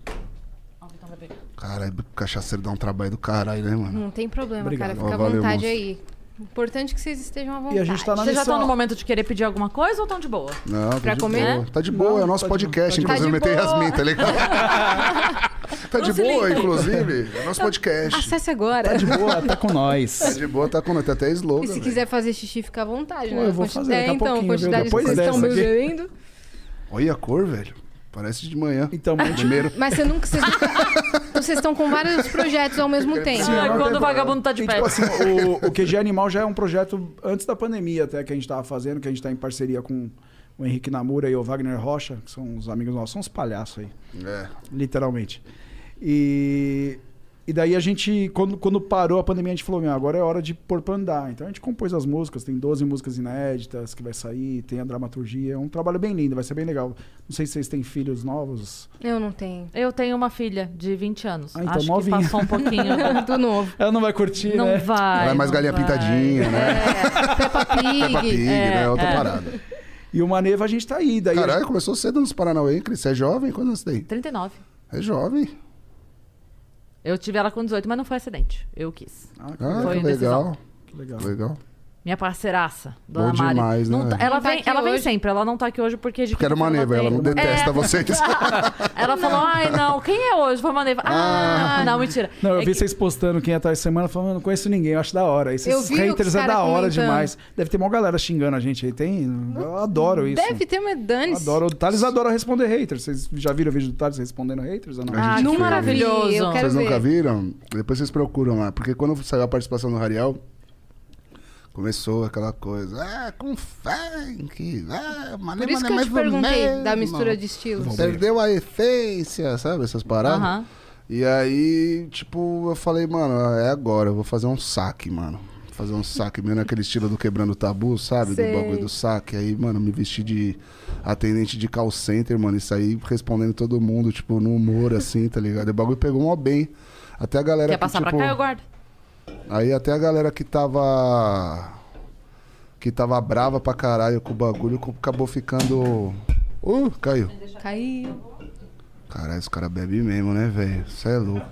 D: Caralho, cachaceiro dá um trabalho do caralho, né, mano?
C: Não tem problema,
E: Obrigado.
C: cara. Fica à
D: Valeu,
C: vontade
D: moço.
C: aí. Importante que vocês estejam à vontade.
E: E a gente tá na
B: Vocês já
E: missão.
B: estão no momento de querer pedir alguma coisa ou estão de boa?
D: Não, tá
C: Pra
D: de
C: comer?
D: boa. Tá de boa,
E: Não,
D: é o nosso
E: tá de
D: podcast,
E: boa.
D: inclusive.
C: Tá de
D: Metei
C: boa.
D: Yasmin, tá ligado? Tá de boa, inclusive. É nosso podcast.
C: Acesse agora.
E: Tá de boa, tá com nós.
D: Tá de boa, tá com nós. Tem até slogan.
C: E se
D: velho.
C: quiser fazer xixi, fica à vontade,
E: Pô,
C: né?
E: eu vou fazer daqui a
C: então,
E: pouquinho,
C: a
E: viu?
C: quantidade
E: Depois
C: que vocês estão
E: dessa aqui.
C: bebendo.
D: Olha a cor, velho. Parece de manhã.
E: Então, mas
D: Primeiro.
C: Mas vocês estão com vários projetos ao mesmo tempo.
E: Sim,
B: Ah,
E: não
B: quando
E: tem
B: o vagabundo tá de
E: E,
B: pé.
E: tipo assim, o QG Animal já é um projeto antes da pandemia até que a gente tava fazendo, que a gente tá em parceria com o Henrique Namura e o Wagner Rocha, que são uns amigos nossos, são uns palhaços aí,
D: É.
E: literalmente. E daí a gente, quando parou a pandemia, a gente falou, agora é hora de pôr pra andar. Então a gente compôs as músicas, tem 12 músicas inéditas que vai sair, tem a dramaturgia, é um trabalho bem lindo, vai ser bem legal. Não sei se vocês têm filhos novos.
C: Eu não tenho.
B: Eu tenho uma filha de 20 anos.
E: Ah, então
B: Acho
E: novinha.
B: que passou um pouquinho.
C: Do novo.
E: Ela não vai curtir,
B: Não
E: né?
B: vai.
D: Ela é mais
B: não
D: galinha
B: vai.
D: pintadinha, né?
C: Peppa Pig.
D: Peppa Pig, né? Outra parada.
E: E o Maneva a gente tá aí. Daí
D: Caralho, começou cedo nos Paranauê, Cris. Você é jovem? Quantos anos tem?
B: 39.
D: É jovem.
B: Eu tive ela com 18, mas não foi acidente. Eu quis.
D: Ah,
B: Foi
D: que
B: indecisão.
D: legal.
E: Que legal.
D: Legal.
B: Minha parceiraça, Dona
D: Bom
B: Mari.
D: demais, né?
B: Não tá- ela
C: Não tá
B: vem,
C: aqui
B: ela vem
C: hoje.
B: sempre. Ela não tá aqui hoje porque...
D: Porque era uma Neva, ela não detesta vocês.
B: Ela falou, ai, não, quem é hoje? Foi uma Neva. Ah, não, mentira.
E: Não, eu
B: É
E: vi
B: que-
E: vocês postando quem é tal semana, falando, não conheço ninguém, eu acho da hora. Esses
C: Eu vi
E: haters
C: os
E: é
C: cara
E: da hora
C: comentando.
E: demais. Deve ter uma galera xingando a gente aí. Eu adoro isso.
C: Deve ter, mas dane-se.
E: Adoro. O Thales adora responder haters. Vocês já viram o vídeo do Thales respondendo haters ou não?
B: Ah,
D: gente
B: que
D: fez.
B: maravilhoso.
C: Eu quero
D: Vocês nunca
C: ver.
D: viram? Depois vocês procuram lá. Porque quando saiu a participação do Rariel, começou aquela coisa. Com funk.
C: Por isso que eu te perguntei da mistura de estilos.
D: Perdeu a essência, sabe? Essas paradas.
B: Aham.
D: E aí, tipo, eu falei, mano, é agora. Eu vou fazer um saque, mano. Fazer um saque meio naquele estilo do Quebrando o Tabu, sabe?
C: Sei.
D: Do bagulho do saque. Aí, mano, me vesti de atendente de call center, mano. E saí respondendo todo mundo, tipo, no humor, assim, tá ligado? E o bagulho pegou mó bem. Até a galera
B: Quer passar
D: tipo,
B: pra cá, eu guardo.
D: Aí até a galera que tava brava pra caralho com o bagulho acabou ficando... Caiu.
C: Caiu.
D: Caralho, esse cara bebe mesmo, né, velho? Isso é louco.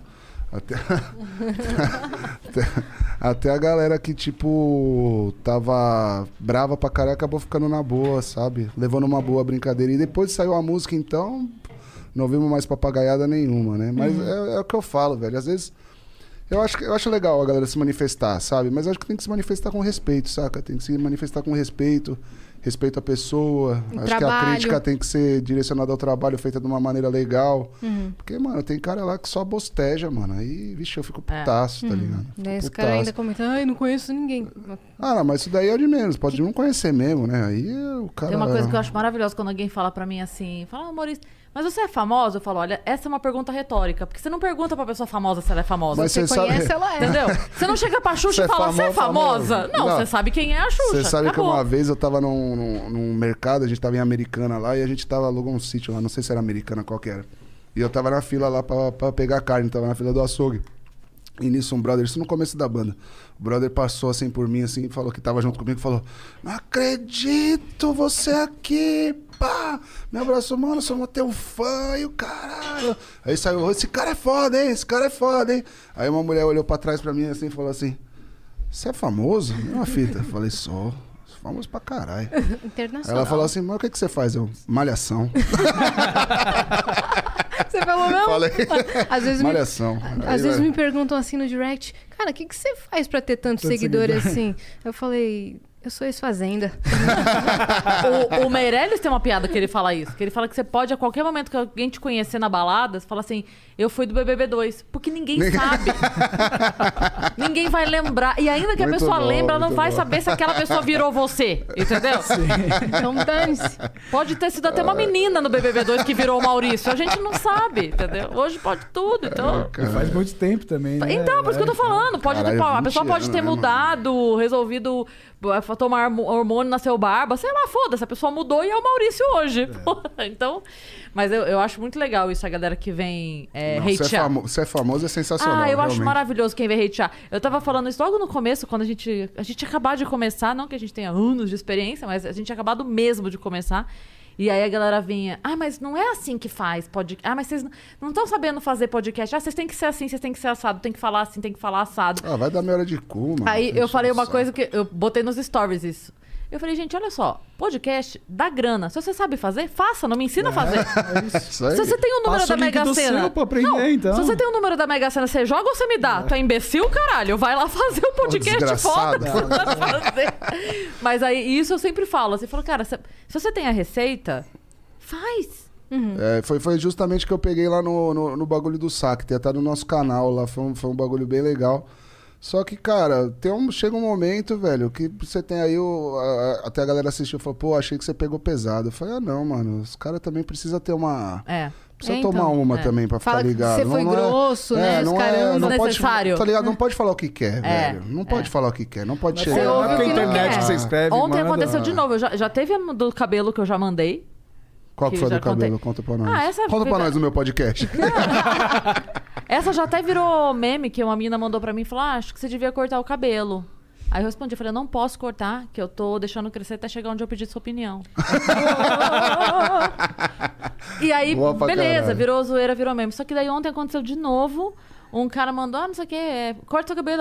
D: Até a galera que, tipo, tava brava pra caralho acabou ficando na boa, sabe? Levando uma boa brincadeira. E depois saiu a música, então, não vimos mais papagaiada nenhuma, né? Mas é o que eu falo, velho. Às vezes, eu acho legal a galera se manifestar, sabe? Mas eu acho que tem que se manifestar com respeito, saca? Tem que se manifestar com respeito à pessoa.
C: O
D: Acho que a
C: trabalho.
D: crítica tem que ser direcionada ao trabalho, feita de uma maneira legal. Porque, mano, tem cara lá que só bosteja, mano. Aí, vixe, eu fico putaço, tá ligado?
C: Daí os
D: Putaço.
C: caras ainda comentam, ai, não conheço ninguém.
D: Ah, não, mas isso daí é de menos. Pode não conhecer mesmo, né? Aí o cara...
B: Tem uma coisa que eu acho maravilhosa quando alguém fala pra mim assim, fala, humorista, mas você é famosa? Eu falo, olha, essa é uma pergunta retórica, porque você não pergunta pra pessoa famosa se ela é famosa.
D: Mas
C: Você
D: você
C: conhece,
D: sabe...
C: ela é.
B: Entendeu? Você não chega pra Xuxa
D: Você é
B: e fala, você é famosa?
D: famosa?
B: Não,
D: Não.
B: você sabe quem é a Xuxa.
D: Você sabe
B: Acabou.
D: que uma vez eu tava num mercado, a gente tava em Americana lá, e a gente tava alugando um sítio lá, não sei se era Americana, qual que era. E eu tava na fila lá pra pegar carne, tava na fila do açougue. E nisso um brother, isso no começo da banda, o brother passou assim por mim, assim, falou que tava junto comigo, falou, não acredito, você aqui, pá! Me abraçou, mano, sou teu fã, e o caralho. Aí saiu, esse cara é foda, hein, esse cara é foda, hein. Aí uma mulher olhou pra trás pra mim assim e falou assim, você é famoso? Não é uma fita. Eu falei, sou famoso pra caralho. Aí
C: Internacional.
D: ela falou assim, mas o que você faz? Eu, malhação.
C: Você falou mesmo?
D: Falei,
C: Às vezes,
D: malhação.
C: às vezes me perguntam assim no direct, cara, o que você faz pra ter tantos
E: Tanto
C: seguidores
E: seguidor.
C: assim? Eu falei, eu sou ex-fazenda.
B: O Meirelles tem uma piada que ele fala isso. Que ele fala que você pode, a qualquer momento que alguém te conhecer na balada, você fala assim, eu fui do BBB 2. Porque ninguém sabe. Ninguém vai lembrar. E ainda que a
D: Muito
B: pessoa
D: bom,
B: lembra, não
D: muito
B: vai
D: bom.
B: saber se aquela pessoa virou você. Entendeu?
C: Então dane-se.
B: Pode ter sido até uma menina no BBB 2 que virou o Maurício. A gente não sabe, entendeu? Hoje pode tudo. Então...
E: E faz muito tempo também, né?
B: Então, por isso que eu tô falando. Pode ter,
D: Caralho,
B: a pessoa
D: 20
B: pode ter
D: anos, né,
B: mudado, resolvido tomar hormônio, nasceu barba, sei lá, foda-se. A pessoa mudou e é o Maurício hoje. Então, mas eu acho muito legal isso, a galera que vem hatear.
D: Você é famoso, é sensacional.
B: Ah, eu acho
D: realmente.
B: maravilhoso quem vem hatear. Eu tava falando isso logo no começo, quando a gente acabar de começar, não que a gente tenha anos de experiência, mas a gente tinha acabado mesmo de começar. E aí a galera vinha, mas não é assim que faz podcast. Mas vocês não estão sabendo fazer podcast. Vocês têm que ser assim, vocês têm que ser assado, tem que falar assim, tem que falar assado.
D: Ah, vai dar meia hora de cu, mano.
B: Aí eu
D: Enche
B: falei
D: o
B: uma
D: saco.
B: coisa que eu botei nos stories isso. Eu falei, gente, olha só, podcast dá grana. Se você sabe fazer, faça, não me ensina a fazer.
D: Isso aí.
B: Se você tem o número
E: Passa
B: da
E: o link
B: Mega
E: do
B: Sena.
E: seu pra aprender,
B: não,
E: então.
B: Se você tem o número da Mega Sena, você joga ou você me dá? Tu é imbecil, caralho? Vai lá fazer o podcast foda
D: desgraçado.
B: que você vai fazer. Mas aí, isso eu sempre falo. Você falou, cara, se você tem a receita, faz.
D: É, foi justamente que eu peguei lá no bagulho do saque. Tem até no nosso canal lá. Foi um bagulho bem legal. Só que, cara, chega um momento, velho, que você tem aí até a galera assistiu e falou, pô, achei que você pegou pesado. Eu falei, não, mano, os caras também precisam ter uma... Precisa
C: então,
D: tomar uma também pra
C: Fala
D: ficar
C: que
D: ligado.
C: você foi grosso, né? Os caras
D: não
B: desnecessário.
D: pode, tá ligado? Não pode falar o que quer, velho. Não pode falar o que quer. Não pode
E: Você
D: chegar.
E: ouve
C: o
E: a
C: que não
E: internet
C: quer.
E: que você escreve,
B: Ontem
E: manda.
B: aconteceu de novo. Já teve a do cabelo que eu já mandei.
D: Qual que
B: que
D: foi
B: já
D: do cabelo?
B: contei.
D: Conta pra nós.
B: essa
D: Conta pra
B: foi-
D: nós no meu podcast.
B: Essa já até virou meme que uma menina mandou pra mim e falou: acho que você devia cortar o cabelo. Aí eu respondi, eu falei, eu não posso cortar, que eu tô deixando crescer até chegar onde eu pedi sua opinião. E aí, beleza,
D: caralho.
B: virou zoeira, virou meme. Só que daí ontem aconteceu de novo, um cara mandou, não sei o que, corta seu cabelo,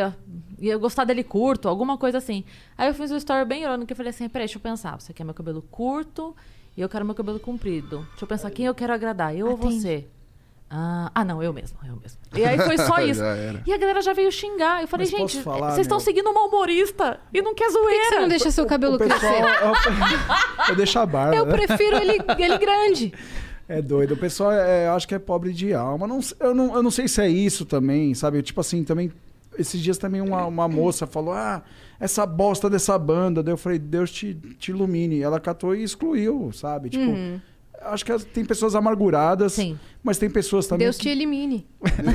B: ia gostar dele curto, alguma coisa assim. Aí eu fiz um story bem irônico e falei assim, peraí, deixa eu pensar, você quer meu cabelo curto e eu quero meu cabelo comprido. Deixa eu pensar, quem eu quero agradar, eu ou você? Não, eu mesmo. E aí foi só isso. E a galera já veio xingar. Eu falei,
E: Mas posso
B: gente,
E: falar,
B: vocês estão
E: meu?
B: seguindo uma humorista e não quer zoeira.
C: Por que você não deixa seu cabelo
E: O pessoal,
C: crescer?
E: eu deixo a barba.
C: Eu
E: né?
C: prefiro ele grande.
E: É doido. O pessoal, eu acho que é pobre de alma. Eu não sei se é isso também, sabe? Tipo assim, também... Esses dias também uma moça falou, essa bosta dessa banda. Daí eu falei, Deus te ilumine. Ela catou e excluiu, sabe? Tipo, acho que tem pessoas amarguradas,
B: Sim.
E: mas tem pessoas também...
C: Deus te elimine.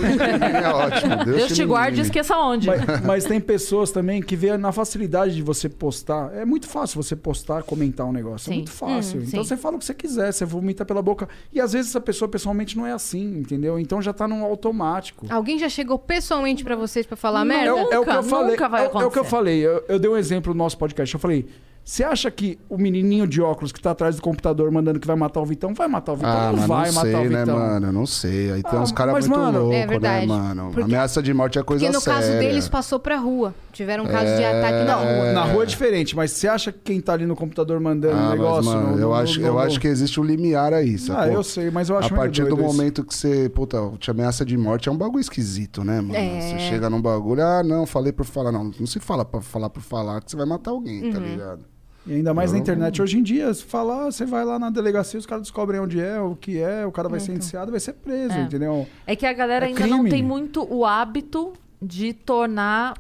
D: É ótimo.
B: Deus te guarde e
D: elimine.
B: esqueça onde.
E: Mas tem pessoas também que vê na facilidade de você postar. É muito fácil você postar, comentar um negócio.
B: Sim.
E: É muito fácil. Então
B: sim.
E: você fala o que você quiser, você vomita pela boca. E às vezes essa pessoa pessoalmente não é assim, entendeu? Então já tá no automático.
C: Alguém já chegou pessoalmente pra vocês pra falar
B: Não.
C: merda?
E: É o que eu falei.
B: Nunca vai
E: É o que eu
B: acontecer.
E: falei. Eu dei um exemplo no nosso podcast. Eu falei. Você acha que o menininho de óculos que tá atrás do computador mandando que vai matar o Vitão, vai matar o Vitão? Não
D: mas
E: vai
D: não
E: matar
D: sei,
E: o
D: né,
E: Vitão.
D: mano? Eu não sei. Aí tem uns caras
E: mas,
D: muito
E: mano,
D: loucos,
C: é verdade.
D: né, mano?
C: Porque-
D: Ameaça de morte é coisa
C: Porque no
D: séria.
C: caso deles passou pra rua. Tiveram um caso de ataque na rua.
E: Na rua é diferente, mas você acha que quem tá ali no computador mandando um
D: Mas,
E: negócio...
D: mano, eu acho que existe um limiar aí, sacou?
E: eu sei, mas eu acho
D: A partir
E: meio
D: do
E: doido isso.
D: momento que você, te ameaça de morte, é um bagulho esquisito, né, mano?
C: É.
D: Você chega num bagulho, não, falei por falar. Não se fala pra falar por falar que você vai matar alguém, tá ligado?
E: E ainda mais na internet. Hoje em dia, se falar, você vai lá na delegacia, os caras descobrem onde é, o que é, o cara vai ser indiciado, vai ser preso, entendeu?
B: É que a galera
E: É
B: ainda não
E: crime.
B: tem muito o hábito de tornar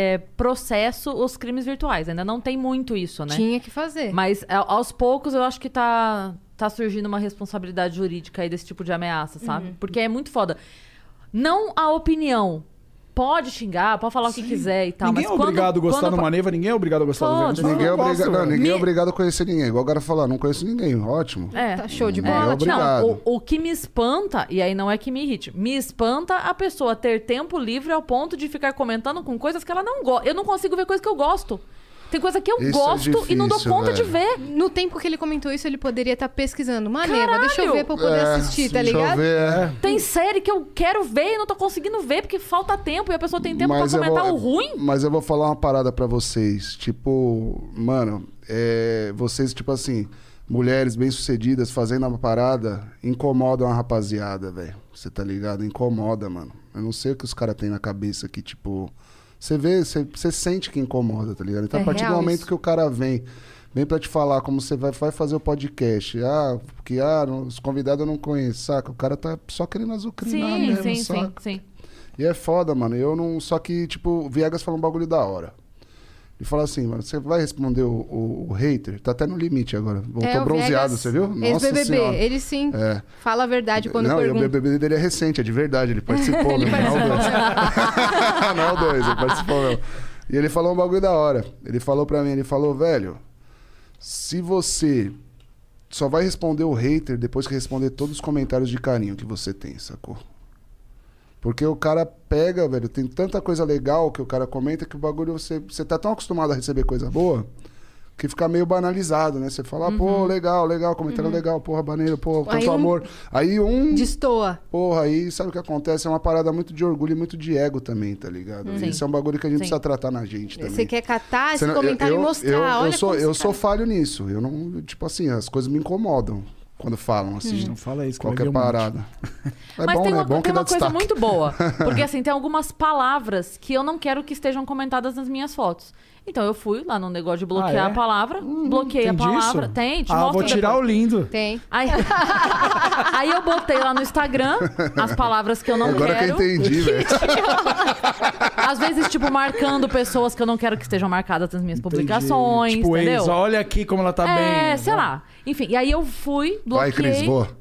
B: processo os crimes virtuais. Ainda não tem muito isso, né?
C: Tinha que fazer.
B: Mas aos poucos eu acho que tá surgindo uma responsabilidade jurídica aí desse tipo de ameaça, sabe? Porque é muito foda. Não a opinião. Pode xingar, pode falar o que quiser e tal.
E: Ninguém
B: mas
E: é obrigado a gostar
B: quando...
E: do Maneva, ninguém é obrigado a gostar do Vênus.
B: Foda-se.
D: Ninguém é
E: Eu gosto,
D: obrigado,
E: velho.
D: ninguém é obrigado a conhecer ninguém. Igual o cara falar, não conheço ninguém. Ótimo.
C: Tá show de
D: Ninguém é
C: bola.
D: obrigado.
B: Não, o que me espanta, e aí não é que me irrite, me espanta a pessoa ter tempo livre ao ponto de ficar comentando com coisas que ela não gosta. Eu não consigo ver coisa que eu gosto. Tem coisa que eu
D: Isso é
B: gosto e não dou
D: difícil,
B: conta de
D: velho.
B: ver.
C: No tempo que ele comentou isso, ele poderia estar pesquisando. Maneva, deixa eu
B: Caralho!
C: ver pra eu poder assistir, tá
D: Deixa eu
C: ligado?
D: ver,
B: Tem série que eu quero ver e não tô conseguindo ver porque falta tempo e a pessoa tem tempo pra
D: eu
B: comentar
D: vou-
B: o ruim.
D: Mas eu vou falar uma parada pra vocês. Tipo, mano, vocês, tipo assim, mulheres bem-sucedidas fazendo uma parada, incomodam a rapaziada, velho. Você tá ligado? Incomoda, mano. Eu não sei o que os caras têm na cabeça que, tipo... Você vê, você sente que incomoda, tá ligado? Então,
C: É
D: a partir do
C: real
D: momento
C: isso.
D: que o cara vem pra te falar como você vai fazer o podcast, porque os convidados eu não conheço, saca? O cara tá só querendo azucrinar
B: Sim,
D: mesmo,
B: sim,
D: saca?
B: sim.
D: E é foda, mano. Eu não. Só que, tipo, o Viegas falou um bagulho da hora. Ele falou assim, mano, você vai responder o hater? Tá até no limite agora. Voltou
C: o
D: bronzeado,
C: Viegas,
D: você viu? Nossa
C: Ex-BBB,
D: senhora.
C: ele sim.
D: É.
C: Fala a verdade quando
D: Não, e o
C: pergunta.
D: BBB dele é recente, é de verdade. Ele participou,
C: Ele
D: não é o 2. Não é o 2, ele participou mesmo. E ele falou um bagulho da hora. Ele falou pra mim, velho, se você só vai responder o hater depois que responder todos os comentários de carinho que você tem, sacou? Porque o cara pega, velho, tem tanta coisa legal que o cara comenta que o bagulho, você tá tão acostumado a receber coisa boa que fica meio banalizado, né? Você fala, pô, legal, comentário legal, porra, maneiro, porra,
C: Aí
D: tanto
C: um
D: amor. Aí
C: Destoa.
D: porra, aí sabe o que acontece? É uma parada muito de orgulho e muito de ego também, tá ligado?
B: Sim.
D: Isso é um bagulho que a gente
B: Sim.
D: precisa tratar na gente também.
C: Você quer catar esse
D: Você não-
C: comentário
D: eu-
C: e mostrar.
D: eu
C: Olha
D: sou,
C: como
D: eu
C: esse
D: sou
C: cara-
D: falho nisso. Eu não, tipo assim, as coisas me incomodam quando falam assim.
E: Não fala isso, que vai
D: Qualquer
E: ver um monte.
D: parada. É
B: Mas
D: bom,
B: tem
D: né?
B: uma,
D: É bom que
B: tem
D: dá
B: uma coisa
D: destaque.
B: muito boa. Porque assim, tem algumas palavras que eu não quero que estejam comentadas nas minhas fotos. Então eu fui lá no negócio de bloquear
E: Ah, é?
B: a palavra, bloqueei a
E: Tem
B: palavra.
E: disso?
B: Tem, te
E: Ah,
B: mostro
E: vou tirar
B: depois.
E: o lindo.
C: Tem.
B: Aí eu botei lá no Instagram as palavras que eu não
D: Agora
B: quero.
D: que eu entendi, velho.
B: Às vezes, tipo, marcando pessoas que eu não quero que estejam marcadas nas minhas publicações,
E: Tipo,
B: entendeu?
E: ex, olha aqui como ela tá bem.
B: Sei lá. Enfim, e aí eu fui,
D: Vai, Cris,
B: bloqueei,
D: vou.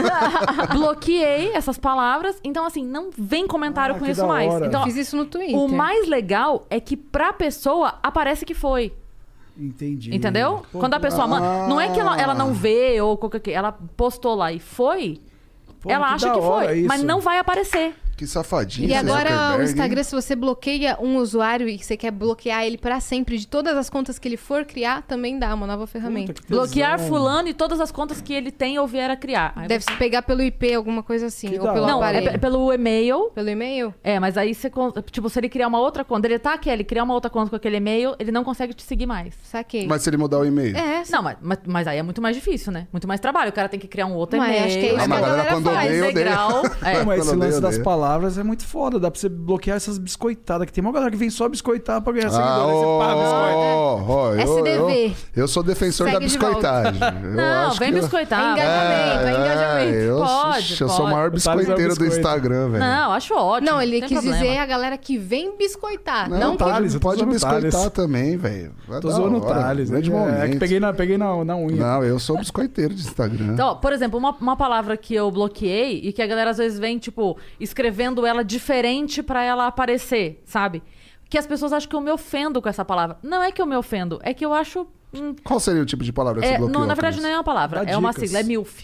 B: bloqueei essas palavras. Então, assim, não vem comentário com
E: que
B: isso
E: da
B: mais.
E: hora.
B: Então,
C: Fiz isso no Twitter.
B: o mais legal é que pra pessoa aparece que foi.
E: Entendi.
B: Entendeu?
E: Pô,
B: Quando a pessoa manda. Não é que ela não vê ou qualquer que. Ela postou lá e foi.
E: pô,
B: ela
E: que
B: acha
E: da
B: que
E: hora
B: foi.
E: isso.
B: Mas não vai aparecer.
D: Que safadinho.
C: E
D: esse
C: agora
D: Zuckerberg,
C: o Instagram,
D: hein?
C: se você bloqueia um usuário e você quer bloquear ele pra sempre de todas as contas que ele for criar, também dá uma nova ferramenta.
E: Puta, que tesão.
B: Bloquear fulano e todas as contas que ele tem ou vier a criar. Aí
C: Deve se pegar pelo IP, alguma coisa assim,
E: Que
C: ou
E: da
C: pelo
E: hora.
B: Não,
C: aparelho.
B: é pelo e-mail.
C: Pelo e-mail?
B: É, mas aí você... Tipo, se ele criar uma outra conta... Deletar aquele, criar uma outra conta com aquele e-mail, ele não consegue te seguir mais.
C: Saquei.
D: Mas se ele mudar o e-mail?
C: É,
B: Não, mas aí é muito mais difícil, né? Muito mais trabalho. O cara tem que criar um outro
C: Mas
B: e-mail.
C: acho que é isso
D: Ah,
C: que a
D: mas
C: galera
D: quando
C: faz.
D: odeia, odeia.
B: Integral. É.
E: Não, mas esse
D: Quando
E: lance
D: odeia,
E: das
D: odeia.
E: palavras é muito foda. Dá pra você bloquear essas biscoitadas. Que tem uma galera que vem só biscoitar pra ganhar
D: Ah,
E: seguidor. Aí você paga biscoito.
C: SDV.
D: Eu sou defensor
C: Segue
D: da
C: de volta.
D: biscoitagem. Eu
B: Não,
D: acho
B: vem
D: que
B: biscoitar.
C: É engajamento.
D: eu,
B: Pode,
D: eu sou o maior
E: O Thales é o
D: biscoiteiro do
E: biscoito.
D: Instagram, velho.
B: Não, acho ótimo.
C: Não, ele
B: tem
C: quis
B: problema.
C: dizer a galera que vem biscoitar. Não,
E: tá,
C: que...
E: Thales, eu tô
D: Pode
E: zoando o
D: biscoitar
E: Thales.
D: também, velho. Vai
E: Tô
D: da
E: zoando o
D: hora,
E: Thales.
D: grande
E: É que
D: momento.
E: peguei na unha.
D: Não, eu sou biscoiteiro de Instagram.
B: Então, ó, por exemplo, uma palavra que eu bloqueei e que a galera às vezes vem, tipo, escrevendo ela diferente pra ela aparecer, sabe? Que as pessoas acham que eu me ofendo com essa palavra. Não é que eu me ofendo, é que eu acho...
D: Qual seria o tipo de palavra que você bloqueou?
B: na verdade,
D: Cris?
B: não é uma palavra,
E: Dá
B: é uma
E: dicas.
B: sigla, é MILF.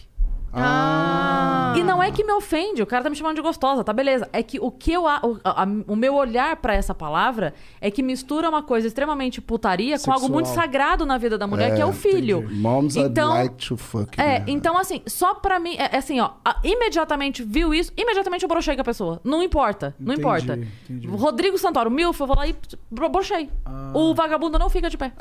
D: Ah.
B: E não é que me ofende, o cara tá me chamando de gostosa, tá beleza. É que o meu olhar pra essa palavra é que mistura uma coisa extremamente putaria com algo
E: Sexual.
B: muito sagrado na vida da mulher, que é o filho.
D: Moms
B: Então,
D: I'd like to fuck.
B: É,
D: né?
B: então assim, só pra mim, é assim, ó, imediatamente viu isso, imediatamente eu brochei com a pessoa. Não importa, não
E: Entendi,
B: importa.
E: entendi.
B: Rodrigo Santoro, Milf, eu vou lá e brochei. O vagabundo não fica de pé.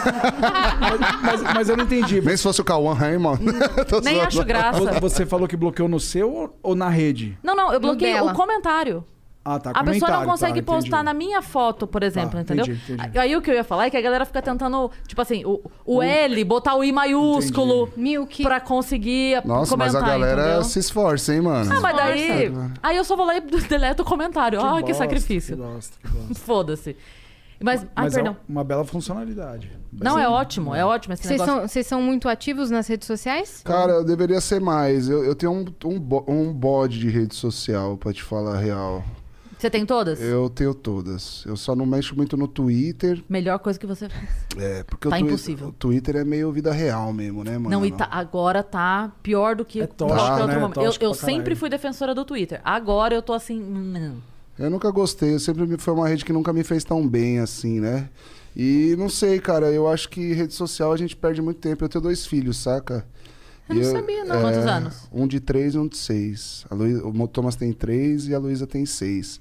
E: Mas eu não entendi.
D: Nem se fosse o Cauã Raymond. Tô
B: Nem
D: zoando.
B: acho graça.
E: Você falou que bloqueou no seu ou na rede?
B: Não, eu bloqueei
C: dela.
B: o comentário.
E: Ah, tá.
B: A pessoa não
E: comentário,
B: consegue
E: tá,
B: postar
E: entendi.
B: na minha foto, por exemplo,
E: Tá,
B: entendeu?
E: entendi.
B: Aí o que eu ia falar é que a galera fica tentando, tipo assim, o L, botar o I maiúsculo
C: Milk.
B: pra conseguir
D: Nossa, mas
B: comentar,
D: a galera
B: entendeu?
D: se esforça, hein, mano?
B: Ah, mas daí...
D: Esforça.
B: Aí eu só vou lá e deleto o comentário.
E: Que
B: Ai, que
E: bosta,
B: sacrifício.
E: Que bosta, que bosta.
B: Foda-se. Mas, ai,
E: Mas
B: perdão.
E: é uma bela funcionalidade.
B: Não, é ótimo esse negócio.
C: Vocês são muito ativos nas redes sociais?
D: Cara, eu deveria ser mais. Eu tenho um bode de rede social, pra te falar a real.
B: Você tem todas?
D: Eu tenho todas. Eu só não mexo muito no Twitter.
B: Melhor coisa que você faz.
D: Porque
B: Tá
D: o
B: impossível.
D: O Twitter é meio vida real mesmo, né, mano?
B: Não, e agora tá pior do que
E: É tóxico,
B: qualquer outro
E: né?
B: momento.
E: Tóxico
B: Eu
E: pra caralho.
B: sempre fui defensora do Twitter. Agora eu tô assim... não.
D: Eu nunca gostei, foi uma rede que nunca me fez tão bem assim, né? E não sei, cara, eu acho que rede social a gente perde muito tempo. Eu tenho 2 filhos, saca?
B: Eu não sabia, não. Quantos anos?
D: Um de 3 e um de 6. O Thomas tem 3 e a Luísa tem 6.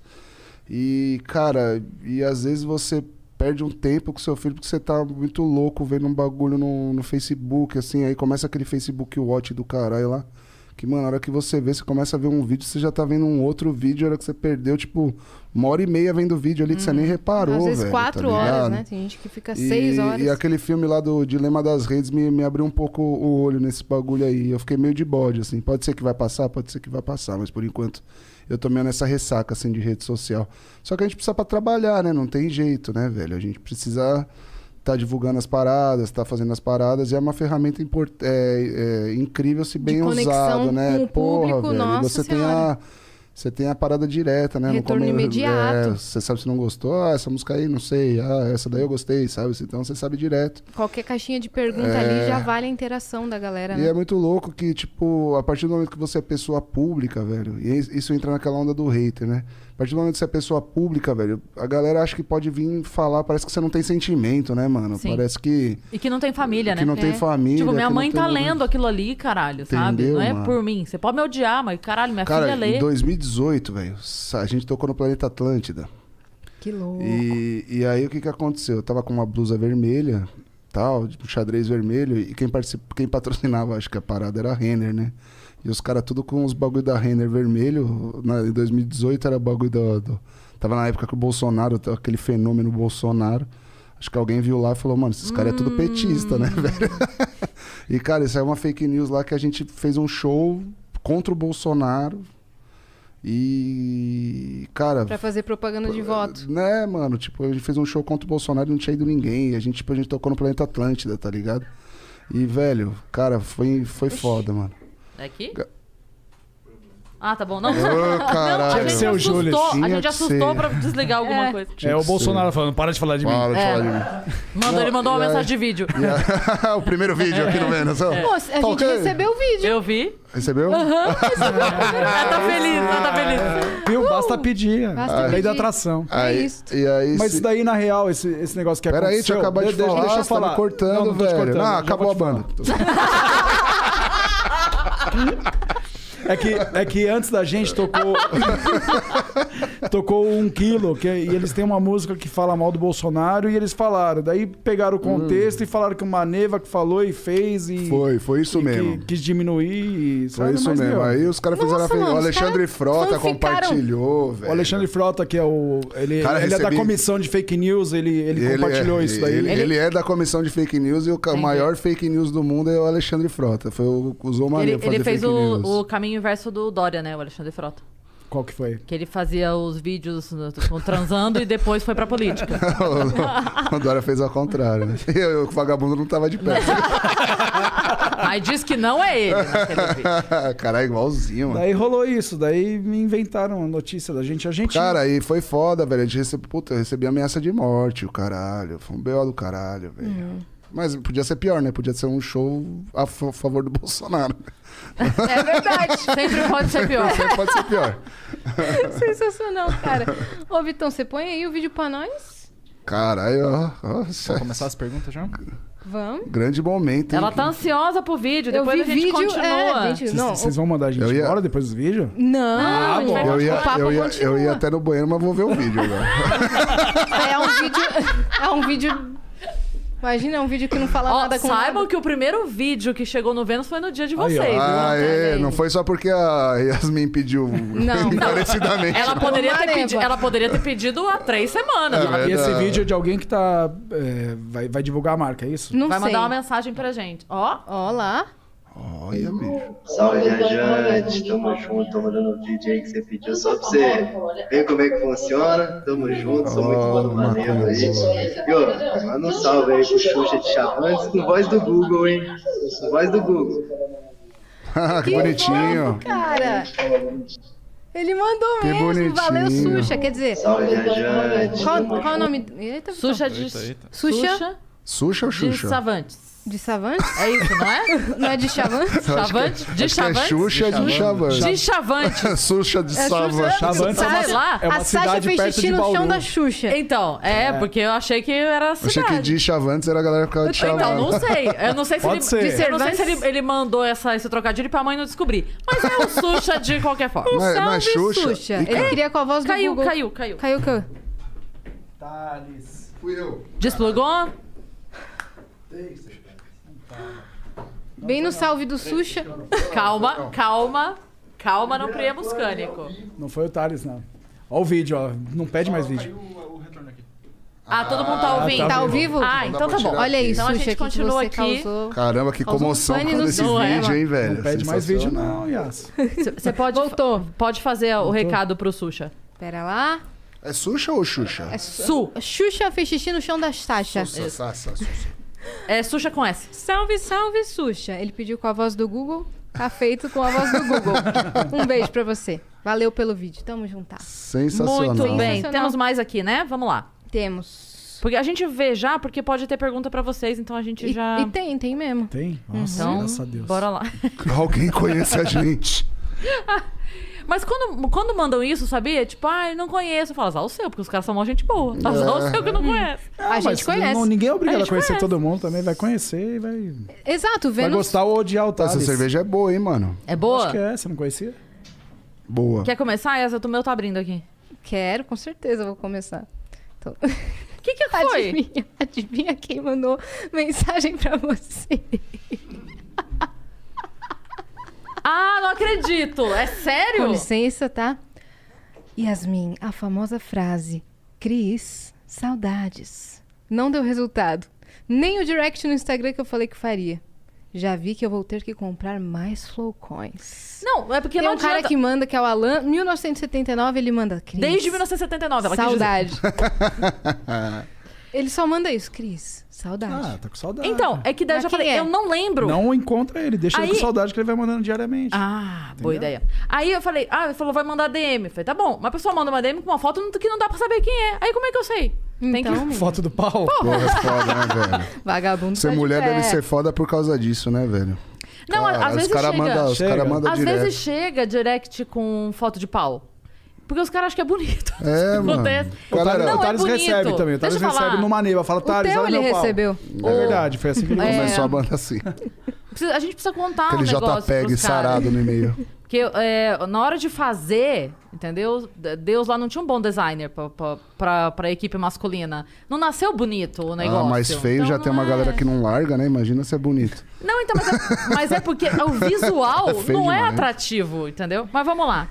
D: E, cara, às vezes você perde um tempo com seu filho porque você tá muito louco vendo um bagulho no Facebook, assim, aí começa aquele Facebook Watch do caralho lá. Que, mano, na hora que você vê, você começa a ver um vídeo, você já tá vendo um outro vídeo, a hora que você perdeu, tipo, 1h30 vendo o vídeo ali que você nem reparou,
C: Às
D: velho.
C: vezes 4
D: tá
C: horas,
D: ligado?
C: né? Tem gente que fica 6 horas.
D: E aquele filme lá do Dilema das Redes me abriu um pouco o olho nesse bagulho aí. Eu fiquei meio de bode, assim. Pode ser que vai passar, mas por enquanto eu tô meio nessa ressaca, assim, de rede social. Só que a gente precisa pra trabalhar, né? Não tem jeito, né, velho? A gente precisa tá divulgando as paradas, tá fazendo as paradas, e é uma ferramenta incrível se bem
C: conexão
D: usado, né?
C: com o público,
D: velho.
C: nossa
D: Você
C: senhora.
D: você tem a parada direta, né?
C: Retorno imediato.
D: Você sabe se não gostou, essa música aí, não sei, essa daí eu gostei, sabe? Então você sabe direto.
C: Qualquer caixinha de pergunta ali já vale a interação da galera,
D: E
C: né?
D: é muito louco que, tipo, a partir do momento que você é pessoa pública, velho, e isso entra naquela onda do hater, né? A partir do momento que você é pessoa pública, velho, a galera acha que pode vir falar, parece que você não tem sentimento, né, mano?
B: Sim.
D: Parece que
B: E que não tem família, né?
D: não tem família.
B: Tipo, minha
D: que
B: mãe
D: não
B: tá
D: tem...
B: lendo aquilo ali, caralho, sabe?
D: Entendeu,
B: Não é
D: mano?
B: por mim. Você pode me odiar, mas caralho, minha
D: Cara,
B: filha lê.
D: em 2018, velho, a gente tocou no Planeta Atlântida.
C: Que louco.
D: E aí o que aconteceu? Eu tava com uma blusa vermelha, tal, um xadrez vermelho, e quem patrocinava, acho que a parada era a Renner, né? E os caras tudo com os bagulho da Renner vermelho. Em 2018 era bagulho tava na época que o Bolsonaro, aquele fenômeno Bolsonaro. Acho que alguém viu lá e falou, mano, esses caras é tudo petista, né, velho? E, cara, isso é uma fake news lá que a gente fez um show contra o Bolsonaro. E, cara...
C: Pra fazer propaganda de voto.
D: Né, mano? Tipo, a gente fez um show contra o Bolsonaro e não tinha ido ninguém. A gente tocou no Planeta Atlântida, tá ligado? E, velho, cara, foi foda, mano.
B: É aqui? Ah, tá bom. Não,
D: Ô, caralho.
B: a
E: Tinha que
B: gente
E: ser o
B: assustou.
E: Júlio.
B: A
D: Tinha
B: gente
D: que
B: assustou
D: ser.
B: pra desligar alguma coisa.
E: É o Bolsonaro falando, para de falar de mim.
D: Fala,
B: É.
D: fala de mim.
B: Ele mandou uma mensagem de vídeo.
D: O primeiro vídeo aqui no Vênus.
C: Pô, a gente
D: ok.
C: recebeu o vídeo.
B: Eu vi.
D: Recebeu?
B: Ela tá feliz, ela tá feliz.
E: Viu? Basta pedir.
C: Basta
E: Lei da
C: pedir.
E: atração.
D: Aí,
C: isso.
D: e aí,
E: Mas isso daí, na real, esse negócio que
D: Peraí,
E: aconteceu...
D: deixa eu acabar de falar.
E: Deixa eu
D: Você tá
E: falar.
D: me cortando,
E: Não tô te
D: velho.
E: cortando,
D: Ah,
E: já
D: acabou a
E: vou te
D: banda.
E: falar. É que antes da gente tocou 1 quilo, e eles têm uma música que fala mal do Bolsonaro e eles falaram. Daí pegaram o contexto e falaram que uma neva que falou e fez e...
D: Foi isso
E: e
D: mesmo.
E: Que quis diminuir e...
D: Foi
E: sabe?
D: isso
E: Mas,
D: mesmo.
E: meu,
D: Aí os caras fizeram
C: Nossa,
D: a
C: mano,
D: O
C: os
D: Alexandre
C: caras
D: Frota
C: fanficaram.
D: compartilhou, velho.
E: O Alexandre Frota, que é o... Ele
D: Cara,
E: é da
D: recebi-
E: comissão de fake news, ele compartilhou isso daí.
D: Ele é da comissão de fake news e o maior fake news do mundo é o Alexandre Frota. Usou maneira pra
B: Ele
D: fazer
B: fez
D: fake news.
B: o caminho inverso do Dória, né? O Alexandre Frota.
E: Qual que foi?
B: Que ele fazia os vídeos transando e depois foi pra política.
D: O Dória fez ao contrário, né? E o vagabundo não tava de pé.
B: Aí diz que não é ele naquele vídeo.
D: Caralho, igualzinho, mano.
E: Daí rolou isso, daí me inventaram a notícia da gente. A gente...
D: Cara, aí foi foda, velho. A gente eu recebi ameaça de morte, o caralho. Foi um B.O. do caralho, velho. Mas podia ser pior, né? Podia ser um show a favor do Bolsonaro.
C: É verdade.
B: Sempre pode ser pior.
D: Sempre pode ser pior.
C: Sensacional, cara. Ô, Vitão, você põe aí o vídeo pra nós?
D: Caralho, ó.
H: Vamos começar as perguntas já?
C: Vamos.
D: Grande momento, hein?
B: Ela tá ansiosa pro vídeo,
C: Eu
B: depois
C: vi
B: a gente
C: vídeo,
B: continua.
C: gente, não,
E: Vocês vão mandar a gente
D: Eu ia-
E: embora depois do vídeo?
C: não,
B: a gente vai
C: bom.
B: continuar.
C: O papo
D: eu
C: continua.
D: ia até no banheiro, mas vou ver o vídeo agora.
C: É um vídeo... Imagina, é um vídeo que não fala
B: Ó,
C: nada com
B: saibam
C: nada.
B: que o primeiro vídeo que chegou no Vênus foi no dia de
E: Aí, ó.
B: vocês.
D: Ah,
B: viu?
D: é, não foi só porque a Yasmin pediu
C: Não.
D: encarecidamente.
B: Ela poderia, ter
C: Mareva.
B: ela poderia ter pedido há 3 semanas.
D: É
B: Ela
E: E esse
D: verdade.
E: vídeo é de alguém que tá... vai divulgar a marca, é isso?
C: Não
B: vai
C: sei.
B: mandar uma mensagem pra gente. Ó,
C: Ó lá.
D: Olha, bicho.
I: Salve, viajante, tamo junto, tamo dando o vídeo aí que você pediu só pra você ver como é que funciona, tamo junto, sou muito mano maneiro aí. E ó, manda um salve aí pro Xuxa de Chavantes com voz do Google, hein? Com voz do Google.
D: Que bonitinho.
C: Cara, ele mandou
D: Que
C: mesmo.
D: bonitinho.
C: Valeu, Xuxa. Quer dizer,
I: Salve, viajante.
C: qual é o nome? Eita, Vitão.
B: Xuxa de...
C: Xuxa
D: Xuxa ou
B: de
D: Xuxa?
B: Savantes.
C: de Savante?
B: É isso, não é?
C: Não é de Chavantes?
B: Chavante? De
D: Acho que é
B: Chavante?
D: Xuxa de Chavante.
B: De Chavante.
D: Xuxa de
C: É
D: Savante.
E: Chavantes
B: Sei lá.
E: é uma
C: A Sasha
E: cidade
C: fez
E: perto
C: xixi
E: de
C: no chão
E: Bauru.
C: da Xuxa.
B: Então, porque eu achei que era a
D: Achei
B: cidade.
D: que de Chavantes era a galera que ficava de
B: Então,
D: Chavante.
B: não sei. Eu não sei se,
E: Pode
B: ele,
E: ser.
B: eu não sei se ele mandou esse trocadilho pra mãe não descobrir. Mas é o Xuxa de qualquer forma.
D: Mas
C: Salve,
D: Xuxa.
C: Xuxa.
D: E
C: Ele queria com a voz do
B: Caiu,
C: Google.
B: caiu.
C: Caiu o quê?
D: Fui eu.
B: Desplugou?
C: Bem no salve do Xuxa.
B: Calma no Priamuscânico.
E: Não foi o Thales, não. Ó o vídeo, ó. Não pede mais vídeo.
B: Ah, todo mundo tá ouvindo?
C: Tá ao vivo?
B: Ah, então tá bom.
C: Olha aí,
B: Então a
C: Xuxa,
B: gente
C: que
B: continua
C: você
B: aqui.
C: causou.
D: Caramba, que
C: Causou um
D: comoção
C: pane
D: por causa
C: no
D: desse
C: não é,
D: vídeo, hein, velho?
E: Não pede mais vídeo,
D: Sensacional.
E: não, Yas.
B: Você pode,
C: Voltou.
B: pode fazer o recado pro Xuxa.
C: Pera lá.
D: É Xuxa ou Xuxa?
C: É Xuxa fez xixi no chão da Sasha.
D: Xuxa.
B: É Xuxa com S.
C: Salve, salve, Xuxa. Ele pediu com a voz do Google. Tá feito com a voz do Google. Um beijo pra você. Valeu pelo vídeo. Tamo juntas.
D: Sensacional.
B: Muito bem.
C: Sensacional.
B: Temos mais aqui, né? Vamos lá.
C: Temos.
B: Porque a gente vê já, porque pode ter pergunta pra vocês, então a gente já...
C: E tem mesmo.
E: Tem? Nossa,
B: Então,
E: graças a Deus.
B: bora lá.
D: Alguém conhece a gente.
B: Mas quando mandam isso, sabia? Tipo, não conheço. Eu falo, azar o seu, porque os caras são mó gente boa. Azar o seu que não conhece.
C: A gente
E: mas
C: conhece.
E: ninguém é obrigado
B: A
E: a
B: gente
E: conhecer
B: conhece.
E: todo mundo também. Vai conhecer e vai
C: Exato, Vênus.
E: gostar ou odiar o
D: Essa
E: Thales.
D: cerveja é boa, hein, mano?
B: É boa?
E: Acho que é. Você não conhecia?
D: Boa.
B: Quer começar, Yas? O meu tá abrindo aqui.
C: Quero, com certeza vou começar. Então...
B: O que foi?
C: Adivinha quem mandou mensagem pra você?
B: Ah, não acredito. É sério?
C: Com licença, tá? Yasmin, a famosa frase Cris, saudades. Não deu resultado. Nem o direct no Instagram que eu falei que faria. Já vi que eu vou ter que comprar mais flowcoins.
B: Não, é porque
C: Tem
B: não
C: um cara
B: adianta.
C: que manda, que é o Alan. 1979, ele manda Cris.
B: Desde 1979, ela quis dizer.
C: Saudade. Ele só manda isso, Cris. Saudade.
E: Ah, tá com saudade.
B: Então, é que daí eu
C: Mas
B: já falei,
C: quem é?
B: eu não lembro.
E: Não encontra ele, deixa ele
B: Aí-
E: com saudade que ele vai mandando diariamente.
B: Ah, boa
E: Entendeu?
B: ideia. Aí eu falei, ele falou, vai mandar DM. Eu falei, tá bom. Mas a pessoa manda uma DM com uma foto que não dá pra saber quem é. Aí como é que eu sei? Tem
C: Então, amigo,
E: Foto do pau?
D: Porra, é foda, né, velho?
C: vagabundo
D: Ser
C: tá de
D: mulher
C: pé.
D: deve ser foda por causa disso, né, velho?
B: Não,
D: Cara,
B: às vezes
D: os caras
B: chega.
D: mandam
E: Chega.
D: manda
B: Às
D: direto.
B: vezes chega direct com foto de pau. Porque os caras acham que é bonito.
D: É, mano.
B: Acontece.
D: Galera,
B: Não,
E: o Thales
B: é bonito.
E: recebe também. O Thales
B: Deixa eu
E: recebe
B: falar.
E: numa neiva. Fala,
C: O
E: Thales,
C: teu
E: olha
C: ele
E: meu pau.
C: recebeu.
E: É verdade, foi assim que ele começou.
D: Começou a banda assim.
B: A gente precisa contar
D: Aquele
B: um negócio
D: JPEG
B: pros caras.
D: sarado no e-mail.
B: Porque na hora de fazer, entendeu? Deus lá não tinha um bom designer pra equipe masculina. Não nasceu bonito o negócio.
D: Ah, mas feio
B: Então
D: já
B: não
D: tem uma
B: é.
D: galera que não larga, né? Imagina ser bonito.
B: Não, então, mas é porque o visual
D: É feio
B: não é
D: demais.
B: atrativo, entendeu? Mas vamos lá.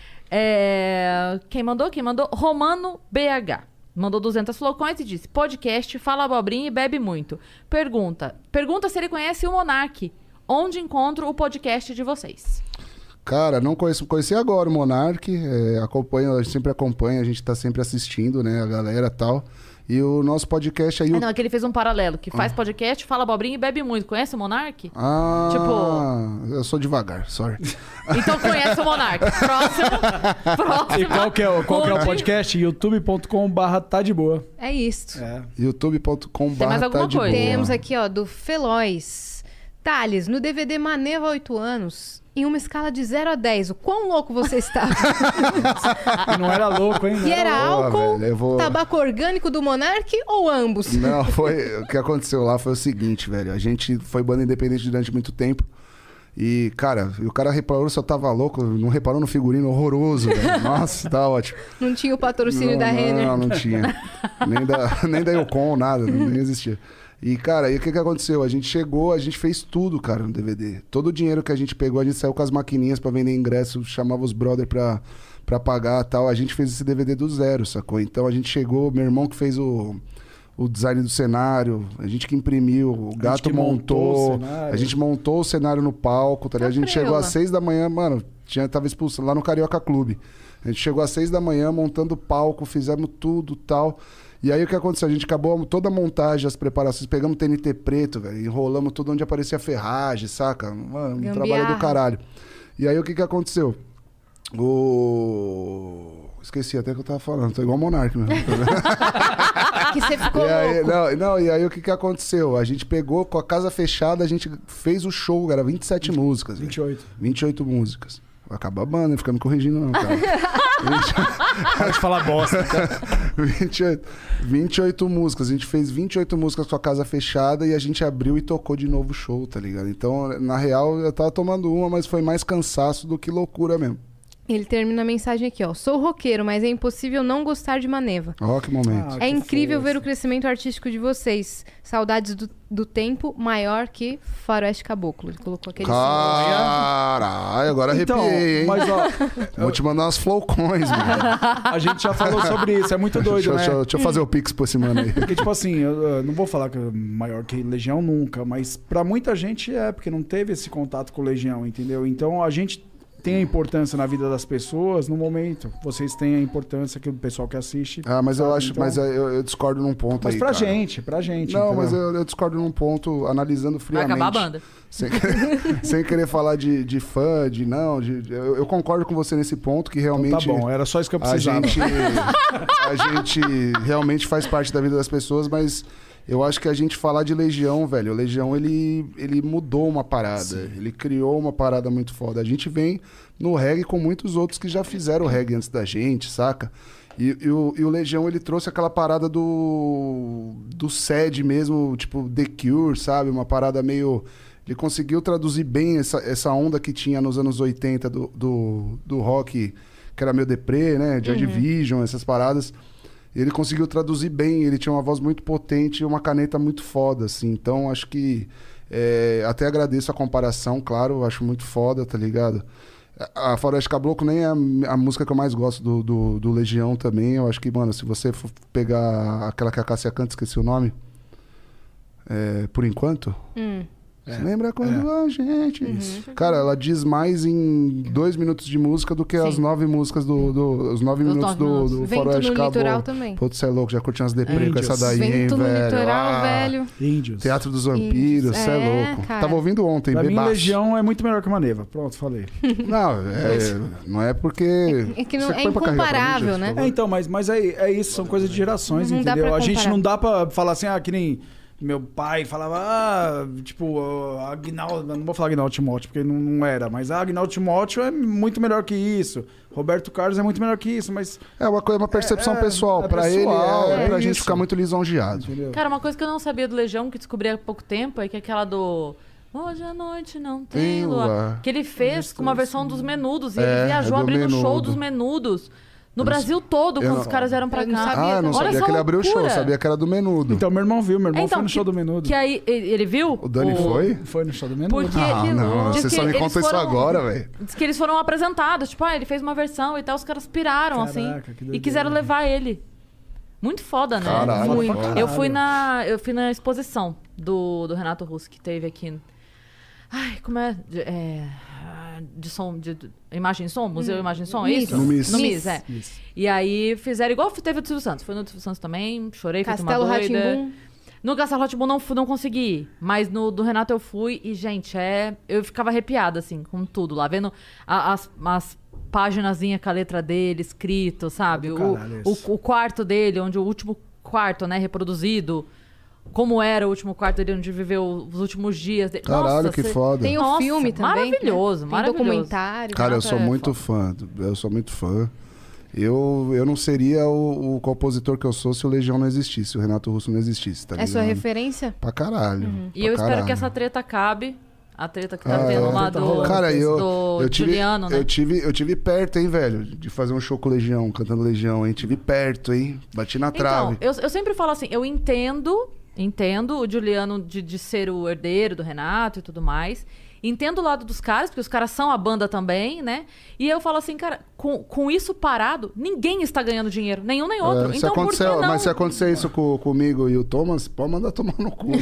B: Quem mandou? Romano BH. Mandou 200 flocões e disse: podcast, fala abobrinha e bebe muito. Pergunta se ele conhece o Monark. Onde encontro o podcast de vocês?
D: Cara, não conheci agora o Monark. Acompanho, a gente sempre acompanha, a gente tá sempre assistindo, né? A galera e tal. E o nosso podcast aí...
B: Não, é que ele fez um paralelo. Que faz podcast, fala abobrinha e bebe muito. Conhece o Monark?
D: Ah,
B: Tipo-
D: eu sou devagar, sorry.
B: Então conhece o Monark. Próximo.
E: E qual que é o
B: Onde-
E: podcast? youtube.com/tá de boa.
C: É isso.
E: É.
D: youtube.com/.
B: Tem mais alguma coisa?
C: Temos aqui, ó, do Feloz. Thales, no DVD Maneva 8 anos, em uma escala de 0 a 10, o quão louco você estava?
E: E não era louco, hein?
C: E era
D: Boa,
C: álcool,
D: velho, eu vou-
C: tabaco orgânico do Monark ou ambos?
D: Não, o que aconteceu lá foi o seguinte, velho. A gente foi banda independente durante muito tempo. E, cara, o cara reparou se eu tava louco, não reparou no figurino horroroso, velho. Nossa, tá ótimo.
C: Não tinha o patrocínio da Renner.
D: Não tinha. Nem da Yocon, nada, nem existia. E, cara, aí o que aconteceu? A gente chegou, a gente fez tudo, cara, no DVD. Todo o dinheiro que a gente pegou, a gente saiu com as maquininhas pra vender ingresso, chamava os brother pra pagar e tal. A gente fez esse DVD do zero, sacou? Então a gente chegou, meu irmão que fez o design do cenário, a gente que imprimiu, o gato
E: que montou o cenário.
D: a gente montou o cenário no palco, tá ligado? A gente chegou às 6 da manhã, mano, tava expulso lá no Carioca Clube. A gente chegou às 6 da manhã montando o palco, fizemos tudo tal. E aí o que aconteceu? A gente acabou toda a montagem, as preparações, pegamos TNT preto, velho, enrolamos tudo onde aparecia ferragem, saca? Mano, um trabalho do caralho. E aí o que aconteceu? Esqueci até o que eu tava falando, tô igual o Monark mesmo.
C: Que você ficou
D: E aí,
C: louco.
D: e aí o que aconteceu? A gente pegou com a casa fechada, a gente fez o show, era 27 músicas. velho.
E: 28.
D: 28 músicas. Acaba a banda, não fica me corrigindo não, cara.
E: Pode falar bosta.
D: 28 músicas. A gente fez 28 músicas com a casa fechada e a gente abriu e tocou de novo o show, tá ligado? Então, na real, eu tava tomando uma, mas foi mais cansaço do que loucura mesmo.
C: Ele termina a mensagem aqui, ó. Sou roqueiro, mas é impossível não gostar de Maneva.
D: Ó, que momento.
C: É incrível ver o crescimento artístico de vocês. Saudades do tempo maior que Faroeste Caboclo. Ele colocou aquele
D: Caralho, agora
E: Então,
D: arrepiei, hein?
E: mas ó,
D: Vou te mandar umas flowcoins, mano.
E: a gente já falou sobre isso, é muito doido, né?
D: Deixa eu fazer o pix por esse mano aí.
E: Porque, tipo assim, eu não vou falar que é maior que Legião nunca, mas pra muita gente porque não teve esse contato com Legião, entendeu? Então a gente tem a importância na vida das pessoas no momento. Vocês têm a importância que o pessoal que assiste.
D: Ah, mas eu
E: sabe?
D: acho,
E: Então,
D: mas eu discordo num ponto
E: mas
D: aí,
E: pra
D: cara.
E: gente.
D: Não,
E: entendeu?
D: mas eu discordo num ponto, analisando
B: Vai
D: friamente.
B: acabar a banda.
D: Sem querer falar de fã, eu concordo com você nesse ponto, que realmente...
E: Então tá bom, era só isso que eu
D: a
E: precisava.
D: gente realmente faz parte da vida das pessoas, mas eu acho que a gente falar de Legião, velho, o Legião, ele mudou uma parada,
E: Sim.
D: ele criou uma parada muito foda. A gente vem no reggae com muitos outros que já fizeram reggae antes da gente, saca? E o Legião, ele trouxe aquela parada do sad mesmo, tipo The Cure, sabe? Uma parada meio... Ele conseguiu traduzir bem essa onda que tinha nos anos 80 do rock, que era meio deprê, né? Joy Division, essas paradas. Ele conseguiu traduzir bem, ele tinha uma voz muito potente e uma caneta muito foda, assim. Então, acho que... até agradeço a comparação, claro, acho muito foda, tá ligado? A Faroeste Caboclo nem é a música que eu mais gosto do Legião também. Eu acho que, mano, se você for pegar aquela que a Cássia canta, esqueci o nome. Por enquanto? Você lembra quando a gente... Cara, ela diz mais em 2 minutos de música do que as 9 músicas os 9 minutos do
C: Vento
D: Faroeste
C: no
D: Caboclo.
C: Litoral também.
D: Putz, você é louco, já curti umas deprê com essa daí, hein,
C: Vento no
D: velho?
C: Litoral, velho.
E: Índios.
D: Teatro dos Vampiros, você é louco.
C: cara.
D: Tava ouvindo ontem,
E: Pra mim,
D: bebaço.
E: Legião é muito melhor que Maneva. Pronto, falei.
D: Não é porque...
C: É que não,
D: Você
C: é
D: põe pra carregar pra mim,
C: incomparável,
D: gente,
C: né?
D: por favor?
E: Então, mas é isso, são coisas de gerações,
C: Não dá
E: entendeu?
C: pra
E: A gente
C: comparar.
E: não dá pra falar assim, que nem meu pai falava, tipo, Agnaldo, não vou falar Agnaldo Timóteo, porque não era, mas Agnaldo Timóteo é muito melhor que isso, Roberto Carlos é muito melhor que isso, mas...
D: É uma percepção pessoal. Pra
E: pessoal,
D: ele, é pra gente
E: isso.
D: ficar muito lisonjeado.
E: Entendeu?
B: Cara, uma coisa que eu não sabia do Legião, que descobri há pouco tempo, é que aquela do... Hoje à noite não tem luar. Que ele fez com uma versão dos Menudos. E ele viajou
D: do
B: abrindo o show
D: Menudo.
B: dos Menudos. No Brasil todo, quando os caras vieram pra
C: Eu não
B: cá.
C: sabia
D: Eu não
C: Olha
D: sabia
B: essa
D: que ele abriu o show,
B: loucura.
D: sabia que era do Menudo.
E: Então, meu irmão viu, meu irmão
B: Então,
E: foi no show do Menudo.
B: Que aí, ele viu?
D: O Dani foi?
E: Foi no show do Menudo.
B: Porque
D: Não,
B: diz
D: você
B: que
D: só me
B: eles
D: conta isso
B: foram-
D: agora, velho.
B: Diz que eles foram apresentados. Tipo, ele fez uma versão e tal. Os caras piraram,
E: Caraca,
B: assim.
E: que
B: E
E: doideira.
B: quiseram levar ele. Muito foda, né?
D: Caralho,
B: Muito.
D: foda.
B: Eu fui na exposição do Renato Russo, que teve aqui. Ai, como é? De som, de imagem e som? Museu Imagem e Som, é isso?
D: No MIS.
B: No MIS, é. E aí fizeram igual teve o Silvio Santos. Foi no Silvio Santos também, chorei, feito uma
C: Castelo
B: doida.
C: Rá-Tim-Bum.
B: No Castelo Rá-Tim-Bum não consegui ir, mas no do Renato eu fui e, gente, eu ficava arrepiada, assim, com tudo lá, vendo as paginazinhas com a letra dele, escrito, sabe?
E: Do caralho, isso.
B: O quarto dele, onde o último quarto, né, reproduzido, como era o último quarto dele, onde viveu os últimos dias dele.
D: Caralho,
B: Nossa,
D: que
B: você-
D: foda.
C: Tem o
B: Nossa,
C: filme também.
B: maravilhoso,
C: né? Tem
B: maravilhoso.
C: documentário.
D: Cara, eu
B: Renato
D: sou
B: é
D: muito
B: foda.
D: fã. Eu sou muito fã. Eu não seria o compositor que eu sou se o Legião não existisse, se o Renato Russo não existisse, tá
C: É
D: ligado?
C: sua referência?
D: Pra caralho.
B: E eu espero que essa treta acabe. A treta que tá
D: Ah,
B: tendo
D: é.
B: lá do,
D: Cara,
B: do
D: eu tive,
B: Juliano, né?
D: eu tive perto, hein, velho, de fazer um show com o Legião, cantando Legião, hein? Tive perto, hein? Bati na trave.
B: Então, eu sempre falo assim, eu entendo o Juliano de ser o herdeiro do Renato e tudo mais. Entendo o lado dos caras, porque os caras são a banda também, né? E eu falo assim, cara, com isso parado, ninguém está ganhando dinheiro. Nenhum nem outro.
D: Se
B: Então, por que
D: acontecer,
B: não?
D: mas se acontecer isso comigo e o Thomas, pode mandar tomar no cu. Né?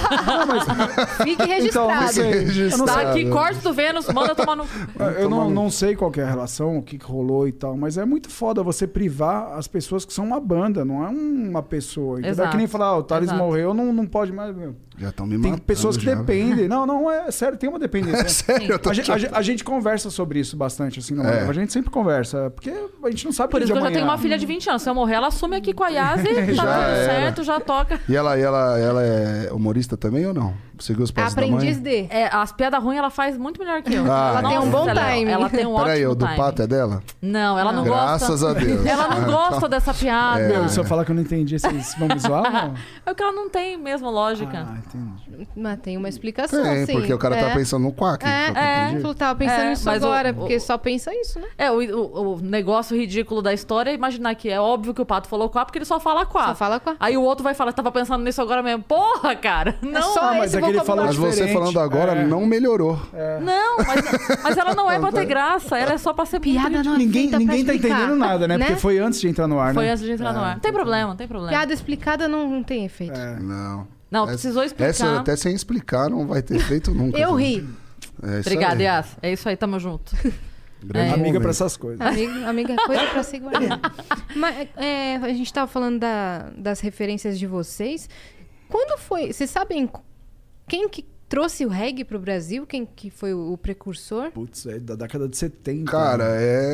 C: Fique registrado.
E: Então,
D: Registrado.
B: Tá aqui, corte do Vênus, manda tomar no...
E: Eu não sei qual que é a relação, o que rolou e tal, mas é muito foda você privar as pessoas que são uma banda, não é uma pessoa. Entendeu?
B: Exato.
E: É que nem falar, o Thales
B: Exato.
E: morreu, não pode mais. Meu.
D: Já estão me
E: Tem
D: matando.
E: pessoas que
D: já,
E: dependem. Não, é sério, tem uma dependência.
D: Sério, eu tô
E: A gente conversa sobre isso bastante, assim, não é? A gente sempre conversa, porque a gente não sabe
B: Por
E: o
B: isso
E: dia
B: que eu
E: de
B: já tenho uma
E: amanhã.
B: filha de 20 anos. Se eu morrer, ela assume aqui com a Yas e tá
D: Já
B: tudo
D: era.
B: certo, já toca.
D: E ela é humorista também ou não? Seguiu os passos da mãe?
C: Aprendiz de.
B: As piadas ruins ela faz muito melhor que eu.
D: Ah,
C: Ela tem um bom
B: ela-
C: timing.
B: Ela tem um ótimo
D: Peraí, o do
B: timing.
D: pato é dela?
B: Não, ela não
D: Graças
B: gosta.
D: a Deus.
B: Ela não gosta dessa piada.
E: Meu, se eu falar que eu não entendi, vocês vão me zoar? Não?
B: É que ela não tem mesmo lógica.
E: Ah, entendi.
C: Mas tem uma explicação,
D: Tem,
C: sim.
D: porque o cara tá pensando no quack. só que eu entendi.
C: Falou, tava pensando nisso
B: mas
C: agora, porque só pensa isso, né?
B: O negócio ridículo da história é imaginar que é óbvio que o pato falou quá porque ele só fala quá.
C: Só fala quá.
B: Aí o outro vai falar, tava pensando nisso agora mesmo. Porra, cara! Não,
C: só
E: mas
C: esse
E: é que ele falou
C: vocabulário.
D: Mas você
E: diferente.
D: falando agora não melhorou.
B: não, mas ela não é pra ter graça. Ela é só pra ser
C: Piada
B: muito
C: não é
E: Ninguém
C: feita pra
E: tá
C: explicar,
E: entendendo nada, né? Porque foi antes de entrar no ar,
B: Foi
E: né?
B: antes de entrar no ar. Não tem problema, não tem problema.
C: Piada explicada não tem efeito.
D: Não.
B: Não, precisou explicar.
D: Essa até sem explicar não vai ter feito nunca.
C: Eu
D: né?
C: ri.
D: É isso
B: Obrigada,
D: aí.
B: Yas. É isso aí, tamo junto.
D: Grande
E: Amiga
D: momento.
E: pra essas coisas.
C: Amiga é coisa pra se guardar. Mas a gente tava falando das referências de vocês. Quando foi... Vocês sabem quem que trouxe o reggae pro Brasil? Quem que foi o precursor?
E: Putz, é da década de 70.
D: Cara,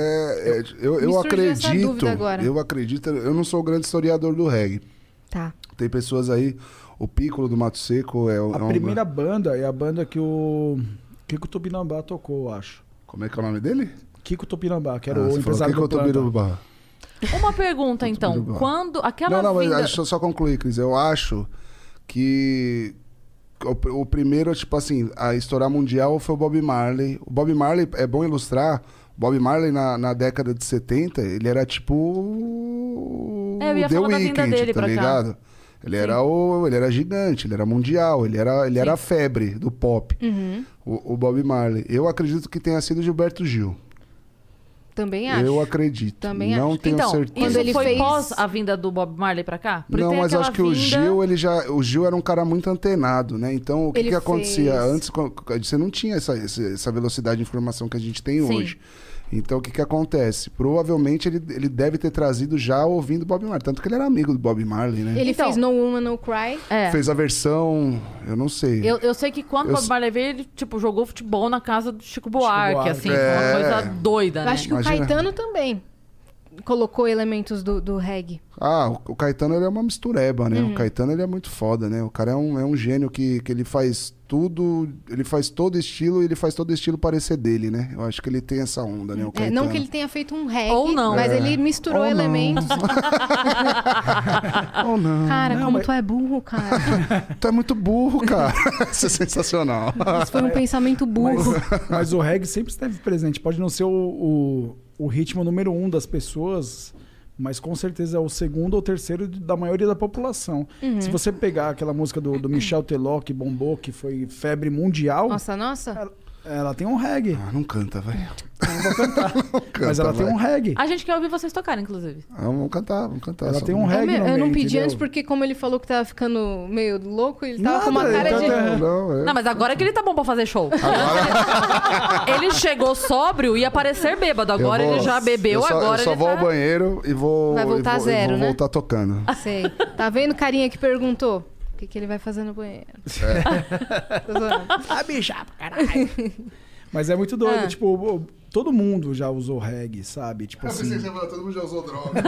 D: eu
C: Me surgiu essa
D: acredito.
C: dúvida agora.
D: Eu acredito. Eu não sou o grande historiador do reggae.
C: Tá.
D: Tem pessoas aí. O Piccolo do Mato Seco é
E: A primeira banda é a banda que o Kiko Tupinambá tocou, eu acho.
D: Como é que é o nome dele?
E: Kiko Tupinambá, que era
D: Você
E: o
D: falou
E: empresário
D: Kiko
E: do Planta.
D: Tupinambá.
B: Uma pergunta, então. Quando aquela
D: Não, mas
B: vinda...
D: deixa eu só concluir, Cris. Eu acho que o primeiro, tipo assim, a estourar mundial foi o Bob Marley. O Bob Marley, é bom ilustrar, o Bob Marley na década de 70, ele era tipo
B: eu ia
D: The
B: falar da vinda
D: Weeknd,
B: dele
D: tá
B: pra cá.
D: ligado? Ele era gigante, ele era mundial, ele era a febre do pop.
C: Uhum.
D: O Bob Marley. Eu acredito que tenha sido Gilberto Gil.
C: Também acho.
D: Eu acredito.
C: Também
D: não
C: acho.
D: tenho
B: Então,
D: certeza.
B: isso
C: ele
B: foi
C: fez-
B: pós a vinda do Bob Marley pra cá? Porque
D: Não,
B: tem
D: mas eu acho
B: aquela
D: que
B: vinda-
D: o Gil era um cara muito antenado, né? Então, o que
C: Ele
D: que acontecia?
C: fez-
D: Antes, você não tinha essa velocidade de informação que a gente tem
B: Sim.
D: hoje. Então, o que que acontece? Provavelmente, ele deve ter trazido já ouvindo Bob Marley. Tanto que ele era amigo do Bob Marley, né?
C: Ele
B: Então-
C: fez No Woman, No Cry.
B: É.
D: Fez a versão... Eu não sei.
B: Eu sei que quando o
D: Eu
B: Bob Marley veio, ele, tipo, jogou futebol na casa do Chico Buarque,
E: Buarque.
B: assim. Foi uma coisa doida,
C: Eu
B: né?
C: acho que
D: Imagina.
C: o Caetano também colocou elementos do reggae.
D: Ah, o Caetano ele é uma mistureba, né? O Caetano ele é muito foda, né? O cara é um gênio que ele faz tudo, ele faz todo estilo e ele faz todo estilo parecer dele, né? Eu acho que ele tem essa onda, né? O Caetano.
C: Não que ele tenha feito um reggae,
B: Ou não.
C: mas ele misturou
D: Ou não.
C: elementos.
D: Oh, não.
C: Cara,
E: Não,
C: como
E: mas-
C: tu é burro, cara.
D: Tu é muito burro, cara. Isso é sensacional.
C: Isso foi um pensamento burro.
E: Mas o reggae sempre esteve presente. Pode não ser o ritmo número 1 das pessoas, mas com certeza é o segundo ou terceiro da maioria da população. Se você pegar aquela música do Michel Teló, que bombou, que foi febre mundial,
C: Nossa.
E: ela tem um reggae.
D: Ah, não canta, vai.
E: Não vou cantar. Mas ela tem um reggae.
B: A gente quer ouvir vocês tocarem, inclusive.
D: Vamos cantar.
E: Ela
D: só.
E: tem um reggae no
C: Eu não
E: meio,
C: pedi
E: entendeu?
C: antes porque, como ele falou que tava ficando meio louco, ele tava
E: Nada,
C: com uma cara
E: ele
C: de.
E: tá-
D: Não, é.
B: Não, mas agora que ele tá bom pra fazer show. Ele chegou sóbrio e ia parecer bêbado. Agora
D: Eu vou-
B: ele já bebeu,
D: Eu
B: agora
D: só
B: ele
D: vou
B: tá...
D: ao banheiro e vou...
C: Vai voltar
D: e
C: a zero,
D: vou
C: né?
D: voltar tocando.
C: Sei. Tá vendo o carinha que perguntou? O que ele vai fazer no banheiro? Tô zoando.
E: Ah, bicha, caralho. Mas é muito doido, tipo, todo mundo já usou reggae, sabe? Tipo assim.
D: Todo mundo já usou droga.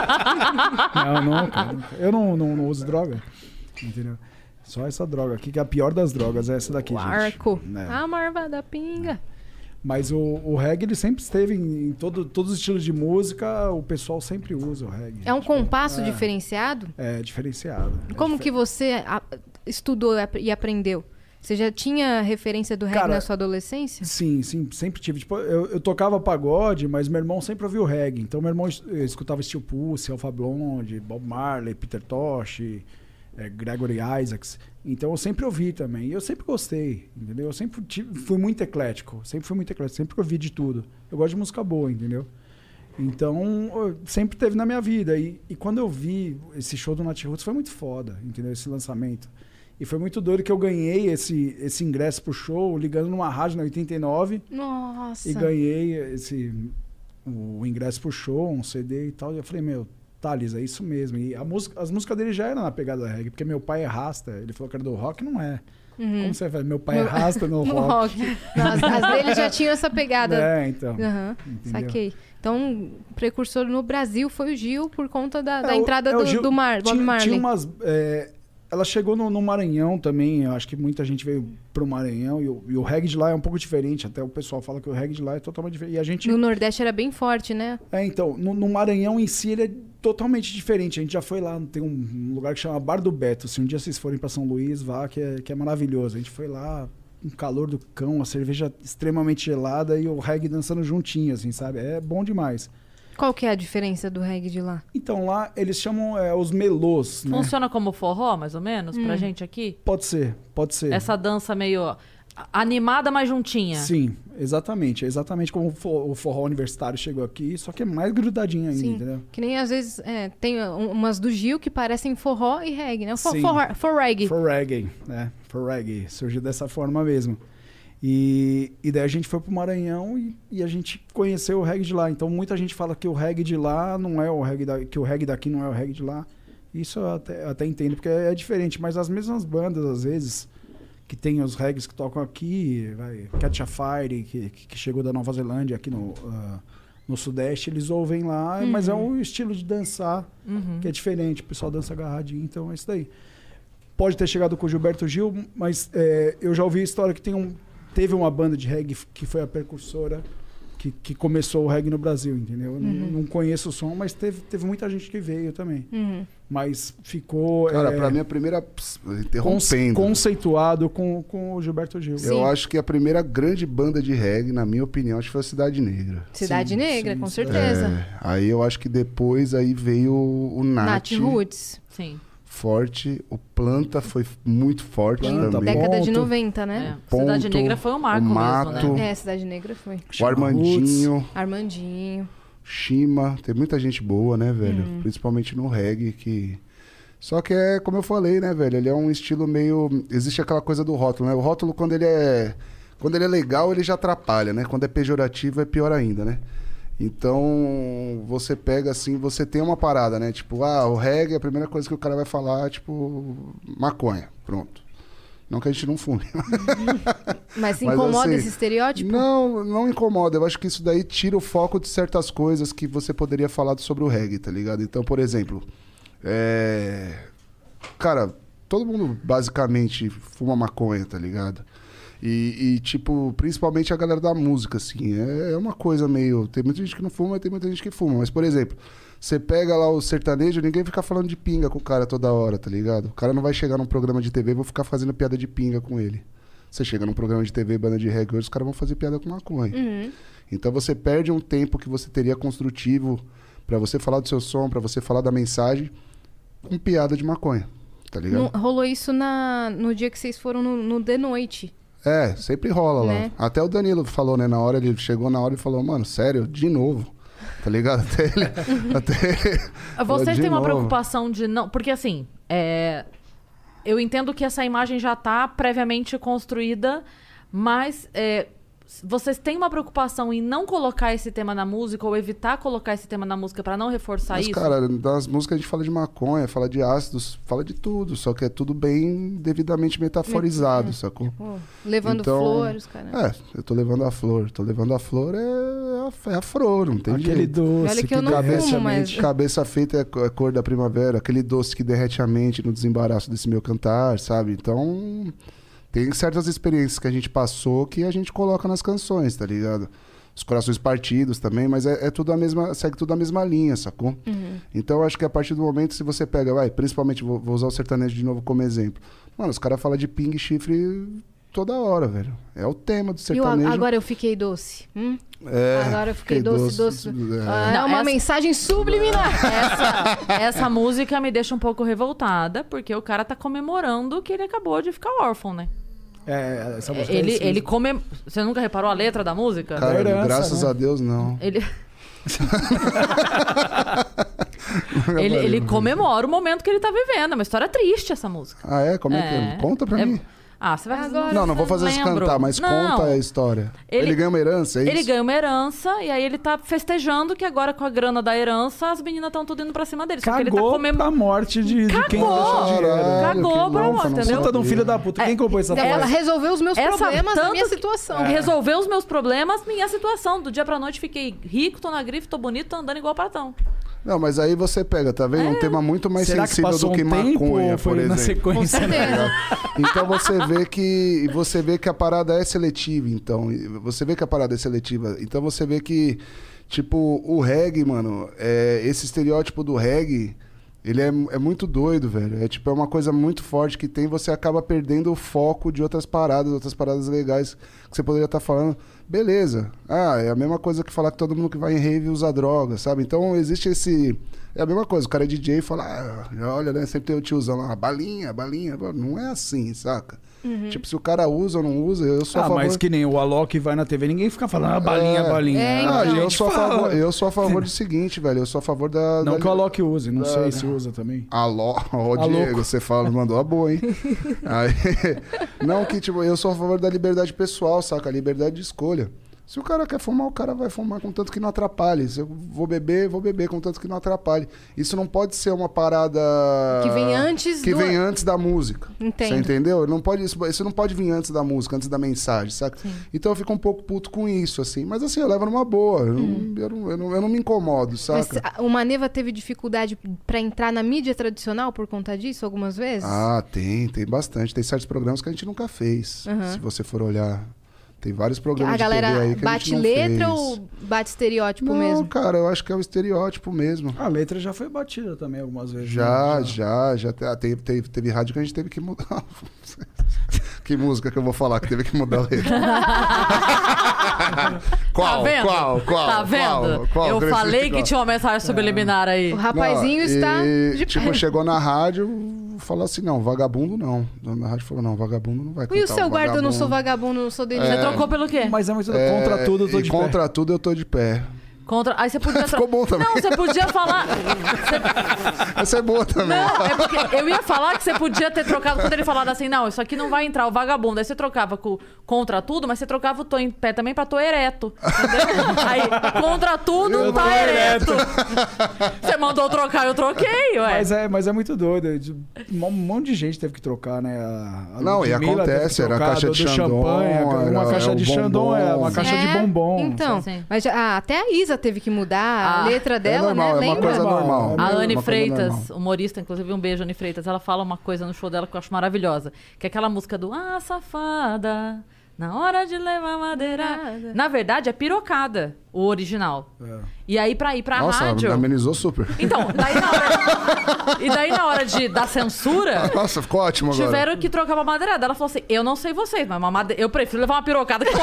E: Não, cara. Eu não uso droga. Entendeu? Só essa droga aqui, que é a pior das drogas, é essa daqui,
C: O
E: gente.
C: arco.
E: É.
C: A marvada pinga.
E: Mas o reggae, ele sempre esteve em todos os estilos de música, o pessoal sempre usa o reggae.
C: É um compasso diferenciado?
E: É diferenciado.
C: Como que você estudou e aprendeu? Você já tinha referência do reggae
E: Cara,
C: na sua adolescência?
E: Sim, sempre tive. Tipo, eu tocava pagode, mas meu irmão sempre ouviu reggae. Então, meu irmão escutava Steel Pulse, Alpha Blonde, Bob Marley, Peter Tosh, Gregory Isaacs. Então, eu sempre ouvi também. E eu sempre gostei, entendeu? Eu sempre fui muito eclético. Sempre ouvi de tudo. Eu gosto de música boa, entendeu? Então, sempre teve na minha vida. E quando eu vi esse show do Nat Roots, foi muito foda, entendeu? Esse lançamento. E foi muito doido que eu ganhei esse ingresso pro show, ligando numa rádio na 89.
C: Nossa.
E: E ganhei o ingresso pro show, um CD e tal. E eu falei, meu, Thales, é isso mesmo. E as músicas dele já eram na pegada da reggae, porque meu pai é rasta. Ele falou que era do rock, não é. Como você fala? Meu pai é rasta no
C: No
E: rock.
C: rock. Não, as dele já tinham essa pegada.
E: É, então.
C: Aham,
E: Entendeu?
C: saquei. Então, o precursor no Brasil foi o Gil por conta da
E: É,
C: entrada
E: o Gil
C: do Bob Marley.
E: Tinha umas... ela chegou no Maranhão também. Eu acho que muita gente veio pro Maranhão. E o reggae de lá é um pouco diferente. Até o pessoal fala que o reggae de lá é totalmente diferente. E a gente...
C: No Nordeste era bem forte, né?
E: Então, no Maranhão em si ele é totalmente diferente. A gente já foi lá, tem um lugar que chama Bar do Beto. Se um dia vocês forem para São Luís, vá, que é maravilhoso. A gente foi lá, um calor do cão, a cerveja extremamente gelada e o reggae dançando juntinho, assim, sabe? É bom demais.
C: Qual que é a diferença do reggae de lá?
E: Então, lá eles chamam os melôs, né?
B: Funciona como forró, mais ou menos, pra gente aqui?
E: Pode ser.
B: Essa dança meio animada, mas juntinha.
E: Sim, exatamente. É exatamente como o forró universitário chegou aqui, só que é mais grudadinho ainda,
C: Sim,
E: entendeu?
C: que nem às vezes tem umas do Gil que parecem forró e reggae, né?
E: Sim.
C: For reggae.
E: For reggae, né? For reggae. Surgiu dessa forma mesmo. E daí a gente foi pro Maranhão e a gente conheceu o reggae de lá. Então muita gente fala que o reggae de lá não é o reggae que o reggae daqui não é o reggae de lá. Isso eu até entendo, porque é diferente. Mas as mesmas bandas, às vezes, que tem os reggaes que tocam aqui, Catch a Fire, que chegou da Nova Zelândia aqui no Sudeste, eles ouvem lá, mas é um estilo de dançar que é diferente. O pessoal dança agarradinho, então é isso daí. Pode ter chegado com o Gilberto Gil, mas eu já ouvi a história que teve uma banda de reggae que foi a precursora que começou o reggae no Brasil, entendeu? Eu não conheço o som, mas teve muita gente que veio também. Mas ficou...
D: Cara, pra mim a primeira... Interrompendo.
E: Conceituado com o Gilberto Gil.
D: Eu acho que a primeira grande banda de reggae, na minha opinião, acho que foi a Cidade Negra.
C: Cidade Negra,
E: sim,
C: com
E: Cidade
C: certeza.
D: Aí eu acho que depois aí veio o Nat.
C: Nat Roots.
B: Sim.
D: forte. O Planta foi muito forte
E: Planta,
D: também.
C: Década de
E: Ponto.
C: 90, né?
B: Cidade
D: Ponto,
B: Negra foi um marco
D: o Mato,
B: mesmo, né?
C: Cidade Negra foi.
D: O Armandinho,
C: Armandinho.
D: Shima. Tem muita gente boa, né, velho? Principalmente no reggae, que... Só que é, como eu falei, né, velho? Ele é um estilo meio... Existe aquela coisa do rótulo, né? O rótulo, quando ele é legal, ele já atrapalha, né? Quando é pejorativo, é pior ainda, né? Então, você pega assim, você tem uma parada, né? Tipo, o reggae, a primeira coisa que o cara vai falar, tipo, maconha. Pronto. Não que a gente não fume.
C: Mas incomoda
D: assim,
C: esse estereótipo?
D: Não incomoda. Eu acho que isso daí tira o foco de certas coisas que você poderia falar sobre o reggae, tá ligado? Então, por exemplo... Cara, todo mundo basicamente fuma maconha, tá ligado? E tipo, principalmente a galera da música, assim. É uma coisa meio... Tem muita gente que não fuma, tem muita gente que fuma. Mas, por exemplo, você pega lá o sertanejo, ninguém fica falando de pinga com o cara toda hora, tá ligado? O cara não vai chegar num programa de TV e vou ficar fazendo piada de pinga com ele. Você chega num programa de TV, banda de reggae, os caras vão fazer piada com maconha. Então você perde um tempo que você teria construtivo pra você falar do seu som, pra você falar da mensagem... com piada de maconha, tá ligado?
C: Rolou isso no dia que vocês foram no The Noite.
D: Sempre rola
C: né?
D: lá. Até o Danilo falou, né? Na hora, ele chegou na hora e falou, mano, sério, de novo. Tá ligado?
B: Vocês têm uma preocupação de não... Porque assim, eu entendo que essa imagem já tá previamente construída, mas... Vocês têm uma preocupação em não colocar esse tema na música ou evitar colocar esse tema na música pra não reforçar isso?
D: Mas, cara, nas músicas a gente fala de maconha, fala de ácidos, fala de tudo, só que é tudo bem devidamente metaforizado, sacou?
C: Levando flores, cara.
D: Eu tô levando a flor. Tô levando a flor, é a flor, não tem
E: Aquele
D: jeito.
E: doce
C: Olha que eu não fumo, mas...
D: Cabeça feita é a cor da primavera, aquele doce que derrete a mente no desembaraço desse meu cantar, sabe? Então... Tem certas experiências que a gente passou que a gente coloca nas canções, tá ligado? Os corações partidos também, mas é tudo segue tudo a mesma linha, sacou? Então eu acho que a partir do momento, se você pega, principalmente, vou usar o sertanejo de novo como exemplo. Mano, os caras falam de pingue e chifre toda hora, velho. É o tema do sertanejo.
C: Agora eu fiquei doce. Agora eu fiquei doce.
B: Não,
C: uma mensagem subliminar.
B: Essa música me deixa um pouco revoltada, porque o cara tá comemorando que ele acabou de ficar órfão, né?
E: Essa música
B: ele Você nunca reparou a letra da música?
D: Cara,
E: herança,
D: graças a Deus, não.
B: Ele comemora o momento que ele tá vivendo. É uma história triste essa música.
D: Como é que é? Conta pra mim.
B: Você vai
C: agora.
D: Não vou fazer você cantar, mas conta a história. Ele ganha uma herança, é isso?
B: Ele ganha uma herança e aí ele tá festejando que agora com a grana da herança as meninas estão tudo indo pra cima dele. Só que ele tá
E: pra morte de quem deixou dinheiro.
B: Cagou pra morte, entendeu?
E: Puta de um filho da puta. Quem compôs essa
C: Ela
E: frase?
C: resolveu os meus problemas na minha situação.
B: Resolveu os meus problemas, minha situação. Do dia pra noite fiquei rico, tô na grife, tô bonito, tô andando igual patão.
D: Não, mas aí você pega, tá vendo? Um tema muito mais sensível do que maconha, por exemplo.
E: Na sequência,
D: Então você vê que a parada é seletiva, então. Você vê que a parada é seletiva. Então você vê que, tipo, o reggae, mano, esse estereótipo do reggae, ele é muito doido, velho. É uma coisa muito forte que tem, você acaba perdendo o foco de outras paradas legais que você poderia estar falando. Beleza. É a mesma coisa que falar que todo mundo que vai em rave usa droga, sabe? Então existe esse... É a mesma coisa, o cara é DJ e fala, olha, né? Sempre tem o tiozão lá, balinha. Não é assim, saca? Tipo, se o cara usa ou não usa, eu sou a favor...
E: mas que nem o Alok vai na TV, ninguém fica falando, balinha.
D: Eu sou a favor do seguinte, velho. Eu sou a favor da...
E: Não que o Alok use, não sei se usa também.
D: Diego, você mandou a boa, hein? Não, que tipo, eu sou a favor da liberdade pessoal, saca? A liberdade de escolha. Se o cara quer fumar, o cara vai fumar contanto que não atrapalhe. Se eu vou beber contanto que não atrapalhe. Isso não pode ser uma parada...
C: Que vem antes
D: vem antes da música.
C: Entendo.
D: Você entendeu? Isso não pode vir antes da música, antes da mensagem, saca? Sim. Então eu fico um pouco puto com isso, assim. Mas assim, eu levo numa boa. Eu não me incomodo, saca?
C: Mas o Maneva teve dificuldade pra entrar na mídia tradicional por conta disso, algumas vezes?
D: Tem bastante. Tem certos programas que a gente nunca fez. Se você for olhar... Tem vários programas de TV aí que a gente não fez. A galera bate letra ou
C: bate estereótipo mesmo?
D: Não, cara, eu acho que é o estereótipo mesmo.
E: A letra já foi batida também algumas vezes.
D: Já. Teve rádio que a gente teve que mudar. Que música que eu vou falar que teve que mudar a letra? Qual?
B: Tá vendo? Eu falei que tinha uma mensagem subliminar aí.
C: O rapazinho está de
D: tipo,
C: pé.
D: Chegou na rádio, falou assim, não, vagabundo não. O dono da rádio falou, não, vagabundo não vai cantar.
C: E o seu guarda, eu não sou vagabundo, não sou dele.
B: Você trocou pelo quê?
E: Mas é muito... Contra tudo, eu tô de pé.
D: Contra tudo, eu tô de pé.
B: Aí você podia...
D: Ficou bom também.
B: Não, você podia falar...
D: Essa é boa também.
B: Não, é porque eu ia falar que você podia ter trocado quando ele falava assim, não, isso aqui não vai entrar, o vagabundo. Aí você trocava com contra tudo, mas você trocava o tô em pé também pra tô ereto. Entendeu? Aí, contra tudo, tá ereto. Você mandou trocar, eu troquei, ué.
E: Mas é muito doido. Um monte de gente teve que trocar, né?
D: Não, e acontece, era a caixa de Chandon.
E: Uma caixa de Chandon, uma caixa de bombom.
C: Então, mas até a Isa teve que mudar a letra dela,
D: normal,
C: né?
D: É uma coisa normal.
B: A Anne Freitas, humorista, inclusive um beijo, Anne Freitas, ela fala uma coisa no show dela que eu acho maravilhosa, que é aquela música do safada, na hora de levar madeirada. Na verdade, é pirocada, o original. E aí, pra ir pra rádio...
D: Nossa, amenizou super.
B: Então, daí na hora da censura...
D: Nossa, ficou ótimo agora.
B: Tiveram que trocar uma madeirada. Ela falou assim, eu não sei vocês, mas eu prefiro levar uma pirocada que uma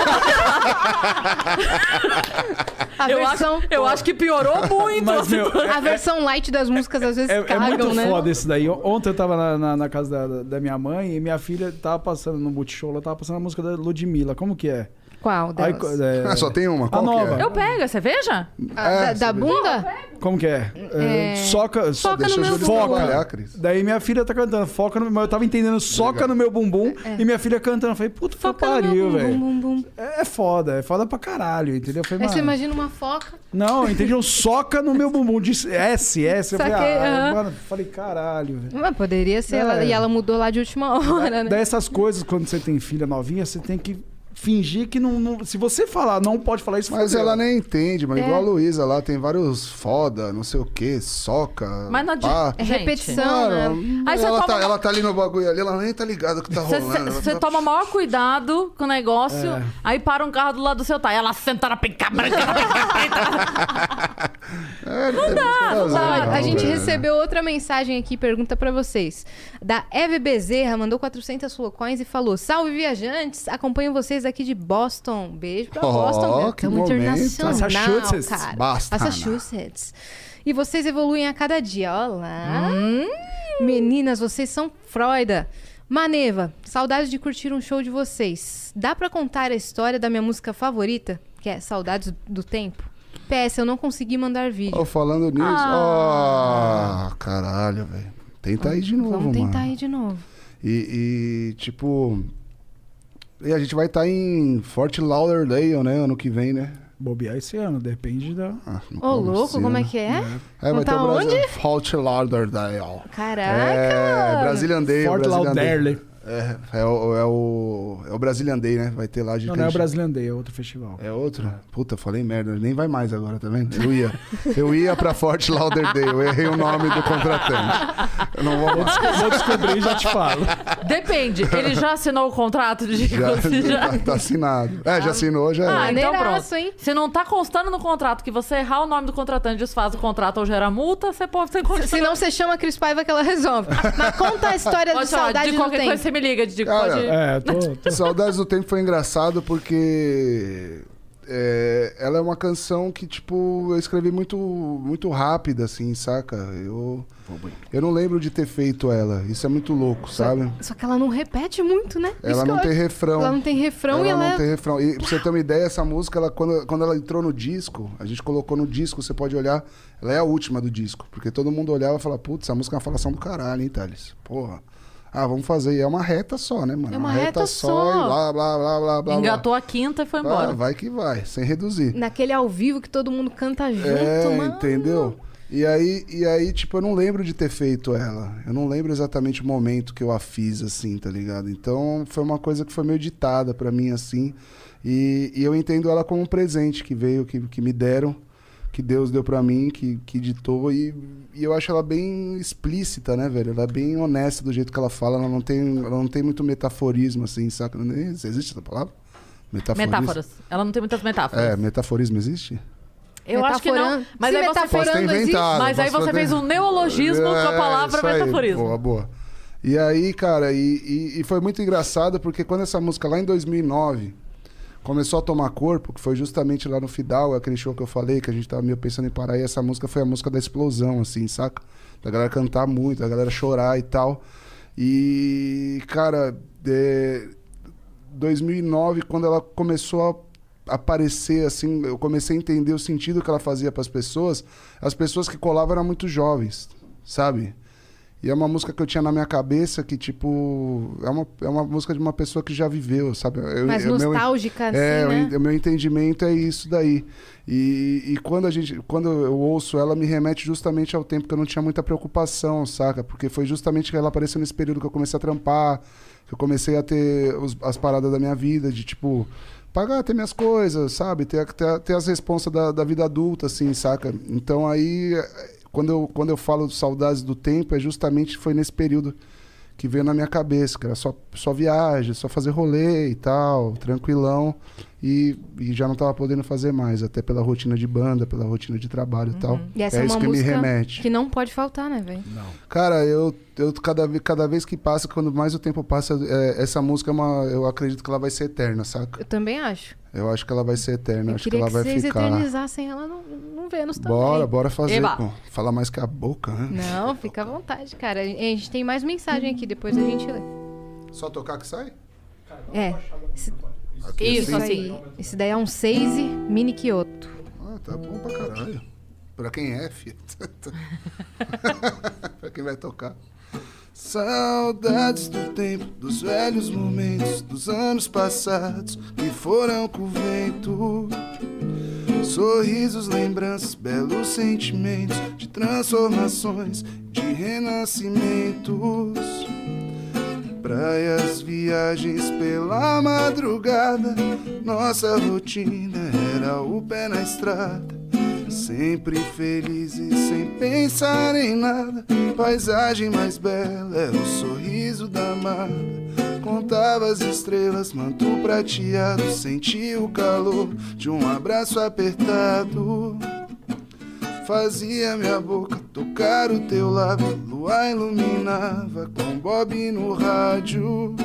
B: madeirada. Eu acho que piorou muito.
E: Mas,
C: a versão light das músicas às vezes cagam,
E: né? É muito
C: né?
E: foda isso daí. Ontem eu tava na casa da minha mãe e minha filha tava passando no Multishow, ela tava passando a música da Ludmilla. Como que é?
C: Qual delas?
D: Só tem uma. Qual
E: a nova.
B: Eu pego, é cerveja?
C: Da bunda?
E: Como que é? Soca
C: no meu bumbum.
E: Daí minha filha tá cantando, foca no meu... Eu tava entendendo, soca no meu bumbum. E minha filha cantando. Eu falei, puta que pariu, velho. É foda pra caralho, entendeu? Eu falei,
C: aí você imagina uma foca.
E: Não, eu entendi, soca no meu bumbum. Disse S. Eu falei, mano, falei, caralho, velho.
C: Mas poderia ser, e ela mudou lá de última hora, né?
E: Daí essas coisas, quando você tem filha novinha, você tem que fingir que não... Se você falar, não pode falar isso...
D: Mas ela nem entende, mas igual a Luísa lá, tem vários foda, não sei o que, soca...
B: Mas não adianta...
C: É repetição, né?
B: Aí
D: ela tá ali no bagulho ali, ela nem tá ligada o que tá rolando.
B: Você toma maior cuidado com o negócio, aí para um carro do lado do seu pai, ela senta na penca branca, não dá.
C: A gente recebeu outra mensagem aqui, pergunta pra vocês. Da Eve Bezerra, mandou 400 flocões e falou: salve, viajantes, acompanho vocês aqui de Boston. Beijo pra Boston. Estamos internacional,
E: Massachusetts.
C: cara.
D: Boston.
C: Massachusetts. E vocês evoluem a cada dia. Olá. Meninas, vocês são Freuda. Maneva, saudades de curtir um show de vocês. Dá pra contar a história da minha música favorita, que é Saudades do Tempo? PS, eu não consegui mandar vídeo.
D: Falando nisso... caralho, velho. Tenta aí de novo, mano.
C: Vamos tentar aí de novo.
D: E tipo... E a gente vai estar em Fort Lauderdale, né? Ano que vem, né?
E: Bobear esse ano, depende da...
C: Louco, como é que é?
D: Vai ter o Brasil.
C: onde?
D: Fort Lauderdale.
C: Caraca!
D: Brazilian Day.
E: Fort Lauderdale.
D: É o Brazilian Day, né? Vai ter lá...
E: Não é o Brazilian Day, é outro festival.
D: É outro? Puta, falei merda. Nem vai mais agora, tá vendo? Eu ia pra Fort Lauderdale. Eu errei o nome do contratante. Eu não vou mais.
E: Vou descobrir e já te falo.
B: Depende. Ele já assinou o contrato de...
D: Tá assinado. Já assinou, já é.
B: Então
C: Maneiraço,
B: pronto.
C: hein?
B: Se não tá constando no contrato que você errar o nome do contratante, desfaz o contrato ou gera multa, você pode ser contratado.
C: Se não, você chama a Cris Paiva que ela resolve. Mas conta a história de Saudade
B: de
C: do
B: qualquer
C: Tempo.
B: coisa você me liga, Didico.
E: Tô...
D: Saudades do Tempo foi engraçado porque ela é uma canção que, tipo, eu escrevi muito rápida, assim, saca? Eu não lembro de ter feito ela. Isso é muito louco, sabe?
C: Só que ela não repete muito, né?
D: Ela não tem refrão.
C: Ela não tem refrão
D: ela não tem refrão. E pra você ter uma ideia, essa música, quando ela entrou no disco, a gente colocou no disco, você pode olhar, ela é a última do disco. Porque todo mundo olhava e falava, putz, essa música é uma falação do caralho, hein, Thales? Porra. Vamos fazer. E é uma reta só, né, mano?
C: É uma reta só.
D: E blá, blá, blá, blá, blá.
B: Engatou a quinta e foi embora.
D: Vai que vai, sem reduzir.
C: Naquele ao vivo que todo mundo canta junto, mano.
D: Entendeu? E aí, tipo, eu não lembro de ter feito ela. Eu não lembro exatamente o momento que eu a fiz, assim, tá ligado? Então, foi uma coisa que foi meio ditada pra mim, assim. E eu entendo ela como um presente que veio, que me deram, que Deus deu pra mim, que ditou. E eu acho ela bem explícita, né, velho? Ela é bem honesta do jeito que ela fala. Ela não tem muito metaforismo, assim, saca? Existe essa palavra?
B: Metáforas. Ela não tem muitas metáforas.
D: Metaforismo existe?
B: Eu acho que não. Mas aí você fez um neologismo com a palavra metaforismo.
D: Boa. E aí, cara, e foi muito engraçado porque quando essa música lá em 2009 começou a tomar corpo, que foi justamente lá no Fidal, aquele show que eu falei, que a gente tava meio pensando em parar, e essa música foi a música da explosão, assim, saca? Da galera cantar muito, da galera chorar e tal. E, cara, 2009, quando ela começou a aparecer, assim, eu comecei a entender o sentido que ela fazia para as pessoas que colavam eram muito jovens, sabe? E é uma música que eu tinha na minha cabeça que, tipo, é uma música de uma pessoa que já viveu, sabe?
C: Mais nostálgica, assim, né?
D: O meu entendimento é isso daí. E quando eu ouço ela, me remete justamente ao tempo que eu não tinha muita preocupação, saca? Porque foi justamente que ela apareceu nesse período que eu comecei a trampar, que eu comecei a ter as paradas da minha vida, de, tipo, pagar, ter minhas coisas, sabe? Ter as responsas da vida adulta, assim, saca? Então aí... Quando eu falo de saudades do tempo, foi nesse período que veio na minha cabeça, que era só viagem, só fazer rolê e tal, tranquilão, e já não tava podendo fazer mais, até pela rotina de banda, pela rotina de trabalho e tal.
C: E essa é
D: isso
C: uma
D: que me
C: música
D: remete.
C: que não pode faltar, né, velho?
E: Não.
D: Cara, eu cada vez que passa, quando mais o tempo passa, essa música eu acredito que ela vai ser eterna, saca?
C: Eu também acho.
D: Eu acho que ela vai ser eterna,
C: Eu
D: acho que ela vai
C: vocês
D: ficar.
C: eternizassem ela no Vênus também.
D: Bora fazer,
B: Eba.
D: pô. Falar mais que a boca, né?
C: Não, fica à vontade, cara. A gente tem mais mensagem aqui, depois a gente lê.
D: Só tocar que sai?
C: Isso
B: Isso,
C: aí.
B: assim.
C: Esse daí é um 6 Mini Kyoto.
D: Ah, tá bom pra caralho. Pra quem é, filho. Pra quem vai tocar. Saudades do tempo, dos velhos momentos, dos anos passados que foram com o vento. Sorrisos, lembranças, belos sentimentos de transformações, de renascimentos. Praias, viagens pela madrugada, nossa rotina era o pé na estrada. Sempre felizes, sem pensar em nada. Paisagem mais bela é o sorriso da amada. Contava as estrelas, manto prateado. Sentia o calor de um abraço apertado. Fazia minha boca tocar o teu lábio. Lua iluminava com Bob no rádio.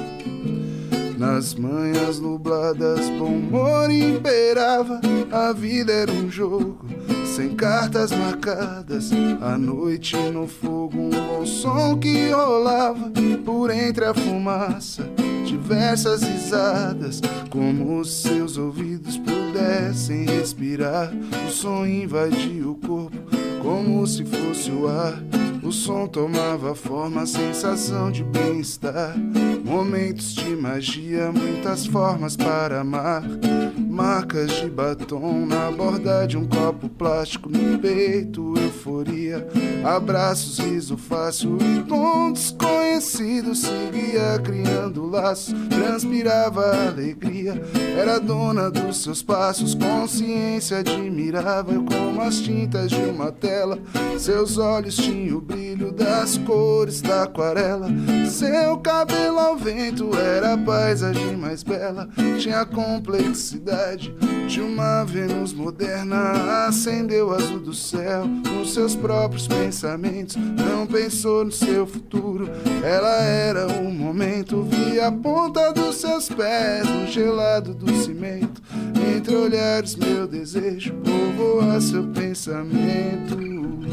D: Nas manhãs nubladas, bom humor imperava. A vida era um jogo, sem cartas marcadas. A noite no fogo, um bom som que rolava. Por entre a fumaça, diversas risadas. Como se seus ouvidos pudessem respirar. O som invadia o corpo, como se fosse o ar. O som tomava forma, sensação de bem-estar. Momentos de magia, muitas formas para amar. Marcas de batom na borda de um copo plástico. No peito, euforia. Abraços, riso fácil e com desconhecido. Seguia criando laços, transpirava alegria. Era dona dos seus passos, consciência admirava. Como as tintas de uma tela, seus olhos tinham o brilho das cores da aquarela. Seu cabelo ao vento era a paisagem mais bela. Tinha a complexidade de uma Vênus moderna. Acendeu o azul do céu nos seus próprios pensamentos. Não pensou no seu futuro, ela era o momento. Via a ponta dos seus pés no gelado do cimento. Entre olhares meu desejo povoa seu pensamento.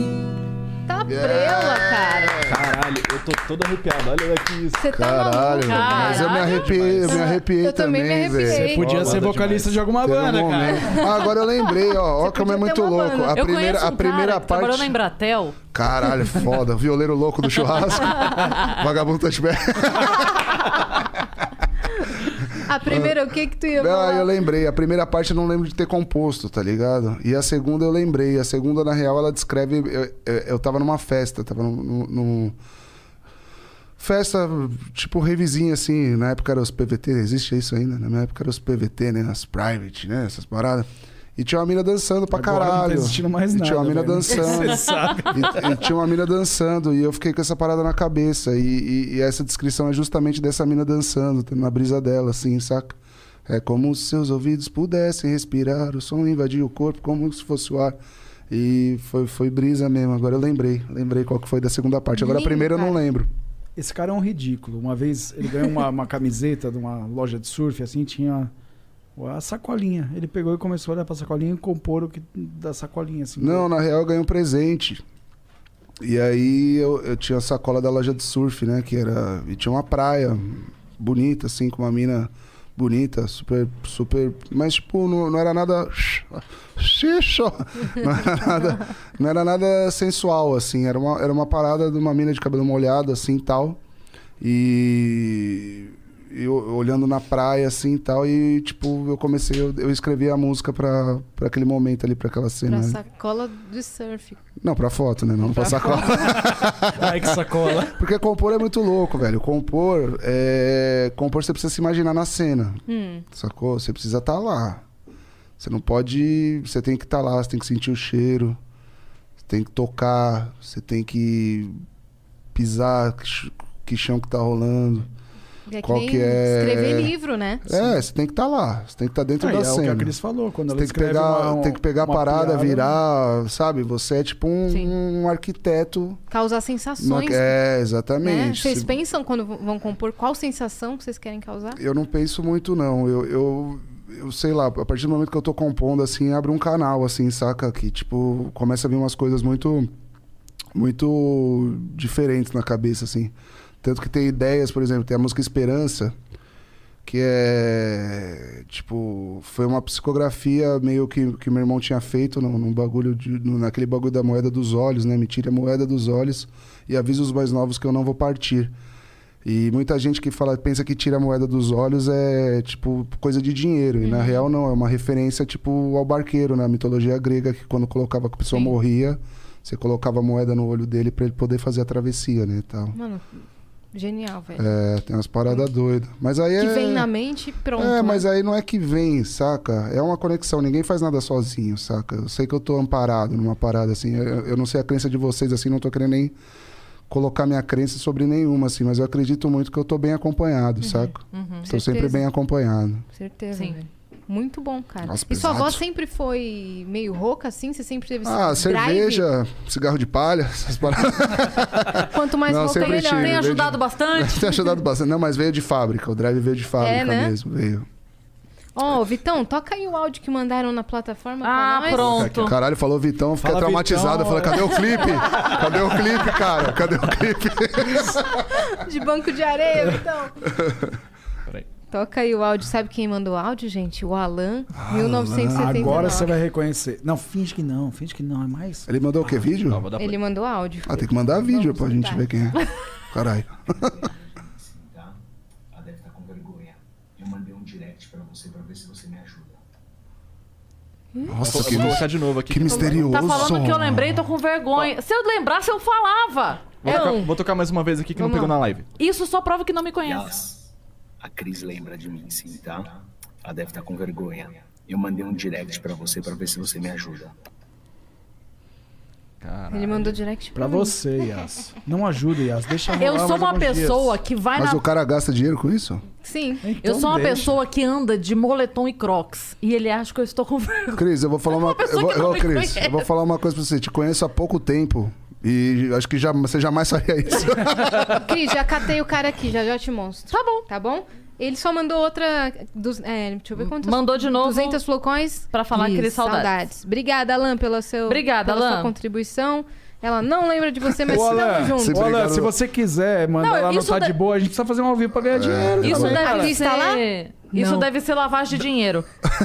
C: Tá prela, cara.
H: Caralho, eu tô todo arrepiado. Olha aqui isso.
C: Você tá
D: Caralho,
C: maluco,
D: mas eu me arrepiei
C: Eu também me arrepiei.
D: velho.
E: Você podia ser vocalista de alguma banda, cara.
D: Ah, agora eu lembrei, ó. Ó, como é
C: podia
D: muito
C: ter uma
D: louco.
C: banda.
D: A
B: Eu
D: primeira,
B: conheço um
D: a primeira
B: cara que trabalhou na
D: parte.
B: Embratel.
D: Caralho, foda. Violeiro louco do churrasco. Vagabundo touchback.
C: A primeira, o que tu ia
D: Não,
C: falar?
D: eu lembrei. A primeira parte eu não lembro de ter composto, tá ligado? E a segunda eu lembrei. A segunda, na real, ela descreve... Eu tava numa festa, tava num festa, tipo, revizinha, assim. Na época era os PVT, existe isso ainda? Na minha época era os PVT, né? As private, né? Essas paradas. E tinha uma mina dançando pra
E: Agora
D: caralho.
E: não tá existindo mais
D: E tinha uma
E: nada,
D: mina
E: velho.
D: dançando.
E: Você sabe.
D: E tinha uma mina dançando. E eu fiquei com essa parada na cabeça. E essa descrição é justamente dessa mina dançando, na brisa dela, assim, saca? É como se seus ouvidos pudessem respirar. O som invadia o corpo como se fosse o ar. E foi brisa mesmo. Agora eu lembrei. Lembrei qual que foi da segunda parte. Agora a
C: Lindo,
D: primeira eu não
C: cara.
D: lembro.
E: Esse cara é um ridículo. Uma vez ele ganhou uma camiseta de uma loja de surf, assim, tinha a sacolinha. Ele pegou e começou a olhar pra sacolinha e compor o que da sacolinha, assim.
D: Não, na real eu ganhei um presente. E aí eu tinha a sacola da loja de surf, né? E tinha uma praia bonita, assim, com uma mina bonita, super, super... Mas, tipo, não era nada... Não era nada sensual, assim. Era uma parada de uma mina de cabelo molhado, assim, e tal. E eu olhando na praia, assim, e tal. E, tipo, eu escrevi a música pra aquele momento ali, pra aquela cena.
C: Pra sacola de surf.
D: Não, pra foto, né? Não pra sacola.
E: Ai, que sacola.
D: Porque compor é muito louco, velho. Compor você precisa se imaginar na cena. Sacou? Você precisa estar lá. Você não pode... Você tem que estar lá, você tem que sentir o cheiro. Você tem que tocar. Você tem que pisar, que chão que tá rolando.
C: É
D: qual que é...
C: escrever livro, né?
D: Você tem que estar lá. Você tem que estar dentro da cena.
E: É o que a Cris falou. Quando ela
D: tem que pegar a parada,
E: piada,
D: virar... Sabe? Você é tipo um arquiteto.
C: Causar sensações.
D: Exatamente.
C: Né? Vocês pensam quando vão compor qual sensação que vocês querem causar?
D: Eu não penso muito, não. Eu sei lá, a partir do momento que eu tô compondo, assim, abre um canal, assim, saca? Que, tipo, começa a vir umas coisas muito diferentes na cabeça, assim. Tanto que tem ideias, por exemplo, tem a música Esperança, que é, tipo, foi uma psicografia meio que meu irmão tinha feito num bagulho, naquele bagulho da moeda dos olhos, né? Me tire a moeda dos olhos e avisa os mais novos que eu não vou partir. E muita gente que pensa que tira a moeda dos olhos é, tipo, coisa de dinheiro. E na real não, é uma referência, tipo, ao barqueiro, na mitologia grega, que quando colocava que a pessoa morria, você colocava a moeda no olho dele pra ele poder fazer a travessia, né, e tal.
C: Mano, genial, velho.
D: Tem umas paradas doidas. Mas aí
C: que vem na mente e pronto.
D: Mas aí não é que vem, saca? É uma conexão, ninguém faz nada sozinho, saca? Eu sei que eu tô amparado numa parada, assim. Eu não sei a crença de vocês, assim, não tô querendo nem colocar minha crença sobre nenhuma, assim, mas eu acredito muito que eu tô bem acompanhado, saca? Estou sempre bem acompanhado.
C: Certeza,
B: Sim.
C: velho. Muito bom, cara.
D: Nossa,
C: e sua
D: pesado.
C: voz sempre foi meio rouca, assim? Você sempre teve
D: cerveja, cigarro de palha, essas paradas.
C: Quanto mais
D: Não,
C: rouca,
D: sempre
C: melhor.
D: tive.
B: Tem ajudado bastante?
D: Tem ajudado bastante. Não, mas veio de fábrica. O drive veio de fábrica
C: né?
D: mesmo. Veio.
C: Ó, Vitão, toca aí o áudio que mandaram na plataforma pra nós.
B: Pronto.
D: Caralho, falou Vitão, fiquei
E: Fala,
D: traumatizado.
E: Vitão.
D: Eu falei, cadê o clipe? Cadê o clipe, cara? Cadê o clipe?
C: De banco de areia, Vitão.
H: Peraí.
C: Toca aí o áudio. Sabe quem mandou o áudio, gente? O Alan, 1979.
E: Agora você vai reconhecer. Não, finge que não, é mais.
D: Ele mandou o quê? Vídeo?
H: Vou dar
C: Ele mandou áudio.
D: Tem que mandar vídeo pra gente
C: escutar.
D: ver quem é. Caralho.
J: Tá? Ela deve estar com vergonha. Eu mandei um direct pra você pra ver se você me ajuda.
D: Nossa,
H: Eu vou colocar de novo aqui.
D: que misterioso.
B: Tá falando que eu lembrei, tô com vergonha. Se eu lembrasse, eu falava.
H: Vou tocar mais uma vez aqui que não pegou na live.
B: Isso só prova que não me conhece.
J: Yas, a Cris lembra de mim, sim, tá? Ela deve estar com vergonha. Eu mandei um direct pra você pra ver se você me ajuda.
H: Caralho.
C: Ele mandou direct
E: Pra
C: mim.
E: você, Yas. Não ajuda, Yas. Deixa rolar
B: Eu sou
E: mais
B: uma
E: alguns dias.
B: pessoa que vai
D: Mas
B: na...
D: o cara gasta dinheiro com isso?
C: Sim.
B: Eu
E: Então
B: sou uma
E: deixa.
B: pessoa que anda de moletom e crocs. E ele acha que eu estou com vergonha.
D: Cris, eu vou falar uma coisa.
B: pessoa que não me
D: Cris,
B: conhece.
D: eu vou falar uma coisa pra você. Te conheço há pouco tempo. E acho que você jamais faria isso.
C: Cris, já catei o cara aqui, já te mostro.
B: Tá bom.
C: Tá bom? Ele só mandou outra... deixa eu ver quantas...
B: Mandou de novo
C: 200 flocões.
B: pra falar que ele saudades.
C: Obrigada, Alan, pela
B: Obrigada,
C: sua
B: Alan.
C: contribuição. Ela não lembra de você, mas
E: Ô,
C: estamos
E: Alan,
C: juntos.
D: Sempre
E: Alan,
D: obrigado.
E: se você quiser mandar
B: Não,
E: lá no
B: isso
E: Tá
B: da-
E: de Boa, a gente precisa fazer um ao vivo pra ganhar dinheiro.
B: Isso
E: também.
B: deve
C: A Cris
B: ser...
C: tá lá?
B: Isso
E: Não.
B: deve ser lavagem de dinheiro,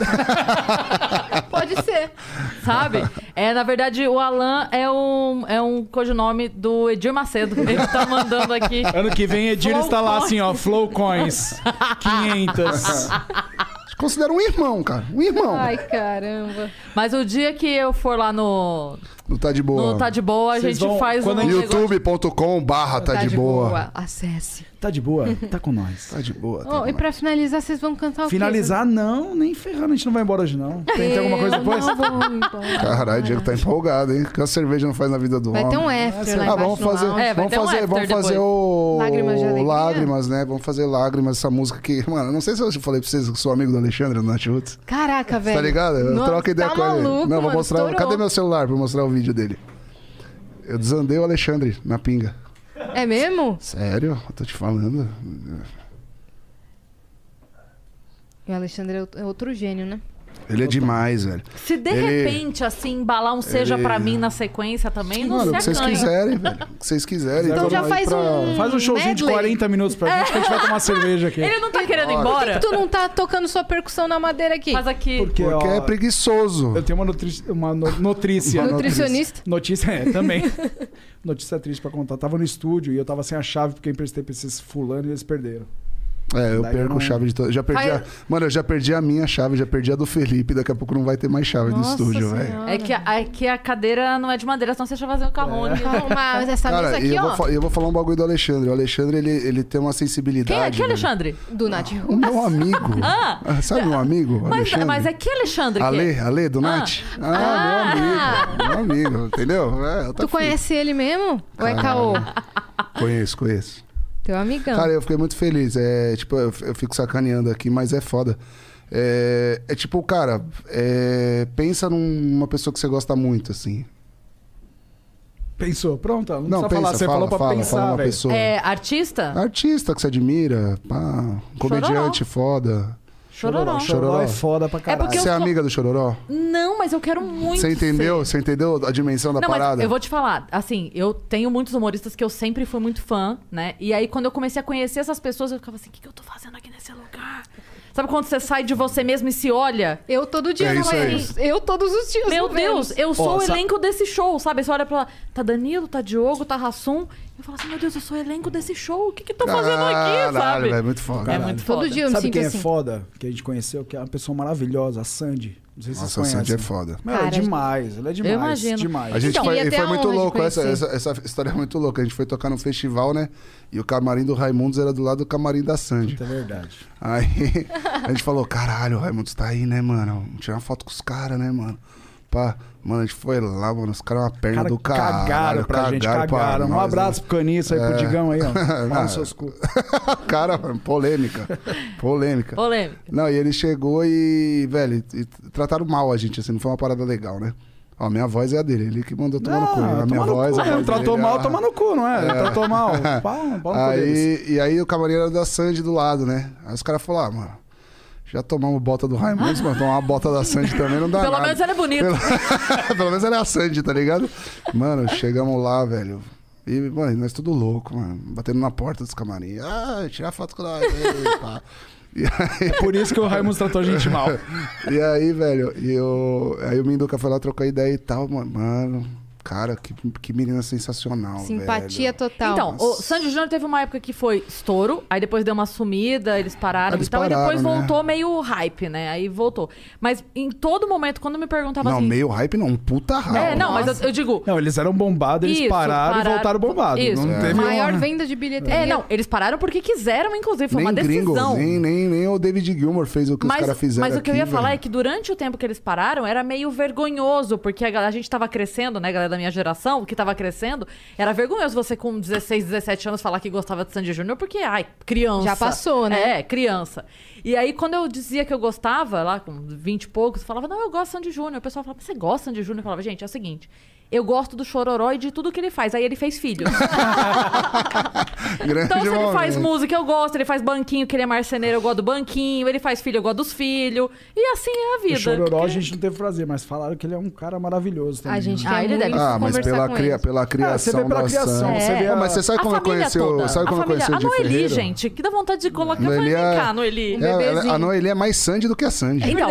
C: Pode ser.
B: sabe? Na verdade, o Alan é um codinome do Edir Macedo. Ele tá mandando aqui.
E: Ano que vem, Edir
B: Flow
E: está lá
B: Coins.
E: assim, ó, Flow Coins. 500.
D: Te considero um irmão, cara. Um irmão.
C: Ai, caramba.
B: Mas o dia que eu for lá no
D: Não tá de boa.
B: Tá de Boa, a
E: Vocês
B: gente
E: vão-
B: faz
E: quando
B: um
E: a gente-
B: negócio...
D: youtube.com/tá de boa.
C: Acesse.
E: Tá de boa? Tá com nós.
D: Tá de boa.
C: Ó, e pra finalizar, vocês vão cantar o quê?
E: Finalizar, não, nem ferrando, a gente não vai embora hoje, não. Tem alguma coisa depois?
C: Não vou embora.
D: Caralho, o Diego tá empolgado, hein? Que a cerveja não faz na vida do
C: Vai ter um
D: homem.
C: after lá
D: Ah,
C: embaixo
D: vamos
C: no
D: fazer,
C: lounge.
B: vai
D: vamos
B: ter um
D: fazer,
B: after
D: vamos fazer
B: depois.
D: o
C: Lágrimas de Alegria?
D: Lágrimas, né? Vamos fazer Lágrimas, essa música que, mano, não sei se eu falei pra vocês que eu sou amigo do Alexandre do Nath Roots.
C: Caraca, velho.
D: Tá ligado? Eu
C: Nossa,
D: troco ideia
C: tá
D: com ele.
C: maluco,
D: Não, vou
C: mano,
D: mostrar.
C: estourou.
D: Cadê meu celular pra mostrar o vídeo dele? Eu desandei o Alexandre na pinga.
C: É mesmo?
D: Sério? Eu tô te falando.
C: E o Alexandre é outro gênio, né?
D: Ele é demais, velho.
B: Se de repente, assim, embalar um Seja Pra Mim na sequência também, não
D: Mano,
B: se
D: o que vocês
B: acanha.
D: quiserem, velho. O que vocês quiserem.
C: Então já faz
E: Faz um showzinho de
C: medley.
E: 40 minutos pra gente que a gente vai tomar cerveja aqui.
B: Ele não tá querendo ir
C: Por
B: embora?
C: que tu não tá tocando sua percussão na madeira aqui?
B: Faz aqui.
E: Porque
D: Porque
E: ó,
D: é preguiçoso.
E: eu tenho uma notrícia.
C: Nutricionista?
E: Notícia, também. Notícia triste pra contar. Tava no estúdio e eu tava sem a chave porque eu emprestei pra esses fulano e eles perderam.
D: É, eu
E: Daí
D: perco
E: não-
D: chave de todo. Já perdi Mano, eu já perdi a minha chave, já perdi a do Felipe. Daqui a pouco não vai ter mais chave do
C: Nossa
D: estúdio, velho.
C: Senhora.
B: É que a cadeira não é de madeira, senão você já fazer o carrone.
C: Não, mas essa mesa
D: Cara,
C: aqui,
D: e
C: ó,
D: eu vou falar um bagulho do Alexandre. O Alexandre, ele tem uma
B: Quem é?
D: sensibilidade.
B: Que
D: velho.
B: Alexandre?
C: do Nath
D: O
C: Roots.
D: meu amigo.
B: Ah!
D: Sabe meu amigo? Alexandre?
B: Mas é que Alexandre que
D: Ale do Nath? Meu amigo, entendeu? É, outra
C: Tu conhece ele mesmo? Ou é caô?
D: fita. Conheço.
C: Teu amigão.
D: Cara, eu fiquei muito feliz. É, tipo, eu fico sacaneando aqui, mas é foda. É tipo, cara, pensa numa pessoa que você gosta muito, assim.
E: Pensou? Pronto, não,
D: Não,
E: precisa
D: pensa,
E: falar. Você falou pra
D: fala
E: pensar,
D: uma
E: velho.
D: pessoa.
B: é artista?
D: Artista que você admira, pá, um comediante foda.
B: Chororó.
E: Chororó é foda pra caralho.
B: porque
D: Você é
B: eu sou-
D: amiga do Chororó?
B: Não, mas eu quero muito
D: Você entendeu?
B: ser.
D: Você entendeu a dimensão da
B: Não, mas
D: parada?
B: eu vou te falar, assim, eu tenho muitos humoristas que eu sempre fui muito fã, né? E aí, quando eu comecei a conhecer essas pessoas, eu ficava assim, o que eu tô fazendo aqui nesse lugar? Sabe quando você sai de você mesmo e se olha?
C: Eu todo dia
D: É
C: no
D: isso aí.
C: Vênus. Eu todos os dias
B: Meu
C: no
B: Deus,
C: Vênus.
B: eu sou o
E: sabe-
B: elenco desse show, sabe? Você olha pra lá, tá Danilo, tá Diogo, tá Rassum. Eu falo assim, meu Deus, eu sou o elenco desse show. O que que tô fazendo aqui, sabe?
D: É muito foda.
B: É muito foda.
C: Todo dia eu me
E: Sabe
C: sinto
E: quem
C: assim.
E: é foda? Que a gente conheceu, que é uma pessoa maravilhosa, a Sandy. Não sei se
D: Nossa,
E: vocês
D: a Sandy
E: conhecem.
D: é foda.
E: Meu, ela é
C: Cara,
E: demais, ela é demais.
B: imagino.
E: Demais.
D: A gente
C: Então,
D: foi,
C: ia
D: e
C: ter
D: foi
C: a
D: muito
C: honra de
D: louco, essa
C: conhecer.
D: história é muito louca. A gente foi tocar no festival, né? E o camarim do Raimundos era do lado do camarim da Sandy.
E: É verdade.
D: Aí a gente falou, caralho, o Raimundos tá aí, né, mano? Vamos tirar uma foto com os caras, né, mano? Pá, mano, a gente foi lá, mano, os caras uma perna
E: Cara,
D: do caralho.
E: cagaram pra gente, cagaram. Um
D: nós,
E: abraço pro Caniço aí, pro Digão aí, ó. Fala nos seus cu.
D: Cara, polêmica. Polêmica.
B: Polêmica.
D: Não, e ele chegou e, velho, e trataram mal a gente, assim, não foi uma parada legal, né? Ó, minha voz é a dele, ele que mandou tomar no cu. A minha voz, a voz
E: Tratou
D: dele,
E: mal,
D: ah.
E: toma no cu, não é? Tratou mal. Pau no cu deles.
D: E aí o camarim era da Sandy do lado, né? Aí os caras falaram, mano, já tomamos bota do Raimundos, mas tomar uma bota da Sandy também não dá
B: Pelo
D: nada.
B: menos ela é bonita.
D: Pelo menos ela é a Sandy, tá ligado? Mano, chegamos lá, velho. E, mano, nós tudo louco, mano. Batendo na porta dos camarim. Ah, tirar foto com nós. Aí, pá. E aí,
E: É por isso que o Raimundo tratou a gente mal.
D: e aí, velho, aí o Minduca foi lá trocar ideia e tal, mano. Cara, que menina sensacional,
C: Simpatia
D: velho.
C: total.
B: Então, o Sandy Júnior teve uma época que foi estouro, aí depois deu uma sumida, eles pararam
D: Eles
B: e tal,
D: pararam,
B: e depois
D: né?
B: voltou meio hype, né? Aí voltou. Mas em todo momento, quando me perguntava
D: Não,
B: assim...
D: meio hype não, um puta hype.
B: É, não, mas eu digo...
E: Não, eles eram bombados, eles
B: Isso,
E: pararam e voltaram bombados.
B: Isso.
E: Não teve
C: Maior
E: uma-
C: venda de bilheteria.
B: É, não, eles pararam porque quiseram, inclusive, foi
D: Nem
B: uma
D: gringo,
B: decisão.
D: nem o David Gilmour fez o que os caras fizeram.
B: Mas o que eu ia
D: aqui,
B: falar
D: velho.
B: é que durante o tempo que eles pararam, era meio vergonhoso, porque a gente tava crescendo, né, galera da minha geração, que tava crescendo, era vergonhoso você com 16, 17 anos falar que gostava de Sandy Júnior, porque, ai, criança.
C: Já passou, né?
B: É, criança. E aí, quando eu dizia que eu gostava, lá com 20 e poucos, eu falava, não, eu gosto de Sandy Júnior. O pessoal falava, você gosta de Sandy Júnior? Eu falava, gente, é o seguinte, eu gosto do Chororó e de tudo que ele faz. Aí ele fez filhos.
D: Grande
B: Então, se ele faz
D: momento.
B: música, eu gosto. Ele faz banquinho, que ele é marceneiro, eu gosto do banquinho. Ele faz filho, eu gosto dos filhos. E assim é a vida.
E: O Chororó a
B: Porque-
E: gente não teve prazer, mas falaram que ele é um cara maravilhoso também.
C: A gente
B: Ah,
C: quer
B: ele
C: muito
B: deve-
D: Ah, mas
C: conversar
D: pela,
C: com
D: cria,
C: eles.
D: pela criação
E: você vê pela
D: da
E: criação,
D: Sandy.
E: você vê
D: Pô, mas você sabe
B: a
D: como eu
B: família
D: conheci
B: toda.
D: o... Sabe como
B: a
D: eu conheci
B: família...
D: o de
B: A Noeli,
D: Ferreiro?
B: gente, que dá vontade de colocar.
D: Noeli
B: Vem
D: é-
B: cá, Noeli.
D: A Noeli é mais Sandy do que a Sandy.
B: Então,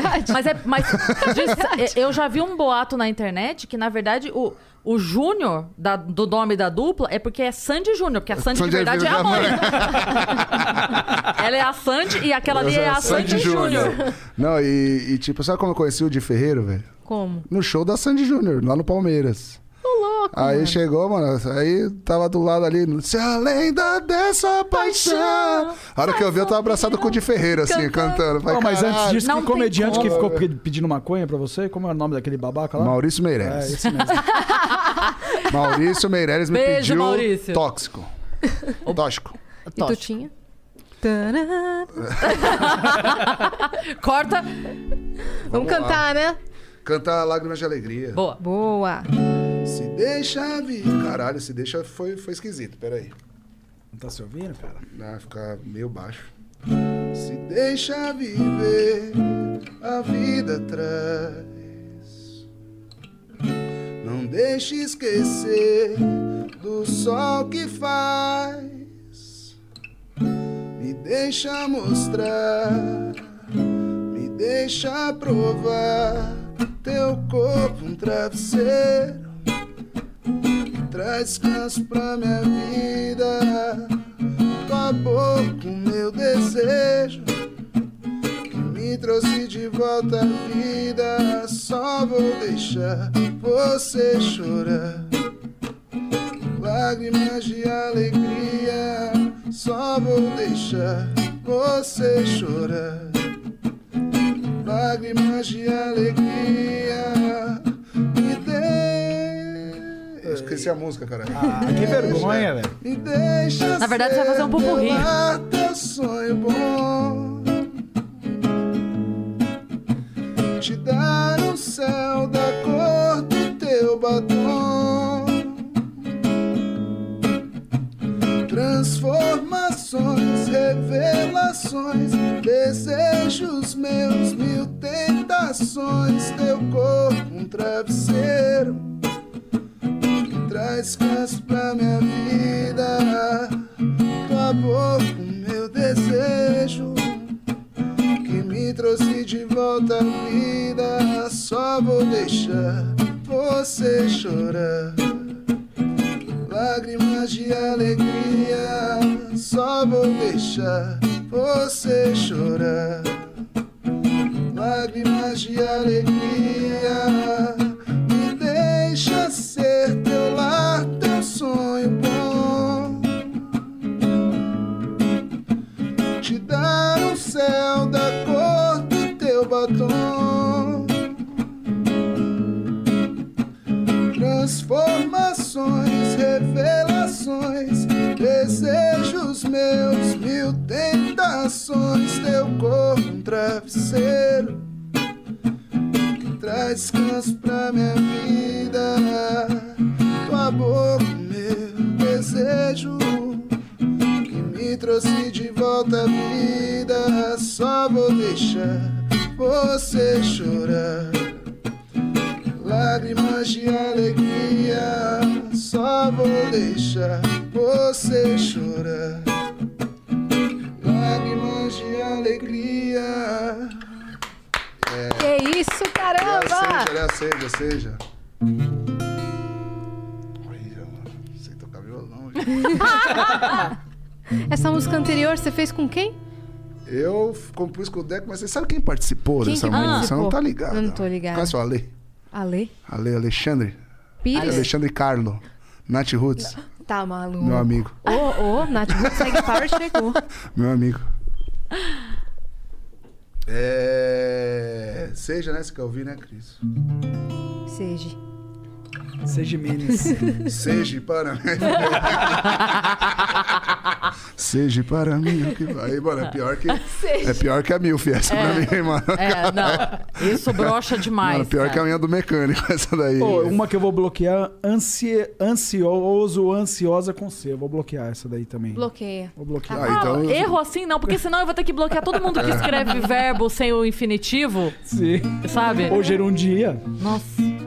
B: eu já vi um boato na internet que, na verdade, o Júnior do nome da dupla é porque é Sandy Júnior, porque a Sandy de
D: Sandy é
B: verdade
D: filho
B: é a
D: da
B: mãe.
D: mãe.
B: Ela é a Sandy e aquela ali é a Sandy Júnior.
D: Não, e tipo, sabe como eu conheci o de Ferreiro, velho?
C: Como?
D: No show da Sandy Júnior, lá no Palmeiras.
C: louco,
D: Aí
C: mano.
D: chegou, mano, aí tava do lado ali, se além dessa paixão. A hora que eu vi, eu tava abraçado com o de Ferreiro, assim, cantando. Falei,
E: Não, mas antes
D: "Caralho."
E: disso,
B: Não
E: que
B: tem
E: comediante que
B: como.
E: ficou pedindo maconha pra você? Como é o nome daquele babaca lá?
D: Maurício
E: É,
D: Meirelles.
E: esse mesmo.
D: Maurício Meirelles me
B: Beijo,
D: pediu
B: Maurício.
D: tóxico. Tóxico.
C: E tu tinha? Tará.
B: Corta.
C: Vamos cantar, né?
D: Cantar Lágrimas de Alegria.
B: Boa.
C: Boa.
D: Se deixa vir. Caralho, se deixa foi esquisito, peraí.
E: Não tá se ouvindo, cara?
D: Fica meio baixo. Se deixa viver a vida traz. Não deixe esquecer do sol que faz. Me deixa mostrar, me deixa provar teu corpo um travesseiro. Traz descanso pra minha vida, tua boca o meu desejo, que me trouxe de volta à vida. Só vou deixar você chorar, lágrimas de alegria. Só vou deixar você chorar, lágrimas de alegria. Me dê... Eu esqueci a música, cara.
E: Que vergonha, velho.
D: Me deixa.
B: Na verdade, você vai fazer um pupurri.
D: Teu sonho bom, te dar um céu da cor do teu batom. Transformações, revelações, desejos meus, mil tentações. Teu corpo um travesseiro que traz descanso pra minha vida. Tua boca o meu desejo, que me trouxe de volta à vida. Só vou deixar você chorar, lágrimas de alegria. Só vou deixar você chorar, lágrimas de alegria. Me deixa ser teu lar, teu sonho bom, te dar um céu da cor do teu batom. Transformações, revelações, desejos meus, mil tentações. Teu corpo um travesseiro que traz descanso pra minha vida. Tua boca meu desejo, que me trouxe de volta à vida. Só vou deixar você chorar, lágrimas de alegria. Só vou deixar você chorar, lágrimas de alegria.
C: Que isso, caramba!
D: Seja. Olha, não sei tocar violão.
C: Essa música anterior você fez com quem?
D: Eu compus com o Deco, mas você sabe quem participou
C: Quem
D: dessa
C: que
D: música? Você
C: participou?
D: não tá ligado.
C: Eu não tô ligado.
D: Conhece o Ale? Alexandre.
C: Pires?
D: Alexandre Carlo. Nath Roots.
C: Tá maluco.
D: Meu amigo.
C: Ô, Nath Roots Segue Power chegou.
D: Meu amigo. Seja, né? Você quer ouvir, né, Cris?
E: Seja Menes.
D: Seja para mim. Seja para mim o que vai. Mano, é pior que a Milf essa pra mim, mano.
B: Não. Isso brocha demais.
D: Mano, pior
B: cara.
D: que a minha do mecânico, essa daí.
E: Pô, uma que eu vou bloquear, ansiosa com C. Eu vou bloquear essa daí também.
C: Bloqueia.
E: Vou bloquear.
D: Então...
B: Erro assim não, porque senão eu vou ter que bloquear todo mundo que escreve verbo sem o infinitivo.
E: Sim.
B: Sabe?
E: Hoje era um dia.
B: Nossa.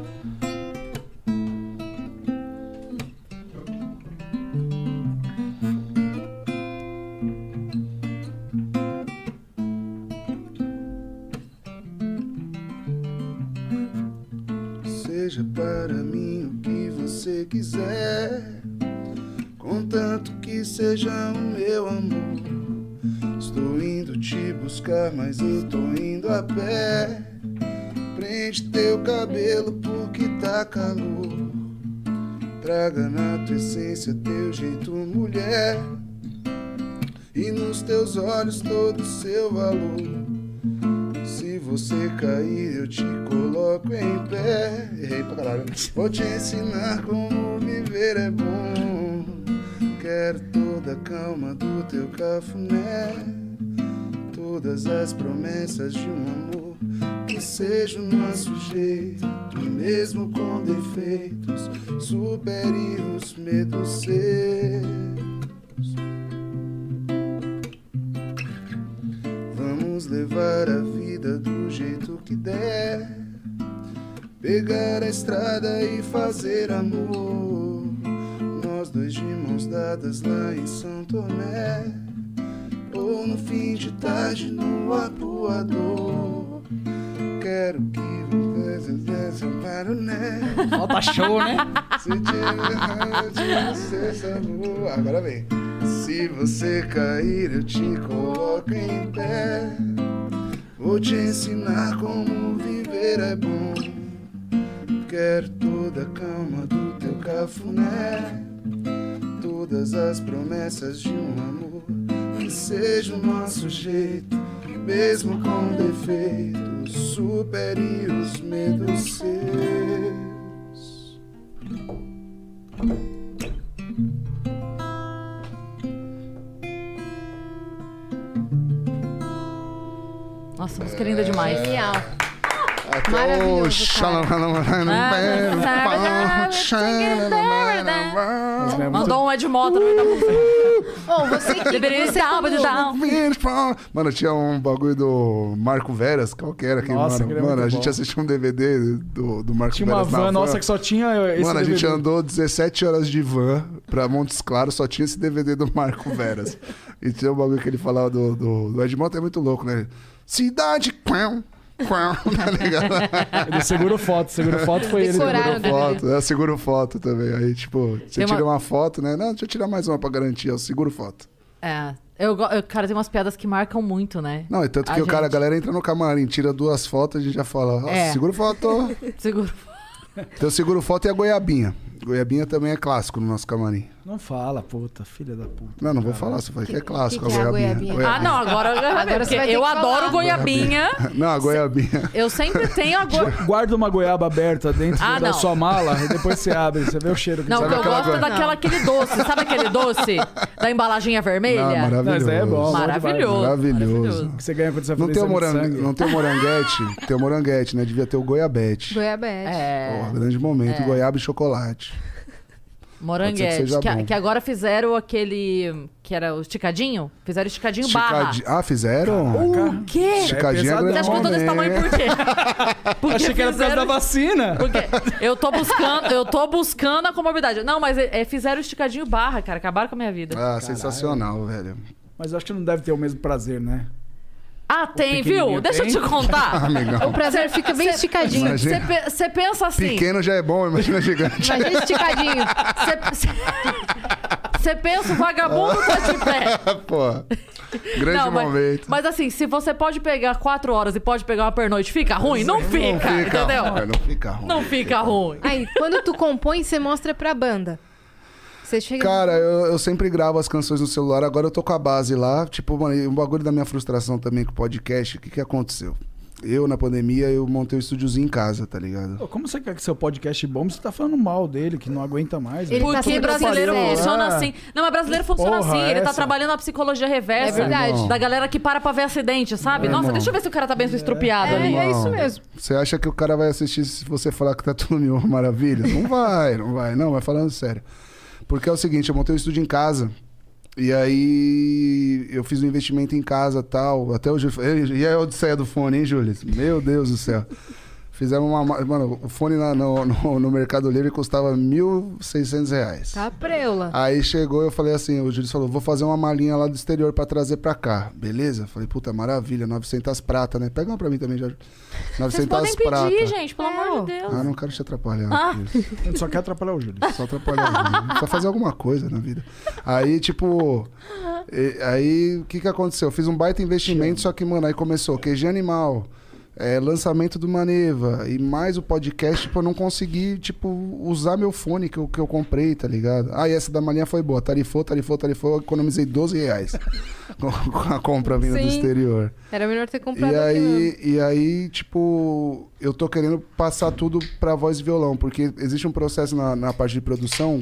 D: Seja para mim o que você quiser, contanto que seja o meu amor. Estou indo te buscar, mas eu tô indo a pé. Prende teu cabelo porque tá calor. Traga na tua essência teu jeito, mulher, e nos teus olhos todo o seu valor. Se você cair, eu te coloco em pé. Errei pra caralho. Vou te ensinar como viver é bom. Quero toda a calma do teu cafuné, todas as promessas de um amor que seja o nosso jeito, mesmo com defeitos, supere os medos seus. Vamos Vamos levar a vida do jeito que der. Pegar a estrada e fazer amor. Nós dois de mãos dadas lá em São Tomé. Ou no fim de tarde no Apuador. Quero que você desça para o né.
H: Falta show, né?
D: Agora vem. Se você cair, eu te coloco em pé. Vou te ensinar como viver é bom. Quero toda a calma do teu cafuné. Todas as promessas de um amor que seja o nosso jeito, mesmo com defeitos, supere os medos seus.
B: Nossa, música linda demais.
C: Genial.
D: Até
C: Maravilhoso,
B: Mandou um Ed Mota no meio da música.
C: Ô, você que...
D: Mano, tinha um bagulho do Marco Veras, qual que era?
E: Nossa,
D: mano, a gente assistiu um DVD do Marco
E: Tinha uma
D: Veras na
E: van, nossa, que só tinha esse
D: Mano, a
E: DVD.
D: gente andou 17 horas de van pra Montes Claros, só tinha esse DVD do Marco Veras. E tinha um bagulho que ele falava do Ed Mota, é muito louco, né? Cidade, tá ligado?
E: Ele segurou foto foi ele.
C: Decoraram
D: Seguro foto, seguro foto também. Aí, tipo, você tira uma foto, né? Não, deixa eu tirar mais uma pra garantir, eu seguro foto.
B: Cara, tem umas piadas que marcam muito, né?
D: Não, e tanto que a galera entra no camarim, tira 2 fotos, a gente já fala, nossa, seguro foto.
B: Seguro.
D: Então, seguro foto e a goiabinha. Goiabinha também é clássico no nosso camarim.
E: Não fala, puta, filha da puta.
D: Não vou falar, você falou que é clássico
C: que
D: a
C: é a
D: goiabinha.
C: goiabinha?
B: Ah, não, agora
C: você vai ter
B: eu
C: que
B: adoro
C: falar.
B: goiabinha.
D: Não, a goiabinha.
B: Eu sempre tenho a
E: Guarda uma goiaba aberta dentro da
B: não.
E: sua mala e depois você abre, você vê o cheiro que
B: Não, o
E: sai.
B: que eu
D: aquela
B: gosto é aquele doce. Sabe aquele doce da embalaginha vermelha?
D: Não, maravilhoso.
E: Não, isso daí é bom.
D: Maravilhoso.
E: Que você ganha quando você vai
D: Não
E: fazer
D: tem,
E: exame de sangue.
D: não tem o moranguete? Tem o moranguete, né? Devia ter o goiabete.
C: Goiabete.
D: Porra, grande momento. Goiaba e chocolate.
B: Moranguete.
D: Pode ser que seja bom.
B: Que agora fizeram aquele... Que era o esticadinho. Fizeram esticadinho barra.
D: Ah, fizeram?
B: O quê?
D: Esticadinho é
E: pesadão.
B: Você acha que eu tô desse tamanho por quê? Porque
E: Achei que era por causa da vacina.
B: Porque eu tô buscando a comorbidade. Não, mas fizeram esticadinho barra, cara. Acabaram com a minha vida.
D: Ah, sensacional, velho.
E: Mas eu acho que não deve ter o mesmo prazer, né?
B: Ah, tem, viu?
E: pequenininho
B: Deixa eu te contar.
D: Amigão.
C: O prazer fica bem esticadinho.
B: Você pensa assim...
D: Pequeno já é bom, imagina gigante.
C: Imagina esticadinho.
B: Você pensa, o vagabundo tá de pé.
D: Pô, grande momento.
B: Mas assim, se você pode pegar 4 horas e pode pegar uma pernoite, fica ruim? Não fica, entendeu?
D: Não fica ruim.
B: Não fica ruim.
C: Aí, quando tu compõe, você mostra pra banda. Você chega...
D: Cara, eu sempre gravo as canções no celular, agora eu tô com a base lá. Tipo, mano, um bagulho da minha frustração também com o podcast, o que aconteceu? Eu, na pandemia, eu montei um estúdiozinho em casa, tá ligado?
E: Pô, como você quer que seu podcast bombe? Você tá falando mal dele, que não aguenta mais.
C: Ele
E: né?
C: tá
B: Porque
C: sempre
B: brasileiro
C: sério.
B: funciona assim. Não, mas brasileiro funciona
E: Porra,
B: assim. Ele tá
E: essa?
B: trabalhando a psicologia reversa.
C: É verdade.
B: Da galera que para pra ver acidente, sabe? Nossa, deixa eu ver se o cara tá bem estrupiado ali.
C: É isso mesmo.
D: Você acha que o cara vai assistir se você falar que tá tudo mil maravilhas? Não vai. Não, vai falando sério. Porque é o seguinte, eu montei um estúdio em casa. E aí eu fiz um investimento em casa e tal. Até o Júlio. E a odisseia do fone, hein, Júlio? Meu Deus do céu. Fizemos uma... Mano, o fone no Mercado Livre custava R$1.600.
C: Tá preula.
D: Aí chegou, eu falei assim, o Júlio falou, vou fazer uma malinha lá do exterior pra trazer pra cá. Beleza? Falei, puta, maravilha, 900 prata, né? Pega uma pra mim também, já. 900
B: Vocês podem pedir,
D: prata.
B: gente, pelo amor de Deus.
D: Ah, não quero te atrapalhar.
E: A gente só quer atrapalhar o Júlio.
D: Só atrapalhar. Só fazer alguma coisa na vida. Aí, tipo... Aí, o que aconteceu? Eu fiz um baita investimento, só que, mano, aí começou QG Animal... lançamento do Maneva e mais o podcast, tipo, eu não consegui, tipo, usar meu fone que eu comprei, tá ligado? Ah, e essa da malinha foi boa, tarifou, eu economizei R$12 com a compra vinda do exterior.
C: Era melhor ter comprado aqui mesmo.
D: E aí, tipo, eu tô querendo passar tudo pra voz e violão, porque existe um processo na parte de produção,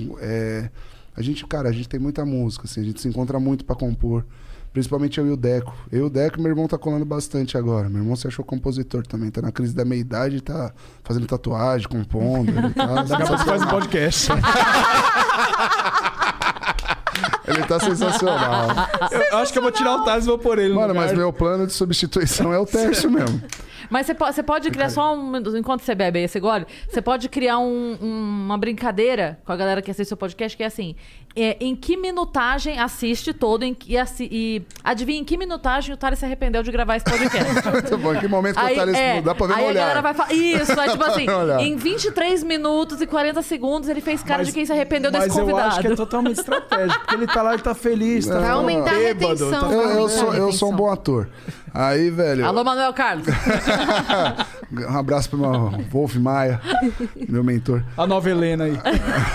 D: a gente tem muita música, assim, a gente se encontra muito pra compor. Principalmente eu e o Deco. Eu e o Deco, meu irmão tá colando bastante agora. Meu irmão se achou compositor também. Tá na crise da meia-idade, tá fazendo tatuagem, compondo. Ele tá...
E: Daqui a pouco faz um podcast.
D: Ele tá sensacional.
E: Eu acho que eu vou tirar o Thales e vou pôr ele no
D: Mano,
E: lugar.
D: mas meu plano de substituição é o Tércio mesmo.
B: Mas você pode criar só enquanto você bebe aí esse gole, você pode criar uma brincadeira com a galera que assiste o podcast, que é assim, em que minutagem assiste todo e adivinha em que minutagem o Thales se arrependeu de gravar esse podcast.
D: Muito bom. Em que momento que o Thales dá pra ver no
B: aí
D: olhar.
B: a galera vai falar, isso, é tipo assim,
D: Olhar.
B: em 23 minutos e 40 segundos ele fez cara de quem se arrependeu desse
E: Mas eu
B: convidado.
E: acho que é totalmente estratégico, porque ele tá lá, ele tá feliz, tá
C: Vai aumentar a
E: bêbado,
C: retenção.
E: tá
D: Eu sou um bom ator. Aí, velho...
B: Alô, Manuel Carlos.
D: Um abraço pro meu Wolf Maia, meu mentor.
E: A nova Helena aí.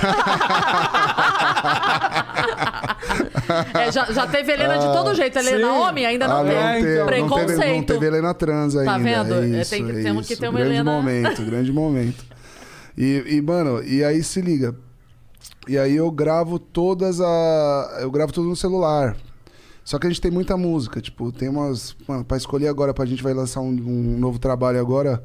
B: Já teve Helena de todo jeito. Helena
E: sim.
B: homem ainda não tem.
E: então.
B: Preconceito.
D: Não teve Helena trans ainda.
B: Tá vendo?
D: É isso,
B: Temos que ter uma
D: grande
B: Helena...
D: grande momento. E, mano, e aí se liga. E aí eu gravo tudo no celular. Só que a gente tem muita música, tipo, tem umas... Mano, pra escolher agora, a gente vai lançar um novo trabalho agora,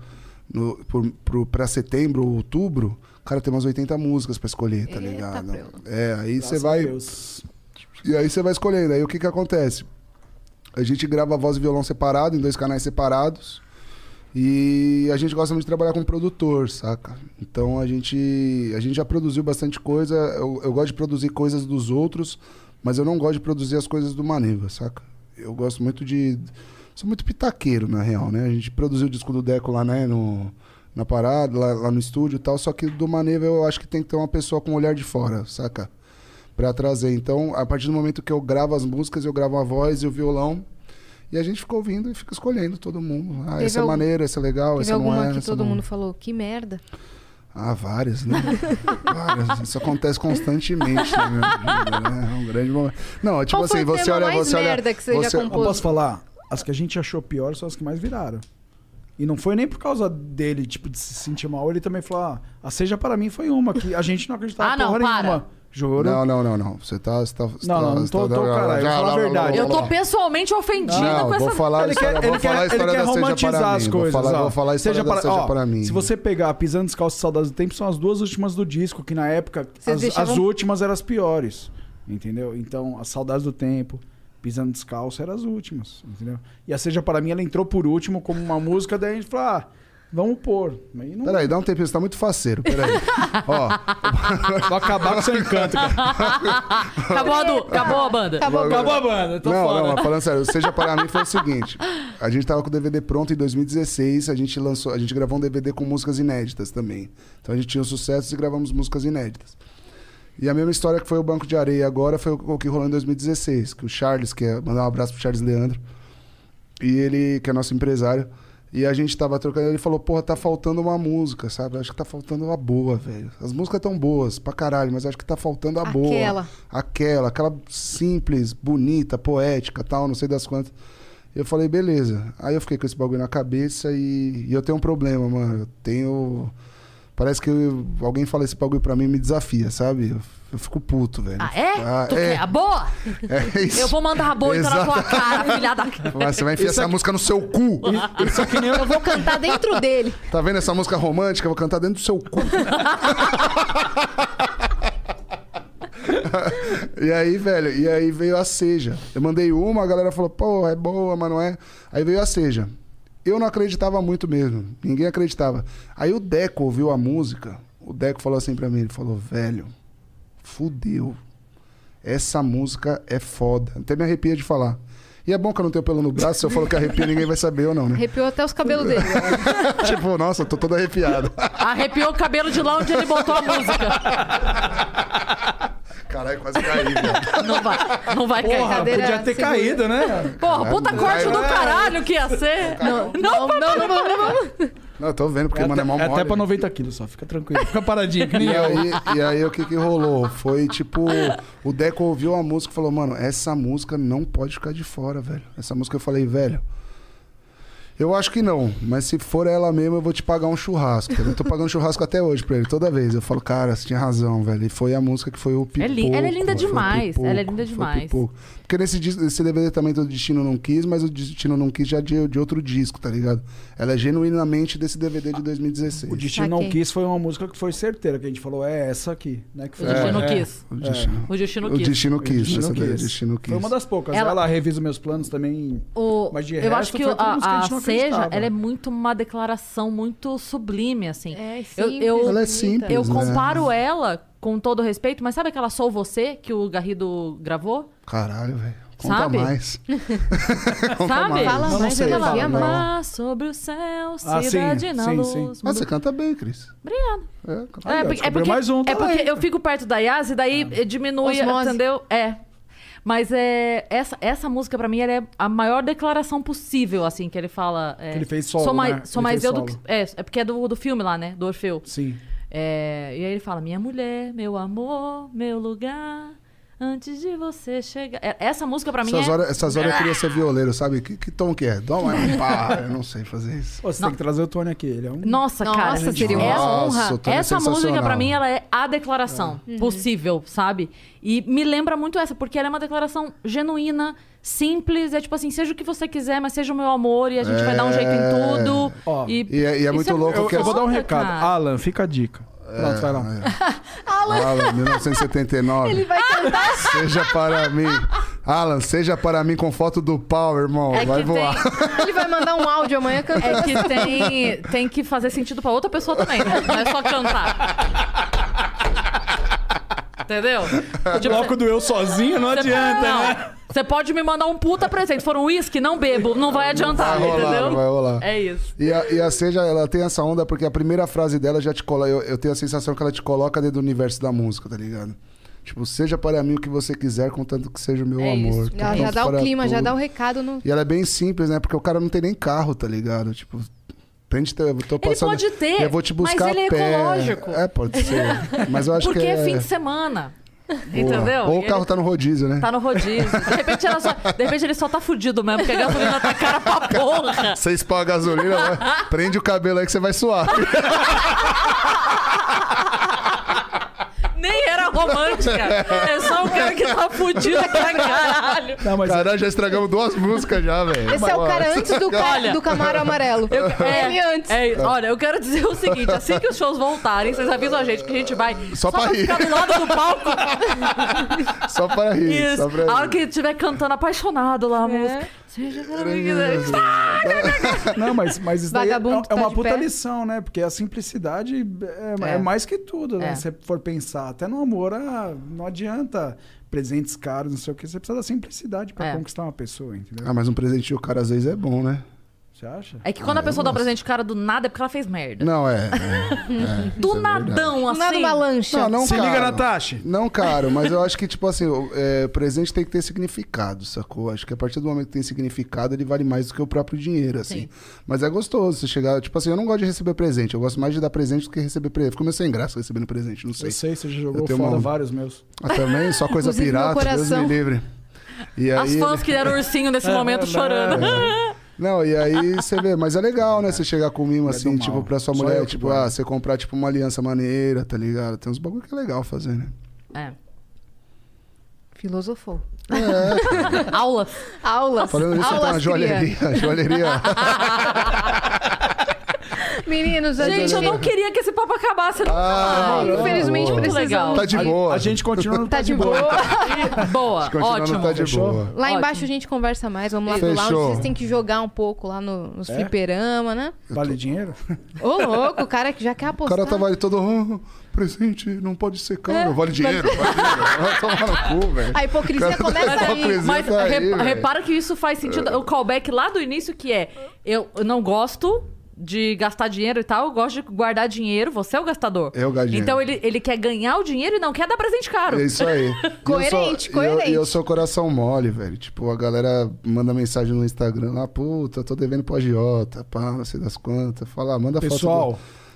D: pra setembro ou outubro, cara, tem umas 80 músicas pra escolher, tá ligado? Aí você vai... E aí você vai escolhendo. Aí o que acontece? A gente grava voz e violão separado, em 2 canais separados, e a gente gosta muito de trabalhar com produtor, saca? Então a gente já produziu bastante coisa, eu gosto de produzir coisas dos outros, mas eu não gosto de produzir as coisas do Maneva, saca? Eu gosto muito de... Sou muito pitaqueiro, na real, né? A gente produziu o disco do Deco lá, né? Na parada, lá no estúdio e tal. Só que do Maneva eu acho que tem que ter uma pessoa com um olhar de fora, saca? Pra trazer. Então, a partir do momento que eu gravo as músicas, eu gravo a voz e o violão. E a gente fica ouvindo e fica escolhendo todo mundo. Ah, essa é maneira, essa é legal, essa não é.
C: Teve alguma que todo mundo falou, que merda.
D: Ah, várias, né? Várias. Isso acontece constantemente na minha vida, né? É um grande momento. Não, tipo
C: Qual
D: assim,
C: foi o
D: você
C: tema
D: olha...
C: mais
D: Você olha
C: merda que você já
E: Eu
C: compôs?
E: posso falar? As que a gente achou pior são as que mais viraram. E não foi nem por causa dele, tipo, de se sentir mal. Ele também falou, a Seja Para Mim foi uma que a gente não acreditava porra nenhuma. Juro.
D: Não. Você tá...
E: Não tô caralho. Vou falar a verdade.
B: Eu tô pessoalmente ofendida com essa...
D: Vou falar a história da
E: romantizar as coisas.
D: Vou falar a história da Seja Para Mim.
E: Se você pegar Pisando Descalço e Saudades do Tempo, são as 2 últimas do disco, que na época as últimas eram as piores. Entendeu? Então, as Saudades do Tempo, Pisando Descalço eram as últimas. Entendeu? E a Seja Para Mim, ela entrou por último como uma música, daí a gente falou, vamos pôr. Não...
D: Peraí, dá um tempinho, você tá muito faceiro. Peraí. Ó.
E: Vou acabar com seu encanto, cara.
B: Acabou a banda.
E: Acabou a banda.
D: Não, mas falando sério, Seja Para Mim foi o seguinte. A gente tava com o DVD pronto em 2016, a gente gravou um DVD com músicas inéditas também. Então a gente tinha os sucessos e gravamos músicas inéditas. E a mesma história que foi o Banco de Areia agora foi o que rolou em 2016, que o Charles, mandar um abraço pro Charles Leandro, e ele, que é nosso empresário, e a gente tava trocando, ele falou, porra, tá faltando uma música, sabe? Acho que tá faltando uma boa, velho. As músicas tão boas pra caralho, mas acho que tá faltando a boa. Aquela simples, bonita, poética, tal, não sei das quantas. Eu falei, beleza. Aí eu fiquei com esse bagulho na cabeça e eu tenho um problema, mano. Eu tenho... Parece que alguém fala esse bagulho pra mim e me desafia, sabe? Eu fico puto, velho.
B: Ah, é? Tu quer a boa?
D: É isso.
B: Eu vou mandar a boa então na tua cara, filha da...
D: Mas você vai enfiar essa música no seu cu.
E: Isso aqui nem
C: eu vou cantar dentro dele.
D: Tá vendo essa música romântica? Eu vou cantar dentro do seu cu. E aí, velho, veio a Seja. Eu mandei uma, a galera falou, pô, é boa, mas não é. Aí veio a Seja. Eu não acreditava muito mesmo. Ninguém acreditava. Aí o Deco ouviu a música. O Deco falou assim pra mim, ele falou, velho, fudeu. Essa música é foda. Até me arrepia de falar. E é bom que eu não tenho pelo no braço. Se eu falo que arrepia, ninguém vai saber ou não, né?
C: Arrepiou até os cabelos dele.
D: Tipo, nossa, eu tô todo arrepiado.
B: Arrepiou o cabelo de lá onde ele botou a música.
D: Caralho, quase caí, velho.
B: Não vai cair.
E: Porra, podia ter caído, né?
B: Porra, puta corte do caralho que ia ser. Não.
D: Não, eu tô vendo, porque, mano, é mal mole.
E: É até pra 90 quilos só, fica tranquilo. Fica paradinho, que nem
D: E aí, o que rolou? Foi, tipo, o Deco ouviu a música e falou, mano, essa música não pode ficar de fora, velho. Essa música eu falei, velho, Eu acho que não, mas se for ela mesma, eu vou te pagar um churrasco. Eu tô pagando churrasco até hoje pra ele, toda vez. Eu falo, cara, você tinha razão, velho. E foi a música que foi o pipoco.
B: Ela é linda demais.
D: Pipoco,
B: Ela é linda demais.
D: Porque nesse DVD também do Destino Não Quis, mas o Destino Não Quis já de outro disco, tá ligado? Ela é genuinamente desse DVD de 2016.
E: O Destino Não Quis foi uma música que foi certeira, que a gente falou, é essa aqui, né? Que foi
B: o Destino Quis.
D: O Destino
B: Quis.
D: O Destino Quis.
E: O Destino Quis. Foi uma das poucas. Ela Revisa Meus Planos também. Mas de resto,
B: eu acho que a Seja, ela é
E: muito
B: muito uma declaração muito sublime, assim.
C: Simples,
D: ela é simples,
B: eu comparo ela, com todo respeito, mas sabe aquela Sou Você, que o Garrido gravou?
D: Caralho, velho. Conta
B: Sabe?
D: mais. Conta
B: Sabe?
D: mais.
C: Fala mais,
B: Aquela
C: não.
B: Mar sobre o céu, cidade na luz.
D: Sim. Mas você canta bem, Cris.
B: Obrigada.
D: Canta
B: É porque
E: mais um, tá
B: porque
E: aí.
B: eu fico perto da Yas e daí diminui,
C: Osmose.
B: entendeu? Mas essa música, pra mim, ela é a maior declaração possível, assim, que ele fala.
E: Que ele fez solo,
B: Sou mais,
E: né?
B: sou
E: Ele
B: mais
E: fez
B: eu do que.
E: solo.
B: É porque é do filme lá, né? Do Orfeu.
E: Sim.
B: E aí ele fala: minha mulher, meu amor, meu lugar, antes de você chegar. Essa música, pra mim,
D: Essas horas eu queria ser violeiro, sabe? Que tom que é? Dá uma pá, eu não sei fazer isso.
E: Pô, você tem que trazer o Tony aqui. Ele é um...
B: Nossa, cara.
C: seria uma
D: honra.
B: Essa música, pra mim, ela é a declaração possível, sabe? E me lembra muito essa, porque ela é uma declaração genuína, simples. É tipo assim, seja o que você quiser, mas seja o meu amor e a gente vai dar um jeito em tudo.
E: Ó,
D: e é muito louco que
E: eu vou dar um
B: foda,
E: recado.
B: cara.
E: Alan, fica a dica. Pronto, vai lá.
D: Alan, 1979.
C: Ele vai cantar.
D: Seja para mim. Alan, seja para mim com foto do pau, irmão. Vai voar.
C: Ele vai mandar um áudio amanhã cantando.
B: É que tem que fazer sentido pra outra pessoa também, né? Não é só cantar. Entendeu?
E: O bloco do eu sozinho não adianta, né?
B: Você pode me mandar um puta presente. Se for um uísque, não bebo. Não vai adiantar,
D: Vai rolar,
B: entendeu?
D: vai rolar.
B: É isso.
D: E a Seja, ela tem essa onda porque a primeira frase dela já te coloca. Eu tenho a sensação que ela te coloca dentro do universo da música, tá ligado? Tipo, seja para mim o que você quiser, contanto que seja o meu amor.
C: Isso. Ela já dá o clima, já dá o recado no.
D: E ela é bem simples, né? Porque o cara não tem nem carro, tá ligado? Tipo, eu tô passando.
B: Ele pode ter,
D: eu vou te buscar
B: mas ele é
D: a pé.
B: ecológico.
D: Pode ser. Mas eu acho
B: Porque
D: que
B: é fim de semana. Entendeu?
D: Ou o carro tá no rodízio, né?
B: Tá no rodízio. De repente ele só tá fudido mesmo, porque a gasolina tá cara pra porra.
D: 6 pau a gasolina, né? Prende o cabelo aí que você vai suar.
B: Nem era romântica. É só o cara que tá fudido pra caralho.
E: Não, mas
D: Caralho, já estragamos 2 músicas já, velho.
C: Esse é o cara antes do Camaro Amarelo. Ele antes.
B: Olha, eu quero dizer o seguinte: assim que os shows voltarem, vocês avisam a gente que a gente vai
D: Só pra rir.
B: ficar do lado do palco.
D: Só para rir.
B: Isso.
D: Só pra
B: A hora
D: rir.
B: que estiver cantando apaixonado lá a música. Seja para mim quiser.
E: Não, mas isso daí
C: Vagabundo
E: é uma
C: tá de
E: puta
C: pé.
E: lição, né? Porque a simplicidade é mais que tudo, né? Se você for pensar, até no amor, não adianta presentes caros, não sei o que. Você precisa da simplicidade pra conquistar uma pessoa, entendeu?
D: Ah, mas um presentinho cara às vezes é bom, né?
E: Você acha?
B: É que quando a pessoa dá um presente cara do nada é porque ela fez merda.
D: Não,
B: Do nadão, assim.
C: Nada uma lancha.
D: Não,
E: Se
D: caro.
E: liga, Natasha.
D: Não, caro, mas eu acho que, tipo assim, o presente tem que ter significado, sacou? Acho que a partir do momento que tem significado, ele vale mais do que o próprio dinheiro, assim.
B: Sim.
D: Mas é gostoso você chegar... Tipo assim, eu não gosto de receber presente. Eu gosto mais de dar presente do que receber presente. Fico meio sem graça recebendo presente, não sei.
E: Eu sei, você já jogou
D: Eu tenho
E: fora
D: uma-
E: vários meus.
D: Também, só coisa
C: Inclusive, meu
D: pirata, Deus me
C: coração.
D: livre. E
B: As
D: aí,
B: fãs que deram ursinho nesse momento chorando.
D: Não, e aí você vê, mas é legal, né? Você chegar com mimo assim,
E: do
D: tipo,
E: mal.
D: pra sua
E: Só
D: mulher,
E: eu que
D: tipo,
E: guardo.
D: você comprar, tipo, uma aliança maneira, tá ligado? Tem uns bagulho que é legal fazer, né?
C: Filosofou.
B: Aulas.
C: Aulas.
D: Falando nisso, tem uma
C: Aulas,
D: joalheria. Joalheria.
C: Meninos, a
B: Gente,
C: gente...
B: eu não queria que esse papo acabasse.
C: Infelizmente
D: boa.
C: precisamos.
B: legal.
D: Tá de boa.
E: A gente continua no
C: Tá de boa.
B: Boa,
D: Continuando,
B: ótimo.
D: tá de
E: Fechou?
D: boa.
C: Lá
B: Ótimo.
C: embaixo a gente conversa mais. Vamos lá pro
D: Fechou.
C: lounge. Vocês têm que jogar um pouco lá nos fliperama, né?
E: Vale dinheiro?
C: Ô, louco, o cara que já quer
D: O
C: apostar.
D: cara tava ali todo... presente não pode ser caro. Vale dinheiro, vale dinheiro. Vai tomar no cu, velho.
C: A hipocrisia começa
D: Cara,
C: aí.
D: hipocrisia
B: Mas
D: tá aí, velho.
B: repara que isso faz sentido. O callback lá do início que é... Eu não gosto de gastar dinheiro e tal. Eu gosto de guardar dinheiro. Você é o gastador.
D: Eu gasto dinheiro.
B: Então ele quer ganhar o dinheiro e não quer dar presente caro.
D: É isso aí.
C: Coerente,
D: E
C: coerente.
D: eu sou coração mole, velho. Tipo, a galera manda mensagem no Instagram lá, puta, tô devendo pro agiota, pá, não sei das quantas. Fala, manda
E: Pessoal,
D: foto.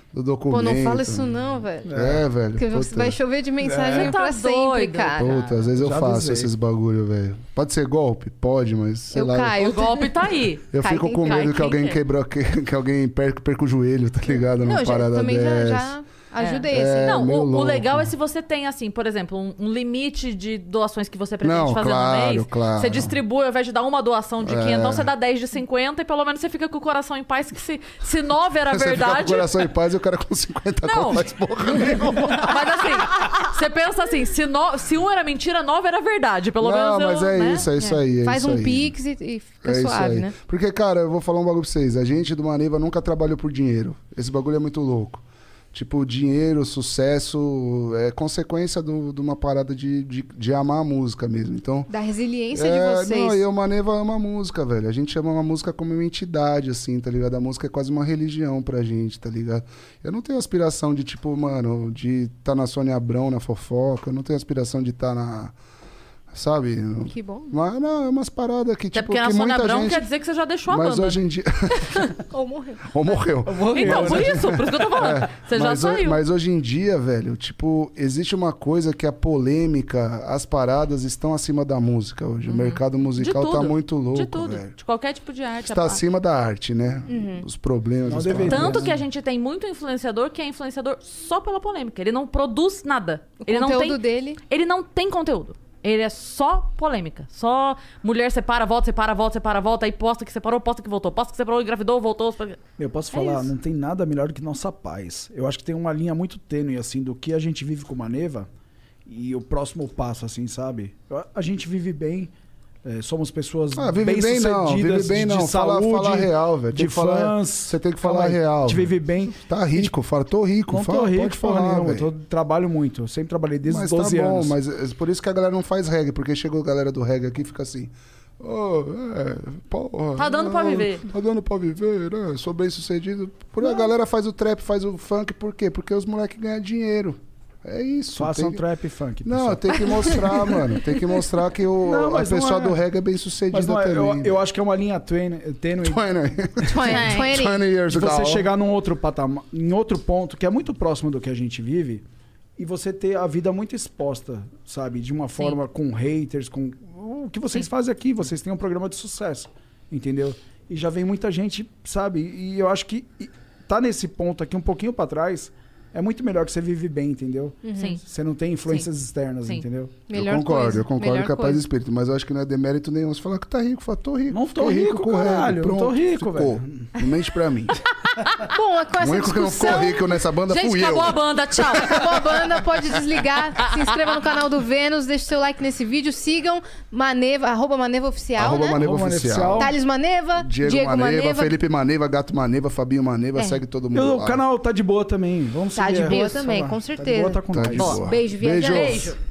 D: do documento.
C: Pô, não fala isso não, velho.
D: Velho.
C: Porque você vai chover de mensagem pra sempre, cara.
D: Puta, às vezes eu
E: Já
D: faço
E: avisei.
D: esses bagulho, velho. Pode ser golpe? Pode, mas sei lá.
C: caio.
B: O golpe tá aí.
D: Eu
C: Cai
D: fico
C: quem
D: com
C: cai,
D: medo que
B: quem
D: alguém
B: quer.
D: quebrou, que alguém perca o joelho, tá ligado? Numa
C: Não, já,
D: parada
C: também
D: dessa.
C: já ajudei, assim.
B: Não,
D: meio
B: o
D: louco.
B: legal é se você tem, assim, por exemplo, um limite de doações que você pretende
D: Não,
B: fazer
D: claro,
B: no mês.
D: claro.
B: Você distribui, ao invés de dar uma doação de 500, então você dá 10 de 50 e pelo menos você fica com o coração em paz, que se 9 era
D: Você fica com o
B: verdade...
D: coração em paz e o cara com 50
B: Não.
D: conto faz porra nenhuma.
B: Mas assim, você pensa assim, se um era mentira, 9 era verdade. Pelo
D: Não,
B: menos
D: mas é
B: né?
D: isso, é isso aí. É
C: Faz
D: isso
C: um
D: aí.
C: pix e fica
D: É isso
C: suave,
D: aí.
C: né?
D: Porque, cara, eu vou falar um bagulho pra vocês. A gente do Maneva nunca trabalhou por dinheiro. Esse bagulho é muito louco. Tipo, dinheiro, sucesso é consequência de uma parada de amar a música mesmo. Então,
C: Da resiliência de vocês.
D: Não, eu, Maneva, ama a música, velho. A gente ama uma música como uma entidade, assim, tá ligado? A música é quase uma religião pra gente, tá ligado? Eu não tenho aspiração de, tipo, mano, de tá na Sônia Abrão, na fofoca. Eu não tenho aspiração de tá na... Sabe?
C: Que bom.
D: Mas, não, é umas paradas que,
B: Até
D: tipo,
B: porque na
D: que
B: Sônia
D: muita
B: Abrão
D: gente...
B: quer dizer que você já deixou a
D: Mas
B: banda.
D: hoje em dia...
C: Ou morreu.
D: Ou morreu.
B: Então, por isso que eu tô falando. Você já
D: mas,
B: saiu.
D: mas hoje em dia, velho, tipo, existe uma coisa que a polêmica, as paradas estão acima da música hoje. O mercado musical
B: De
D: tá
B: tudo.
D: muito louco,
B: De tudo.
D: velho.
B: De qualquer tipo de arte.
D: Está acima da arte, né? Os problemas,
E: Não
D: as
E: deveria.
D: paradas.
B: Tanto que a gente tem muito influenciador que é influenciador só pela polêmica. Ele não produz nada. Ele não
C: conteúdo
B: tem,
C: dele...
B: Ele não tem conteúdo. Ele é só polêmica. Só mulher separa, volta, separa, volta, separa, volta. Aí posta que separou, posta que voltou. Posta que separou, engravidou, voltou.
E: Eu posso
B: É
E: falar,
B: isso.
E: não tem nada melhor do que nossa paz. Eu acho que tem uma linha muito tênue, assim, do que a gente vive com Maneva e o próximo passo, assim, sabe? A gente vive bem, somos pessoas
D: Vive bem não,
E: bem-sucedidas,
D: vive bem não.
E: de saúde,
D: fala real, velho.
E: de
D: Tem que falar-
E: fãs.
D: Você tem que
E: Calma
D: falar
E: aí,
D: real.
E: A gente
D: velho.
E: vive bem.
D: Tá rico, fala, tô rico.
E: Não
D: fala,
E: tô rico,
D: pode
E: porra
D: falar,
E: nenhuma.
D: velho.
E: Eu trabalho muito. Eu sempre trabalhei desde
D: Mas
E: os 12
D: tá bom,
E: anos.
D: mas é por isso que a galera não faz reggae, porque chegou a galera do reggae aqui e fica assim. Porra,
B: Tá dando pra viver.
D: Tá dando pra viver, né? Sou bem sucedido. A galera faz o trap, faz o funk, por quê? Porque os moleques ganham dinheiro. É isso.
E: Façam
D: tem que-
E: trap e funk.
D: Não,
E: pessoal.
D: tem que mostrar, mano. Tem que mostrar que
E: Não,
D: a
E: mas não
D: pessoa
E: é.
D: do reggae é bem
E: Mas
D: sucedida
E: não é,
D: também.
E: eu acho que é uma linha tênue
D: 20
C: 20.
D: years
E: de você
D: ago.
E: chegar num outro patamar, em outro ponto que é muito próximo do que a gente vive e você ter a vida muito exposta, sabe? De uma forma com haters, com o que vocês fazem aqui. Vocês têm um programa de sucesso, entendeu? E já vem muita gente, sabe? E eu acho que tá nesse ponto aqui um pouquinho pra trás é muito melhor que você vive bem, entendeu?
B: Sim.
E: Você não tem influências externas,
B: Sim.
E: entendeu?
C: Melhor
D: eu concordo,
C: coisa.
D: eu concordo
C: Melhor
D: que é paz
C: coisa.
D: de espírito, mas eu acho que não é demérito nenhum. Você fala que tá rico, fala, tô rico.
E: Não tô
D: fiquei
E: rico,
D: com o reggae,
E: caralho, não tô
D: pronto,
E: rico,
D: ficou.
E: velho.
D: Não mente pra mim.
C: Bom, com
D: O
C: essa
D: único que não ficou
C: discussão...
D: rico nessa banda
B: Gente,
D: fui
B: acabou
D: eu.
B: a banda. Tchau.
C: Acabou a banda, pode desligar. Se inscreva no canal do Vênus, deixe seu like nesse vídeo. Sigam Maneva, @ManevaOficial,
D: Arroba
C: né?
D: Maneva
E: Arroba
D: Oficial.
E: Oficial.
C: Thales Maneva,
D: Diego Maneva, Felipe Maneva, Gato Maneva, Fabinho Maneva,
C: É.
D: segue todo mundo
E: O
D: lá.
E: canal tá de boa também. Vamos
C: Tá
E: seguir
C: de boa
E: isso,
C: também,
E: lá.
C: com
E: Tá de
C: certeza.
E: boa, tá com
D: Tá
E: nós.
D: de boa.
C: Beijo, viajante.
D: Beijo.